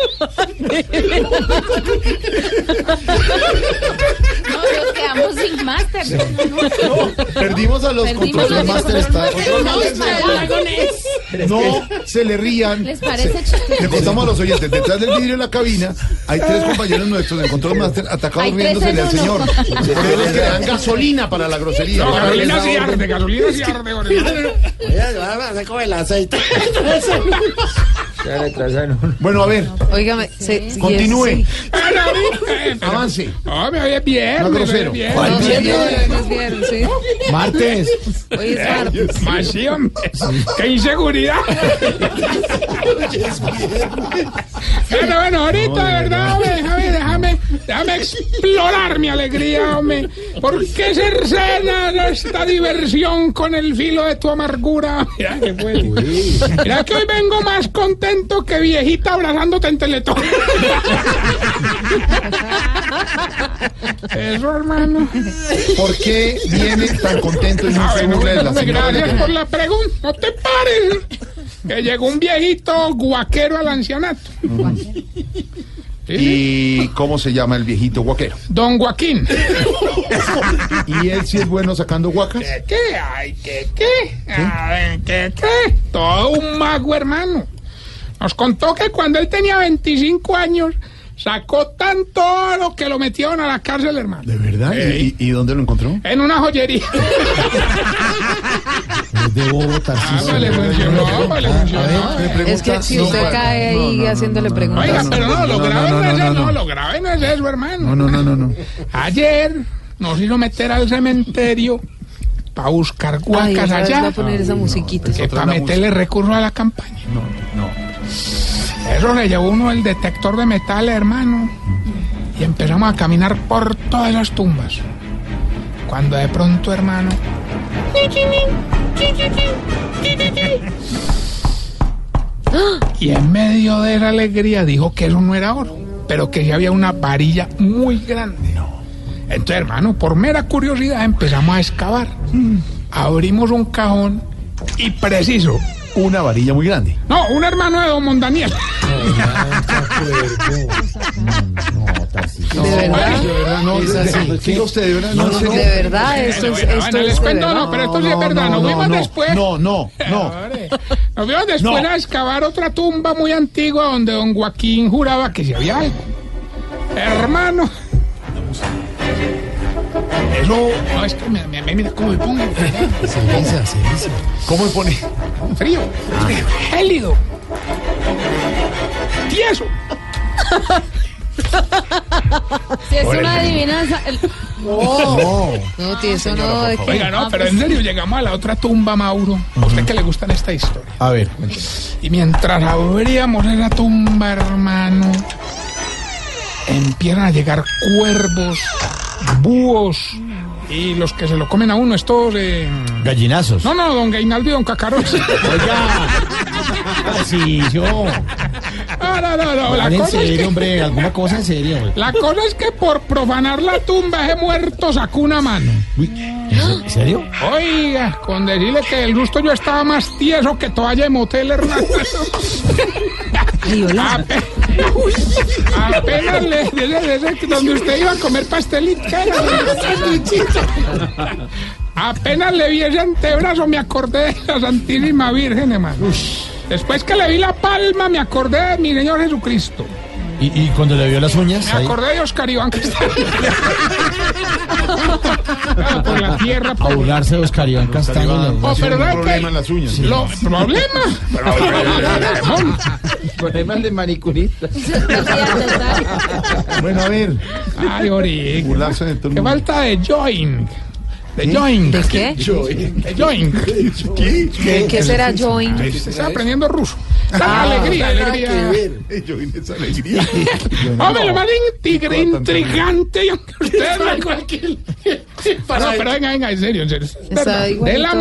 No, nos quedamos sin máster. Perdimos a los Perdimos control los master. Está. Dragones. No se le rían. ¿Les parece chistoso? Le contamos a los oyentes, detrás del vidrio de la cabina hay 3 compañeros nuestros del control master atacados Hay 3 riéndosele en al señor. uno. Porque los que dan gasolina para la grosería. No, gasolina sí arde, Jorge. Se come el aceite. Bueno, a ver, Óigame, continúe. sí. Avance. No, me oye bien. No, grosero. No, es viernes, sí. Martes. Hoy es martes. Más sí, hombre. ¡Qué inseguridad! Bueno, ahorita, de verdad, hombre, déjame explorar mi alegría, hombre. ¿Por qué cercena esta diversión con el filo de tu amargura? Mira que fue. Mira que hoy vengo más contento que viejita abrazándote en Teletón. Eso, hermano. ¿Por qué viene tan contento y no se burla de la señora? Gracias por la pregunta. No te pares. Que llegó un viejito guaquero al ancianato. ¿Y cómo se llama el viejito guaquero? Don Joaquín. ¿Y él sí es bueno sacando guacas? ¿Qué? Ay, ¿qué? A ver, ¿qué? Todo un mago, hermano. Nos contó que cuando él tenía 25 años sacó tanto oro que lo metieron a la cárcel, hermano. ¿De verdad? ¿Y dónde lo encontró? En una joyería. De Bogotá. Le funcionó. Es que si usted cae ahí haciéndole preguntas. Oiga, pero no, lo grave no es eso, hermano. No. Ayer nos hizo meter al cementerio para buscar guacas allá. Va a poner esa musiquita. Que para meterle recursos a la campaña. No. Eso le llevó uno el detector de metal, hermano. Y empezamos a caminar por todas las tumbas. Cuando de pronto, hermano... Y en medio de esa alegría dijo que eso no era oro, pero que ya había una varilla muy grande. Entonces, hermano, por mera curiosidad empezamos a excavar. Abrimos un cajón y preciso... Una varilla muy grande. No, un hermano de don Mondaniel. ¿De verdad? No, es así. Diga usted, ¿de verdad? No, de verdad, esto es cuento, no, pero esto sí es verdad. Nos fuimos después. No. Nos fuimos después a excavar otra tumba muy antigua donde don Joaquín juraba que si había algo. Hermano. Eso, no, es que mira cómo me pongo. Se dice. ¿Cómo me pone? Frío, gélido, tieso. Si es una adivinanza. No, tieso no. Oiga, no, pero en serio, llegamos a la otra tumba, Mauro. ¿A usted que le gustan esta historia? A ver. Y mientras abríamos esa tumba, hermano, empiezan a llegar cuervos, búhos y los que se lo comen a uno, estos... Gallinazos. No, don Gainaldo y don Cacarón. Oiga, así yo. No, la cosa serio, es que... hombre, alguna cosa en serio. Hombre. La cosa es que por profanar la tumba ese muerto sacó una mano. Uy, ¿en serio? Oiga, con decirle que el gusto yo estaba más tieso que toalla de motel, hermano. Apenas donde usted iba a comer pastelito. Apenas le vi ese antebrazo, me acordé de la Santísima Virgen, hermano. Después que le vi la palma, me acordé de mi Señor Jesucristo. ¿Y cuando le vio las uñas? Me acordé de Oscar Iván Castaño. Por la tierra. A burlarse de Oscar Iván Castaño. Pero no hay problema en las uñas. Problemas de manicurista. Bueno, a ver. Ay, Ori. Burlarse de todo el Qué mundo. falta de join. ¿De join? ¿De qué? De join. ¿Qué será join? Está aprendiendo ruso. Alegría. Esa alegría. Hombre, lo más intrigante. Ustedes no cualquier... No, pero venga, en serio. De la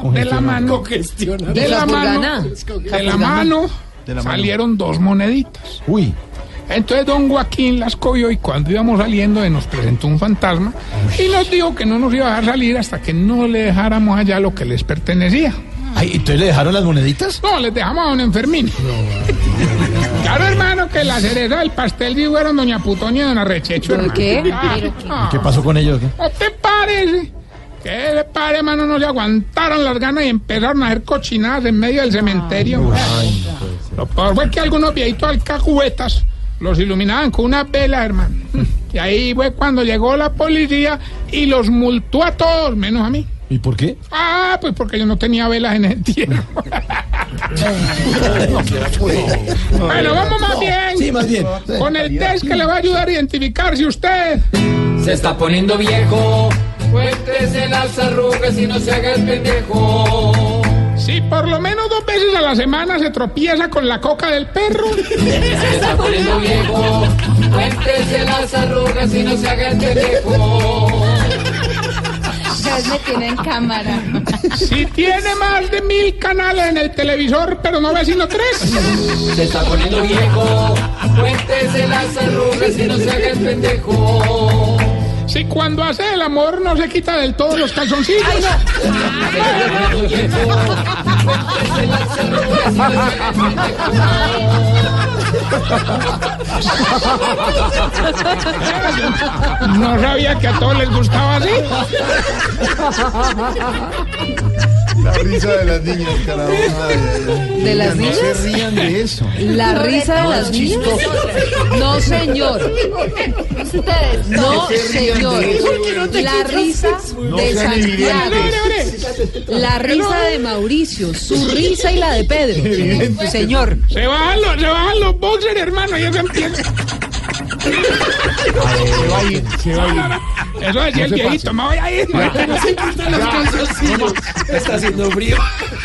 mano salieron dos moneditas. Uy. Entonces don Joaquín las cogió y cuando íbamos saliendo nos presentó un fantasma y nos dijo que no nos iba a dejar salir hasta que no le dejáramos allá lo que les pertenecía. Ay, ¿entonces le dejaron las moneditas? No, les dejamos a don Enfermín. Claro, hermano, que la cereza del pastel sí fueron doña Putonia y don Arrechecho, hermano. ¿Qué? ¿Qué pasó con ellos? ¿Qué? ¿No te parece? ¿Qué le parece, hermano? No se aguantaron las ganas y empezaron a hacer cochinadas en medio del cementerio. Lo peor fue que algunos viejitos alcahuetas los iluminaban con una vela, hermano. Y ahí fue cuando llegó la policía y los multó a todos, menos a mí. ¿Y por qué? Pues porque yo no tenía velas en el entierro. Bueno, vamos más bien. Sí, más bien. Con el test que le va a ayudar a identificar si usted se está poniendo viejo. Cuéntese las arrugas y no se haga el pendejo. Si por lo menos 2 veces a la semana se tropieza con la coca del perro. Se está poniendo viejo. Cuéntese las arrugas y no se haga el pendejo. Ustedes me tienen cámara. Si tiene más de 1000 canales en el televisor, pero no ve sino 3. Se está poniendo viejo. Cuéntese las arrugas y no se haga el pendejo. Si cuando hace el amor no se quita del todo los calzoncillos. ¡Ay, no! Cuéntese las arrugas y no se haga el pendejo. No sabía que a todos les gustaba así. La risa de las niñas, carajo. ¿De las niñas? No se rían de eso. ¿La risa de las niñas? No, señor. Ustedes. No, señor. La risa de Santiago. La risa de Mauricio. Su risa y la de Pedro. Señor. Se bajan los boxers, hermano, y eso empieza. Se va a ir. Eso decía el viejito, me voy a ir. Está haciendo frío.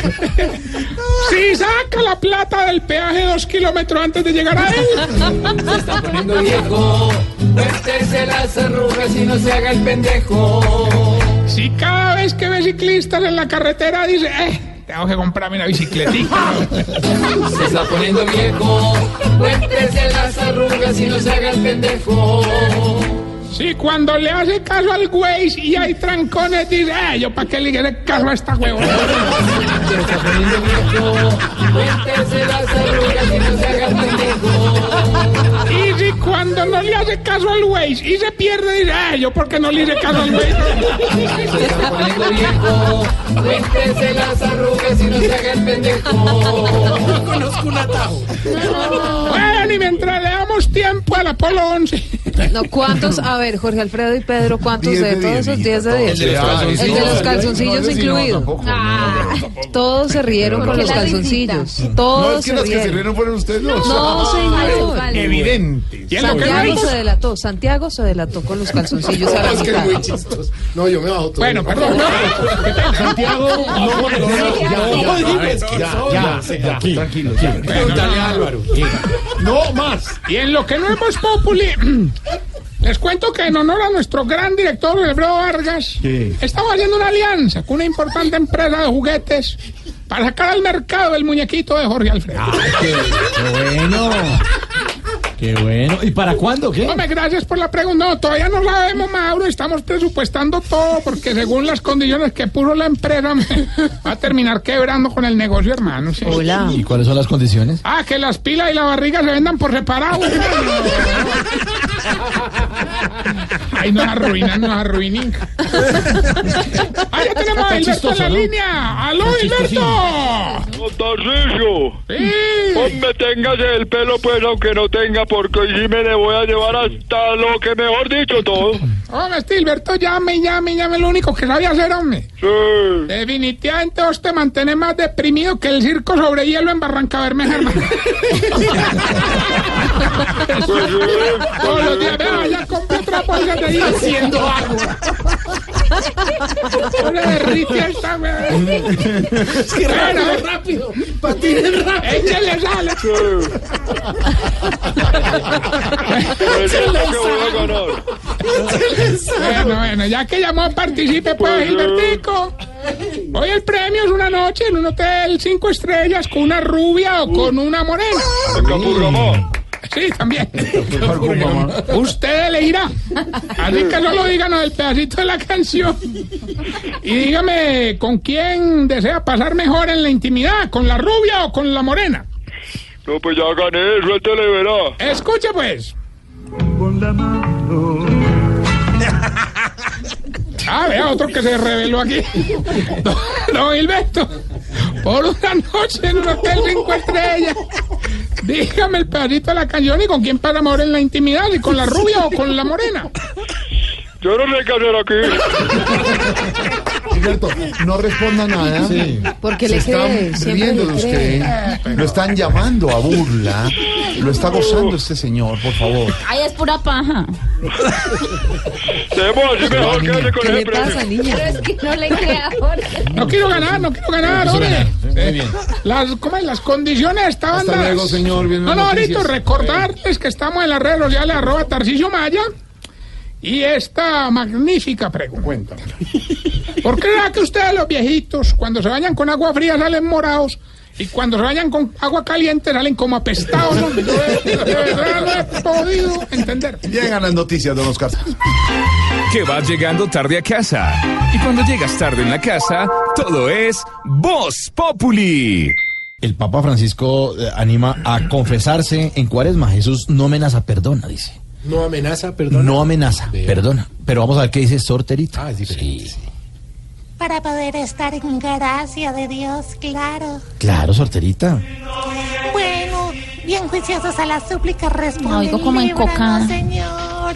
Si saca la plata del peaje 2 kilómetros antes de llegar a él. Se está poniendo viejo. Cuéntese las arrugas y no se haga el pendejo. Si cada vez que ve ciclistas en la carretera dice, tengo que comprarme una bicicletita. Se está poniendo viejo. Cuéntese las arrugas y no se haga el pendejo. Si cuando le hace caso al güey y hay trancones dice, yo para qué le haré caso a esta huevona. Se está poniendo viejo. Cuéntese las arrugas y no se haga el pendejo. Y si cuando no le hace caso al güey y se pierde dice, yo porque no le hice caso al güey. Se está poniendo viejo. Cuéntese las arrugas y no se haga el pendejo. No conozco un atajo. Bueno, y mientras le damos tiempo al Apolo 11. No, ¿cuántos? A ver, Jorge Alfredo y Pedro, ¿cuántos de todos esos 10 de 10? El de los calzoncillos incluido. Todos se rieron con los calzoncillos. Todos No, es que los que se rieron fueron ustedes dos. No, señor. Evidente. Santiago se delató con los calzoncillos a la Es que es mitad. muy chistoso. No, yo me bajo todo. Bueno, perdón. Santiago, ya, tranquilo. Pregúntale a Álvaro. No más. Y en lo que no hemos populi, les cuento que en honor a nuestro gran director Alfredo Vargas, estamos haciendo una alianza con una importante empresa de juguetes para sacar al mercado el muñequito de Jorge Alfredo. Qué bueno. Qué bueno. ¿Y para cuándo? ¿Qué? Hombre, gracias por la pregunta. No, todavía no sabemos, Mauro. Estamos presupuestando todo porque según las condiciones que puso la empresa va a terminar quebrando con el negocio, hermano. ¿Sí? Hola. ¿Y cuáles son las condiciones? Que las pilas y la barriga se vendan por separado. Ay, nos arruinan. Ya tenemos a Hilberto en la línea. ¡Aló, Hilberto! Tarcisio, Sí. hombre, téngase el pelo, pues, aunque no tenga, porque hoy sí me le voy a llevar hasta lo que mejor dicho todo. Hombre, Hilberto, llame, lo único que sabía hacer, hombre. Sí. Definitivamente vos te mantienes más deprimido que el circo sobre hielo en Barranca Bermeja, hermano. Todos los días, vea, ya compré otra bolsa de hielo haciendo agua. No le derrite a esta, güey. Es que rápido. Patinen rápido. Échale sal. Bueno, ya que llamó, participe, pues, Gilbertico. Hoy el premio es una noche en un hotel 5 estrellas con una rubia o con una morena. Sí, también. Usted elegirá. Así que solo díganos el pedacito de la canción. Y dígame, ¿con quién desea pasar mejor en la intimidad? ¿Con la rubia o con la morena? No, pues ya gané, suéltale, verá. Escuche, pues. Con la mano. Vea, otro que se reveló aquí. Don Hilberto, por una noche en un hotel 5 estrellas. Dígame el pedacito de la canción y con quién pasa mejor en la intimidad, si con la rubia o con la morena. Yo no sé qué hacer aquí. Gilberto, no responda nada. Sí. Porque le están cree, riendo de usted. Lo están llamando a burla. Lo está gozando este señor, por favor. Ay, es pura paja. ¿Qué le pasa, niña? Pero es que no le crea, Jorge. No quiero ganar, hombre. Muy bien. Las condiciones estaban Hasta dadas. luego, señor. Bien, No, noticias. ahorita recordarles que estamos en las redes sociales @Tarcisio Maya. Y esta magnífica pregunta. Cuéntame. ¿Por qué será que ustedes los viejitos, cuando se bañan con agua fría, salen morados? Y cuando se bañan con agua caliente, salen como apestados, ¿no? Yo de verdad no he podido entender. Llegan las noticias, don Oscar. Que vas llegando tarde a casa. Y cuando llegas tarde en la casa, todo es Voz Populi. El Papa Francisco anima a confesarse en Cuaresma. Jesús no amenaza, perdona, dice. No amenaza, perdona. No amenaza, perdona. Pero vamos a ver qué dice Sorterita. Ah, es diferente. Sí. Para poder estar en gracia de Dios, claro. Claro, Sorterita. Bueno, bien juiciosos a las súplicas responden. Oigo como encocada. Señor.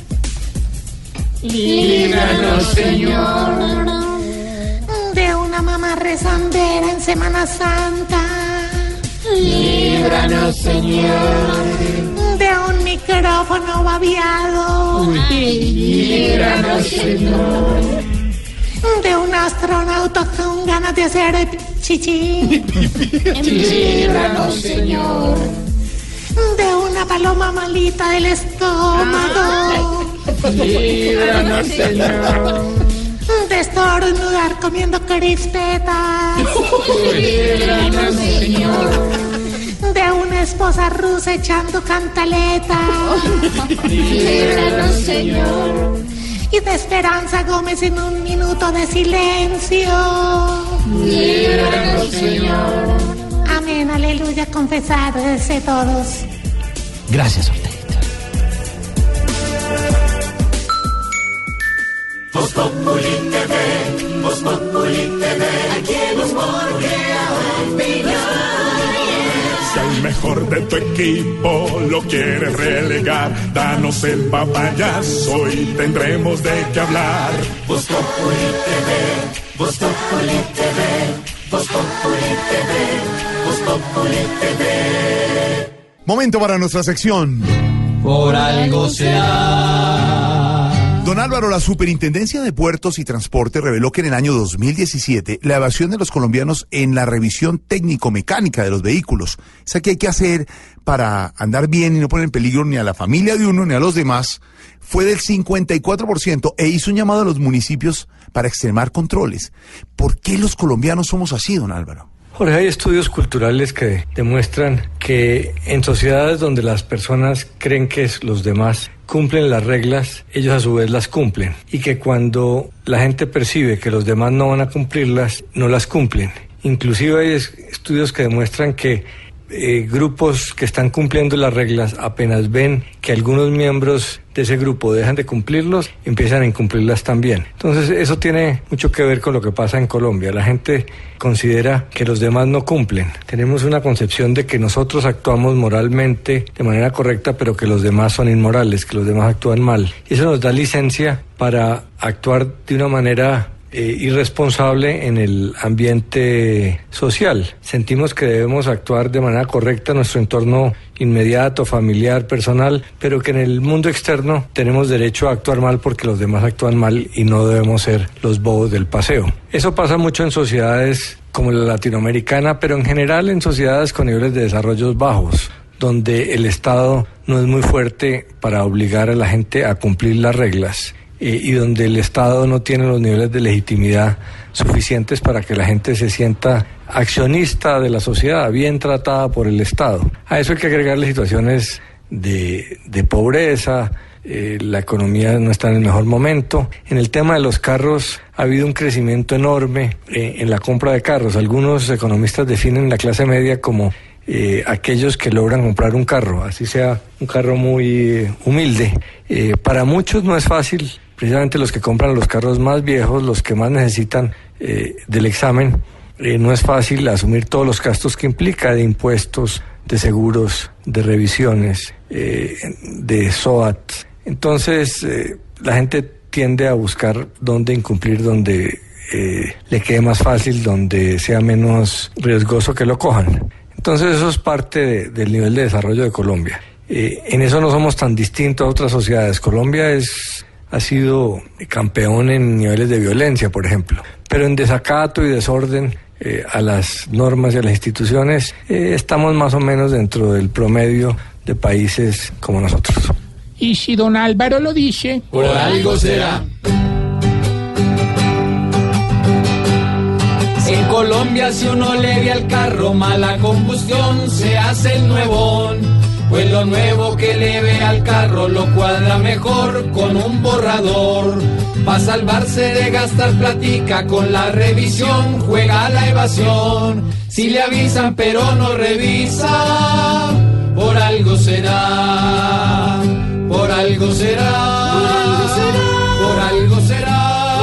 Líbranos, Señor. De una mamá rezandera en Semana Santa. Líbranos, Señor. De un micrófono babiado. Líbranos, Señor. De un astronauta con ganas de hacer chichi. Líbranos, Señor. De una paloma malita del estómago. Líbranos, Señor. De estornudar comiendo crispetas. Líbranos, Señor. De una esposa rusa echando cantaleta. Líbranos, Señor. Y de Esperanza Gómez en un minuto de silencio. Líbranos, Señor. Amén, aleluya, confesarse todos. Gracias, Sorterita. Voz Populi TV, Voz Populi TV, aquí en Voz Si al mejor de tu equipo lo quieres relegar, danos el papayazo y tendremos de qué hablar. Voz Populi TV, Voz Populi TV, Voz Populi TV, Voz Populi TV. Momento para nuestra sección. Por algo será. Don Álvaro, la Superintendencia de Puertos y Transporte reveló que en el año 2017 la evasión de los colombianos en la revisión técnico-mecánica de los vehículos, esa que hay que hacer para andar bien y no poner en peligro ni a la familia de uno ni a los demás, fue del 54% e hizo un llamado a los municipios para extremar controles. ¿Por qué los colombianos somos así, don Álvaro? Jorge, hay estudios culturales que demuestran que en sociedades donde las personas creen que los demás cumplen las reglas, ellos a su vez las cumplen. Y que cuando la gente percibe que los demás no van a cumplirlas, no las cumplen. Inclusive hay estudios que demuestran que grupos que están cumpliendo las reglas, apenas ven que algunos miembros de ese grupo dejan de cumplirlos, empiezan a incumplirlas también. Entonces eso tiene mucho que ver con lo que pasa en Colombia. La gente considera que los demás no cumplen. Tenemos una concepción de que nosotros actuamos moralmente de manera correcta, pero que los demás son inmorales, que los demás actúan mal. Y eso nos da licencia para actuar de una manera irresponsable en el ambiente social. Sentimos que debemos actuar de manera correcta en nuestro entorno inmediato, familiar, personal, pero que en el mundo externo tenemos derecho a actuar mal porque los demás actúan mal y no debemos ser los bobos del paseo. Eso pasa mucho en sociedades como la latinoamericana, pero en general en sociedades con niveles de desarrollo bajos, donde el Estado no es muy fuerte para obligar a la gente a cumplir las reglas. Y donde el Estado no tiene los niveles de legitimidad suficientes para que la gente se sienta accionista de la sociedad, bien tratada por el Estado. A eso hay que agregarle situaciones de pobreza, la economía no está en el mejor momento. En el tema de los carros ha habido un crecimiento enorme en la compra de carros. Algunos economistas definen la clase media como aquellos que logran comprar un carro, así sea un carro muy humilde. Para muchos no es fácil, precisamente los que compran los carros más viejos, los que más necesitan del examen, no es fácil asumir todos los gastos que implica de impuestos, de seguros, de revisiones, de SOAT. Entonces la gente tiende a buscar dónde incumplir, dónde le quede más fácil, donde sea menos riesgoso que lo cojan. Entonces eso es parte del nivel de desarrollo de Colombia. En eso no somos tan distintos a otras sociedades. Colombia ha sido campeón en niveles de violencia, por ejemplo, pero en desacato y desorden a las normas y a las instituciones estamos más o menos dentro del promedio de países como nosotros. Y si don Álvaro lo dice, por algo será. En Colombia, si uno le ve al carro mala combustión, se hace el nuevón. Pues lo nuevo que le ve al carro lo cuadra mejor con un borrador. Pa' salvarse de gastar platica con la revisión, juega a la evasión. Si le avisan pero no revisa, por algo será, por algo será, por algo será.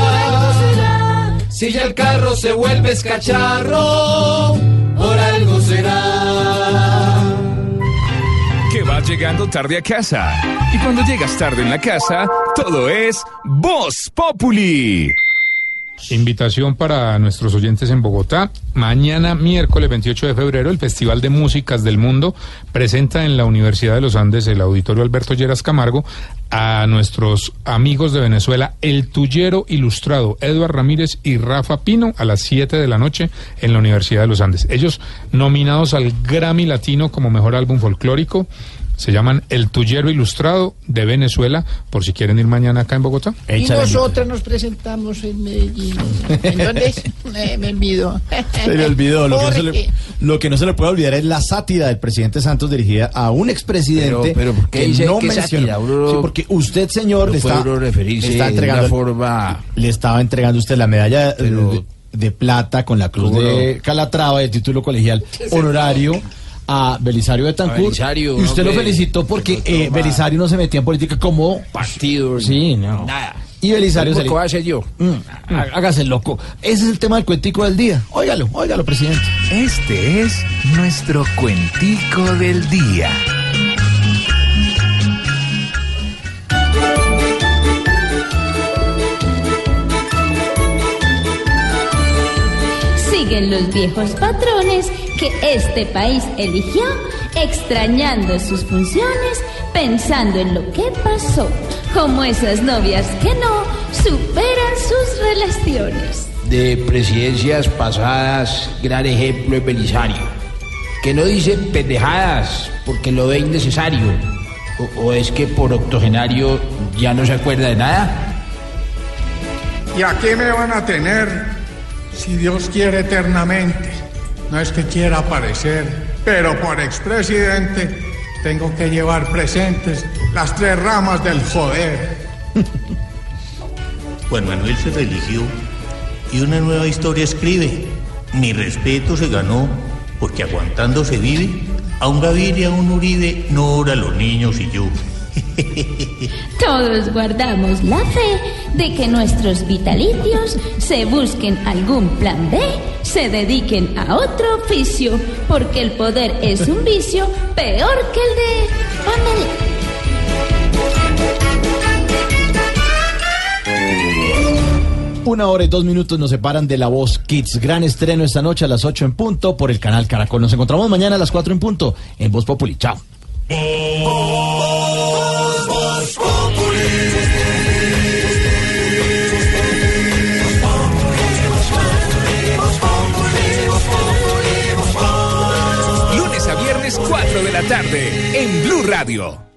Si ya el carro se vuelve escacharro, por algo será. Que vas llegando tarde a casa. Y cuando llegas tarde en la casa, todo es Voz Populi. Invitación para nuestros oyentes en Bogotá. Mañana, miércoles 28 de febrero, el Festival de Músicas del Mundo presenta en la Universidad de los Andes, el Auditorio Alberto Lleras Camargo, a nuestros amigos de Venezuela, el Tullero Ilustrado, Eduard Ramírez y Rafa Pino, a las 7 de la noche en la Universidad de los Andes. Ellos nominados al Grammy Latino como Mejor Álbum Folclórico. Se llaman El Tullero Ilustrado de Venezuela, por si quieren ir mañana acá en Bogotá. Y nosotros nos presentamos en Medellín. ¿En dónde? Me olvidó. Se le olvidó. Lo que no se le puede olvidar es la sátira del presidente Santos dirigida a un expresidente pero ¿por qué que dice no que mencionó. sátira? Sí, porque usted, señor, le está entregando, forma... le estaba entregando usted la medalla de plata con la cruz de Calatrava, el título colegial honorario a Belisario Betancur, y usted lo felicitó porque Belisario no se metía en política como partido. Sí, no. Nada. Y Belisario ¿Cómo va a ser yo? Hágase loco. Ese es el tema del cuentico del día. Óigalo, presidente. Este es nuestro cuentico del día. Siguen los viejos patrones que este país eligió, extrañando sus funciones, pensando en lo que pasó, como esas novias que no superan sus relaciones. De presidencias pasadas, gran ejemplo es Belisario, que no dice pendejadas porque lo ve innecesario, o es que por octogenario ya no se acuerda de nada. ¿Y aquí me van a tener? Si Dios quiere eternamente. No es que quiera aparecer, pero por expresidente tengo que llevar presentes las 3 ramas del joder. Juan Manuel se religió y una nueva historia escribe. Mi respeto se ganó porque aguantando se vive. A un Gaviria, a un Uribe, no ora los niños y yo. Todos guardamos la fe de que nuestros vitalicios se busquen algún plan B, se dediquen a otro oficio, porque el poder es un vicio peor que el de Pamela. 1:02 nos separan de La Voz Kids. Gran estreno esta noche a las 8 en punto por el canal Caracol. Nos encontramos mañana a las 4 en punto en Voz Populi. Chao. Voz Populi. Lunes a viernes 4 de la tarde en Blue Radio.